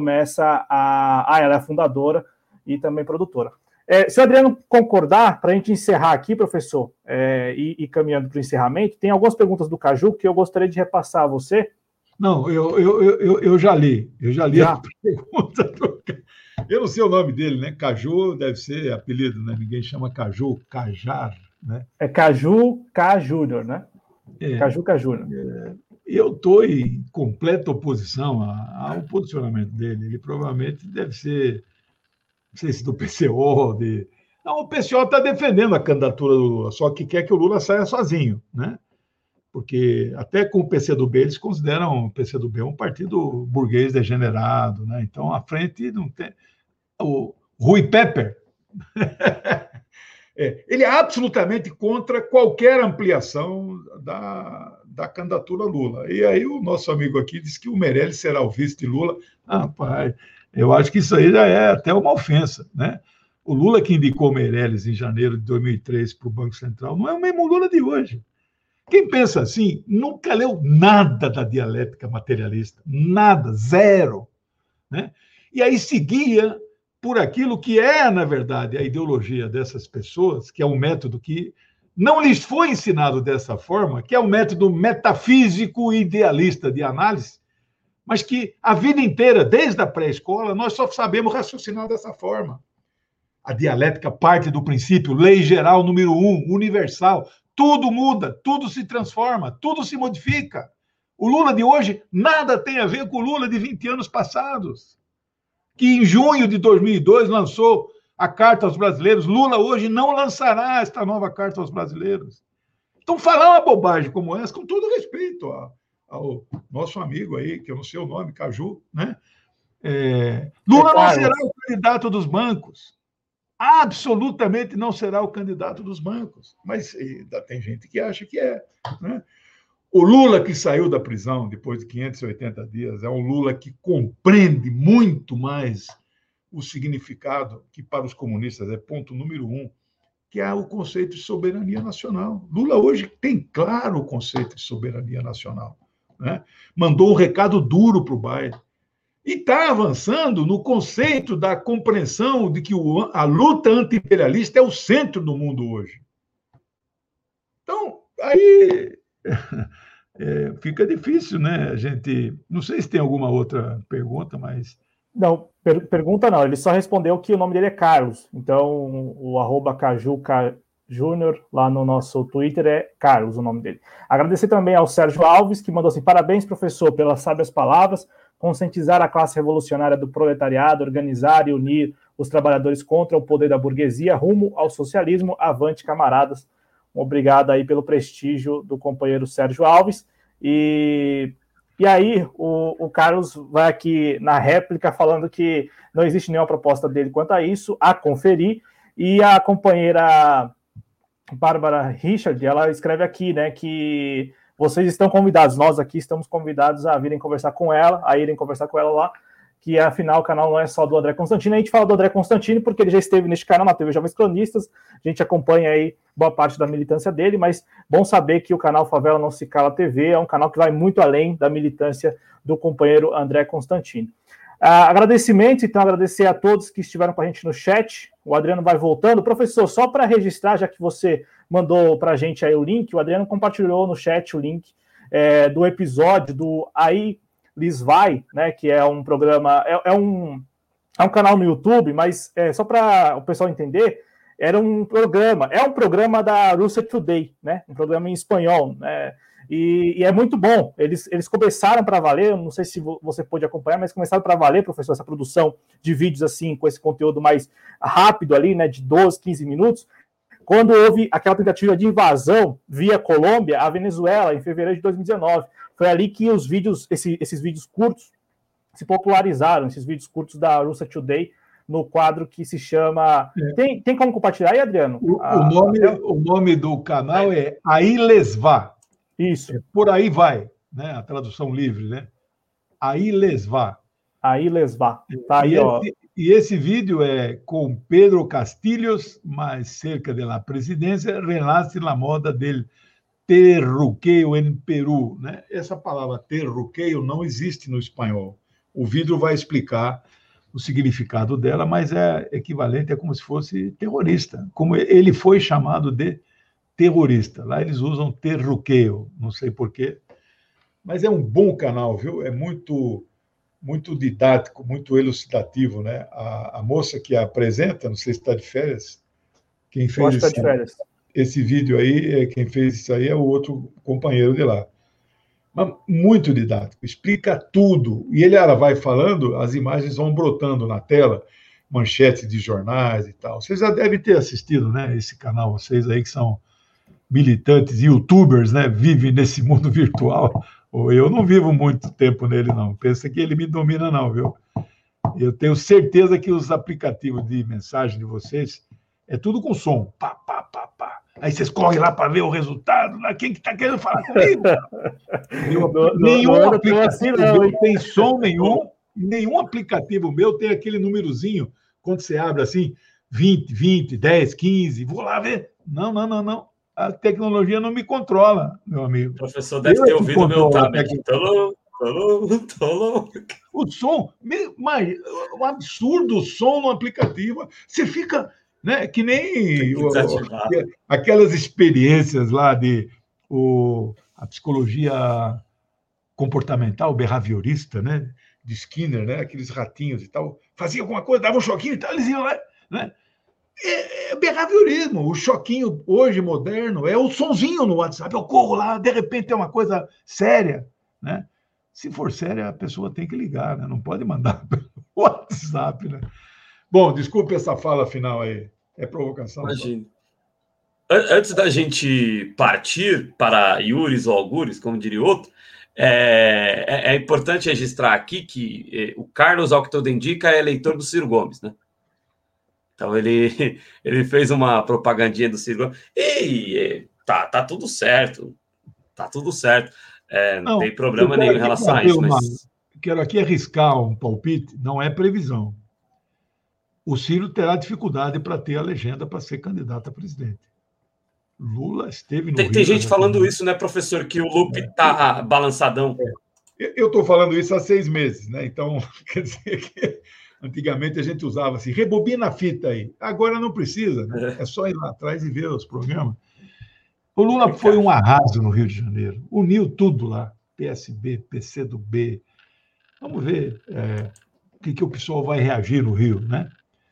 ela é fundadora e também produtora. Se o Adriano concordar, para a gente encerrar aqui, professor, e caminhando para o encerramento, tem algumas perguntas do Caju que eu gostaria de repassar a você. Não, eu já li. A pergunta. Eu não sei o nome dele, né? Caju deve ser apelido, né? Ninguém chama Caju, Cajar, né? É Caju K Júnior, né? Caju K Júnior. Eu estou em completa oposição ao posicionamento dele. Ele provavelmente deve ser... Não sei se do PCO, Não, o PCO está defendendo a candidatura do Lula, só que quer que o Lula saia sozinho, né? Porque até com o PCdoB, eles consideram o PCdoB um partido burguês degenerado, né? Então, à frente não tem... O Rui Pepper, ele é absolutamente contra qualquer ampliação da candidatura Lula. E aí o nosso amigo aqui disse que o Meirelles será o vice de Lula. Pai... Eu acho que isso aí já é até uma ofensa, né? O Lula que indicou Meirelles em janeiro de 2003 para o Banco Central não é o mesmo Lula de hoje. Quem pensa assim nunca leu nada da dialética materialista, nada, zero, né? E aí seguia por aquilo que na verdade, a ideologia dessas pessoas, que é um método que não lhes foi ensinado dessa forma, que é um método metafísico e idealista de análise, mas que a vida inteira, desde a pré-escola, nós só sabemos raciocinar dessa forma. A dialética parte do princípio, lei geral número 1, universal. Tudo muda, tudo se transforma, tudo se modifica. O Lula de hoje nada tem a ver com o Lula de 20 anos passados, que em junho de 2002 lançou a Carta aos Brasileiros. Lula hoje não lançará esta nova Carta aos Brasileiros. Então, falar uma bobagem como essa, com todo respeito ao nosso amigo aí, que eu não sei o nome, Caju, né? Lula não será o candidato dos bancos. Absolutamente não será o candidato dos bancos. Mas ainda tem gente que acha que é, né? O Lula que saiu da prisão depois de 580 dias é um Lula que compreende muito mais o significado que para os comunistas é ponto número 1, que é o conceito de soberania nacional. Lula hoje tem claro o conceito de soberania nacional, né? Mandou um recado duro para o Biden. E está avançando no conceito da compreensão de que a luta anti-imperialista é o centro do mundo hoje. Então, aí fica difícil, né? A gente... Não sei se tem alguma outra pergunta, mas... Não, pergunta não. Ele só respondeu que o nome dele é Carlos. Então, o @Caju Júnior, lá no nosso Twitter, é Carlos o nome dele. Agradecer também ao Sérgio Alves, que mandou assim: parabéns, professor, pelas sábias palavras, conscientizar a classe revolucionária do proletariado, organizar e unir os trabalhadores contra o poder da burguesia, rumo ao socialismo, avante, camaradas. Obrigado aí pelo prestígio do companheiro Sérgio Alves. E aí o Carlos vai aqui na réplica falando que não existe nenhuma proposta dele quanto a isso, a conferir. E a companheira Bárbara Richard, ela escreve aqui, né, que vocês estão convidados, nós aqui estamos convidados a virem conversar com ela, a irem conversar com ela lá, que afinal o canal não é só do André Constantino. A gente fala do André Constantino porque ele já esteve neste canal, na TV Jovens Cronistas, a gente acompanha aí boa parte da militância dele, mas bom saber que o canal Favela Não Se Cala TV é um canal que vai muito além da militância do companheiro André Constantino. Agradecimento, então, agradecer a todos que estiveram com a gente no chat. O Adriano vai voltando. Professor, só para registrar, já que você mandou para a gente aí o link, o Adriano compartilhou no chat o link do episódio do Aí Lis Vai, né, que é um programa, é um canal no YouTube, mas só para o pessoal entender, é um programa da Russia Today, né, um programa em espanhol, né, e é muito bom. Eles começaram para valer, eu não sei se você pôde acompanhar, mas começaram para valer, professor, essa produção de vídeos assim, com esse conteúdo mais rápido ali, né, de 12, 15 minutos, quando houve aquela tentativa de invasão via Colômbia à Venezuela, em fevereiro de 2019. Foi ali que os vídeos, esses vídeos curtos, se popularizaram, esses vídeos curtos da Russia Today, no quadro que se chama... Tem como compartilhar aí, Adriano? O nome do canal é Aí Les Va. Isso. Por aí vai, né? A tradução livre, né? Aí Les Va. Aí Les Va. Tá aí, e esse vídeo é com Pedro Castillos, mais cerca de la presidência, renace la moda del terruqueo en Peru, né? Essa palavra terruqueo não existe no espanhol. O vídeo vai explicar o significado dela, mas é equivalente, é como se fosse terrorista, como ele foi chamado de terrorista. Lá eles usam terruqueo, não sei porquê, mas é um bom canal, viu? É muito didático, muito elucidativo, né? A moça que a apresenta, não sei se está de férias, quem fez esse vídeo aí, quem fez isso aí é o outro companheiro de lá. Mas muito didático, explica tudo. E ela vai falando, as imagens vão brotando na tela, manchetes de jornais e tal. Vocês já devem ter assistido, né, esse canal, vocês aí que são militantes, youtubers, né, vivem nesse mundo virtual. Eu não vivo muito tempo nele, não. Pensa que ele me domina, não, viu? Eu tenho certeza que os aplicativos de mensagem de vocês é tudo com som. Pá, pá, pá, pá. Aí vocês correm lá para ver o resultado. Quem que está querendo falar comigo? Nenhum aplicativo meu tem som nenhum. Nenhum aplicativo meu tem aquele númerozinho, quando você abre assim, 20, 10, 15, vou lá ver. Não. A tecnologia não me controla, meu amigo. O professor deve ter ouvido o meu tablet. O som, mas um absurdo o som no aplicativo. Você fica, né, que nem aquelas experiências lá de a psicologia comportamental, behaviorista, né, de Skinner, né, aqueles ratinhos e tal. Fazia alguma coisa, dava um choquinho e tal, eles iam lá, né? É behaviorismo. O choquinho hoje moderno é o sonzinho no WhatsApp. Eu corro lá, de repente é uma coisa séria, né? Se for séria, a pessoa tem que ligar, né? Não pode mandar pelo WhatsApp, né? Bom, desculpe essa fala final aí. É provocação. Imagina. Antes da gente partir para Iuris ou Algures, como diria outro, é importante registrar aqui que o Carlos, ao que tudo indica, é eleitor do Ciro Gomes, né? Então, ele fez uma propagandinha do Ciro Gomes. E tá tudo certo. Tá tudo certo. Não tem problema nenhum em relação a isso. Mas... Quero aqui arriscar um palpite. Não é previsão. O Ciro terá dificuldade para ter a legenda para ser candidato a presidente. Lula esteve no Rio. Tem gente falando isso, né, professor? Que o Lupe tá balançadão. Eu estou falando isso há 6 meses, né? Então, quer dizer que... Antigamente a gente usava assim, rebobina a fita aí. Agora não precisa, né? É só ir lá atrás e ver os programas. O Lula foi um arraso no Rio de Janeiro. Uniu tudo lá. PSB, PCdoB. Vamos ver o que o pessoal vai reagir no Rio, né?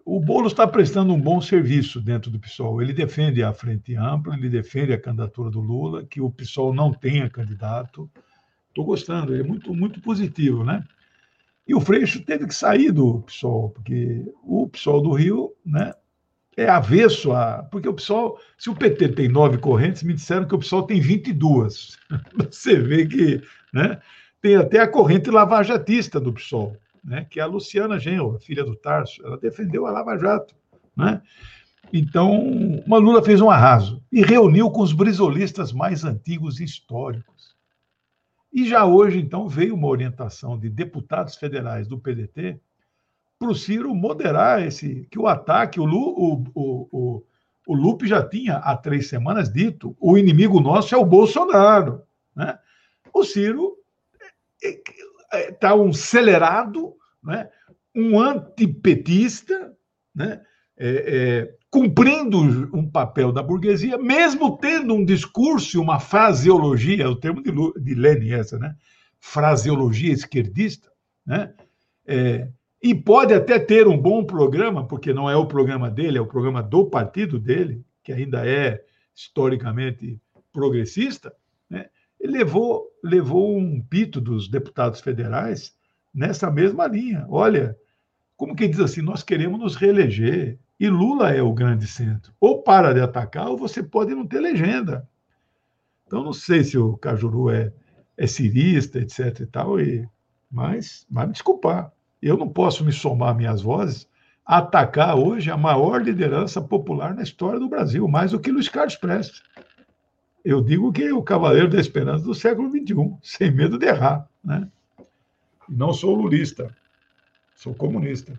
o Boulos está prestando um bom serviço dentro do PSOL. Ele defende a frente ampla, ele defende a candidatura do Lula, que o PSOL não tenha candidato. Estou gostando, ele é muito, muito positivo, né? E o Freixo teve que sair do PSOL, porque o PSOL do Rio, né, é avesso a... Porque o PSOL, se o PT tem 9 correntes, me disseram que o PSOL tem 22. Você vê que, né, tem até a corrente lavajatista do PSOL, né, que é a Luciana Genro, filha do Tarso. Ela defendeu a Lava Jato, né? Então, o Lula fez um arraso e reuniu com os brizolistas mais antigos e históricos. E já hoje, então, veio uma orientação de deputados federais do PDT para o Ciro moderar que o ataque, o Lupe já tinha há 3 semanas dito, o inimigo nosso é o Bolsonaro, né? O Ciro está um acelerado, né? Um antipetista, né? Cumprindo um papel da burguesia, mesmo tendo um discurso e uma fraseologia, o termo de Lenin essa, né? Fraseologia esquerdista, né? E pode até ter um bom programa, porque não é o programa dele, é o programa do partido dele, que ainda é historicamente progressista, né? Ele levou um pito dos deputados federais nessa mesma linha. Olha, como que diz assim, nós queremos nos reeleger, e Lula é o grande centro. Ou para de atacar, ou você pode não ter legenda. Então, não sei se o Cajuru é cirista, etc. e tal, mas vai me desculpar. Eu não posso me somar às minhas vozes a atacar hoje a maior liderança popular na história do Brasil, mais do que Luiz Carlos Prestes. Eu digo que é o cavaleiro da esperança do século XXI, sem medo de errar, né? E não sou lulista, sou comunista.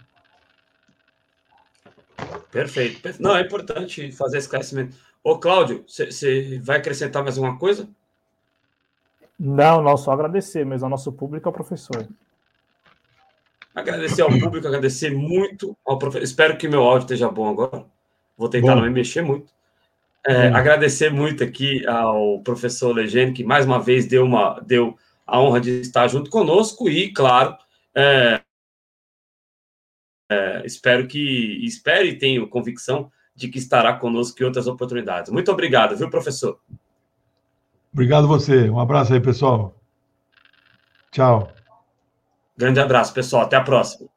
Perfeito. Não, é importante fazer esse esclarecimento. Ô, Cláudio, você vai acrescentar mais alguma coisa? Não, só agradecer mesmo ao nosso público e ao professor. Agradecer ao público, agradecer muito ao professor. Espero que meu áudio esteja bom agora. Vou tentar não me mexer muito. Agradecer muito aqui ao professor Legene, que mais uma vez deu a honra de estar junto conosco e, claro, espere e tenho convicção de que estará conosco em outras oportunidades. Muito obrigado, viu, professor? Obrigado a você. Um abraço aí, pessoal. Tchau. Grande abraço, pessoal. Até a próxima.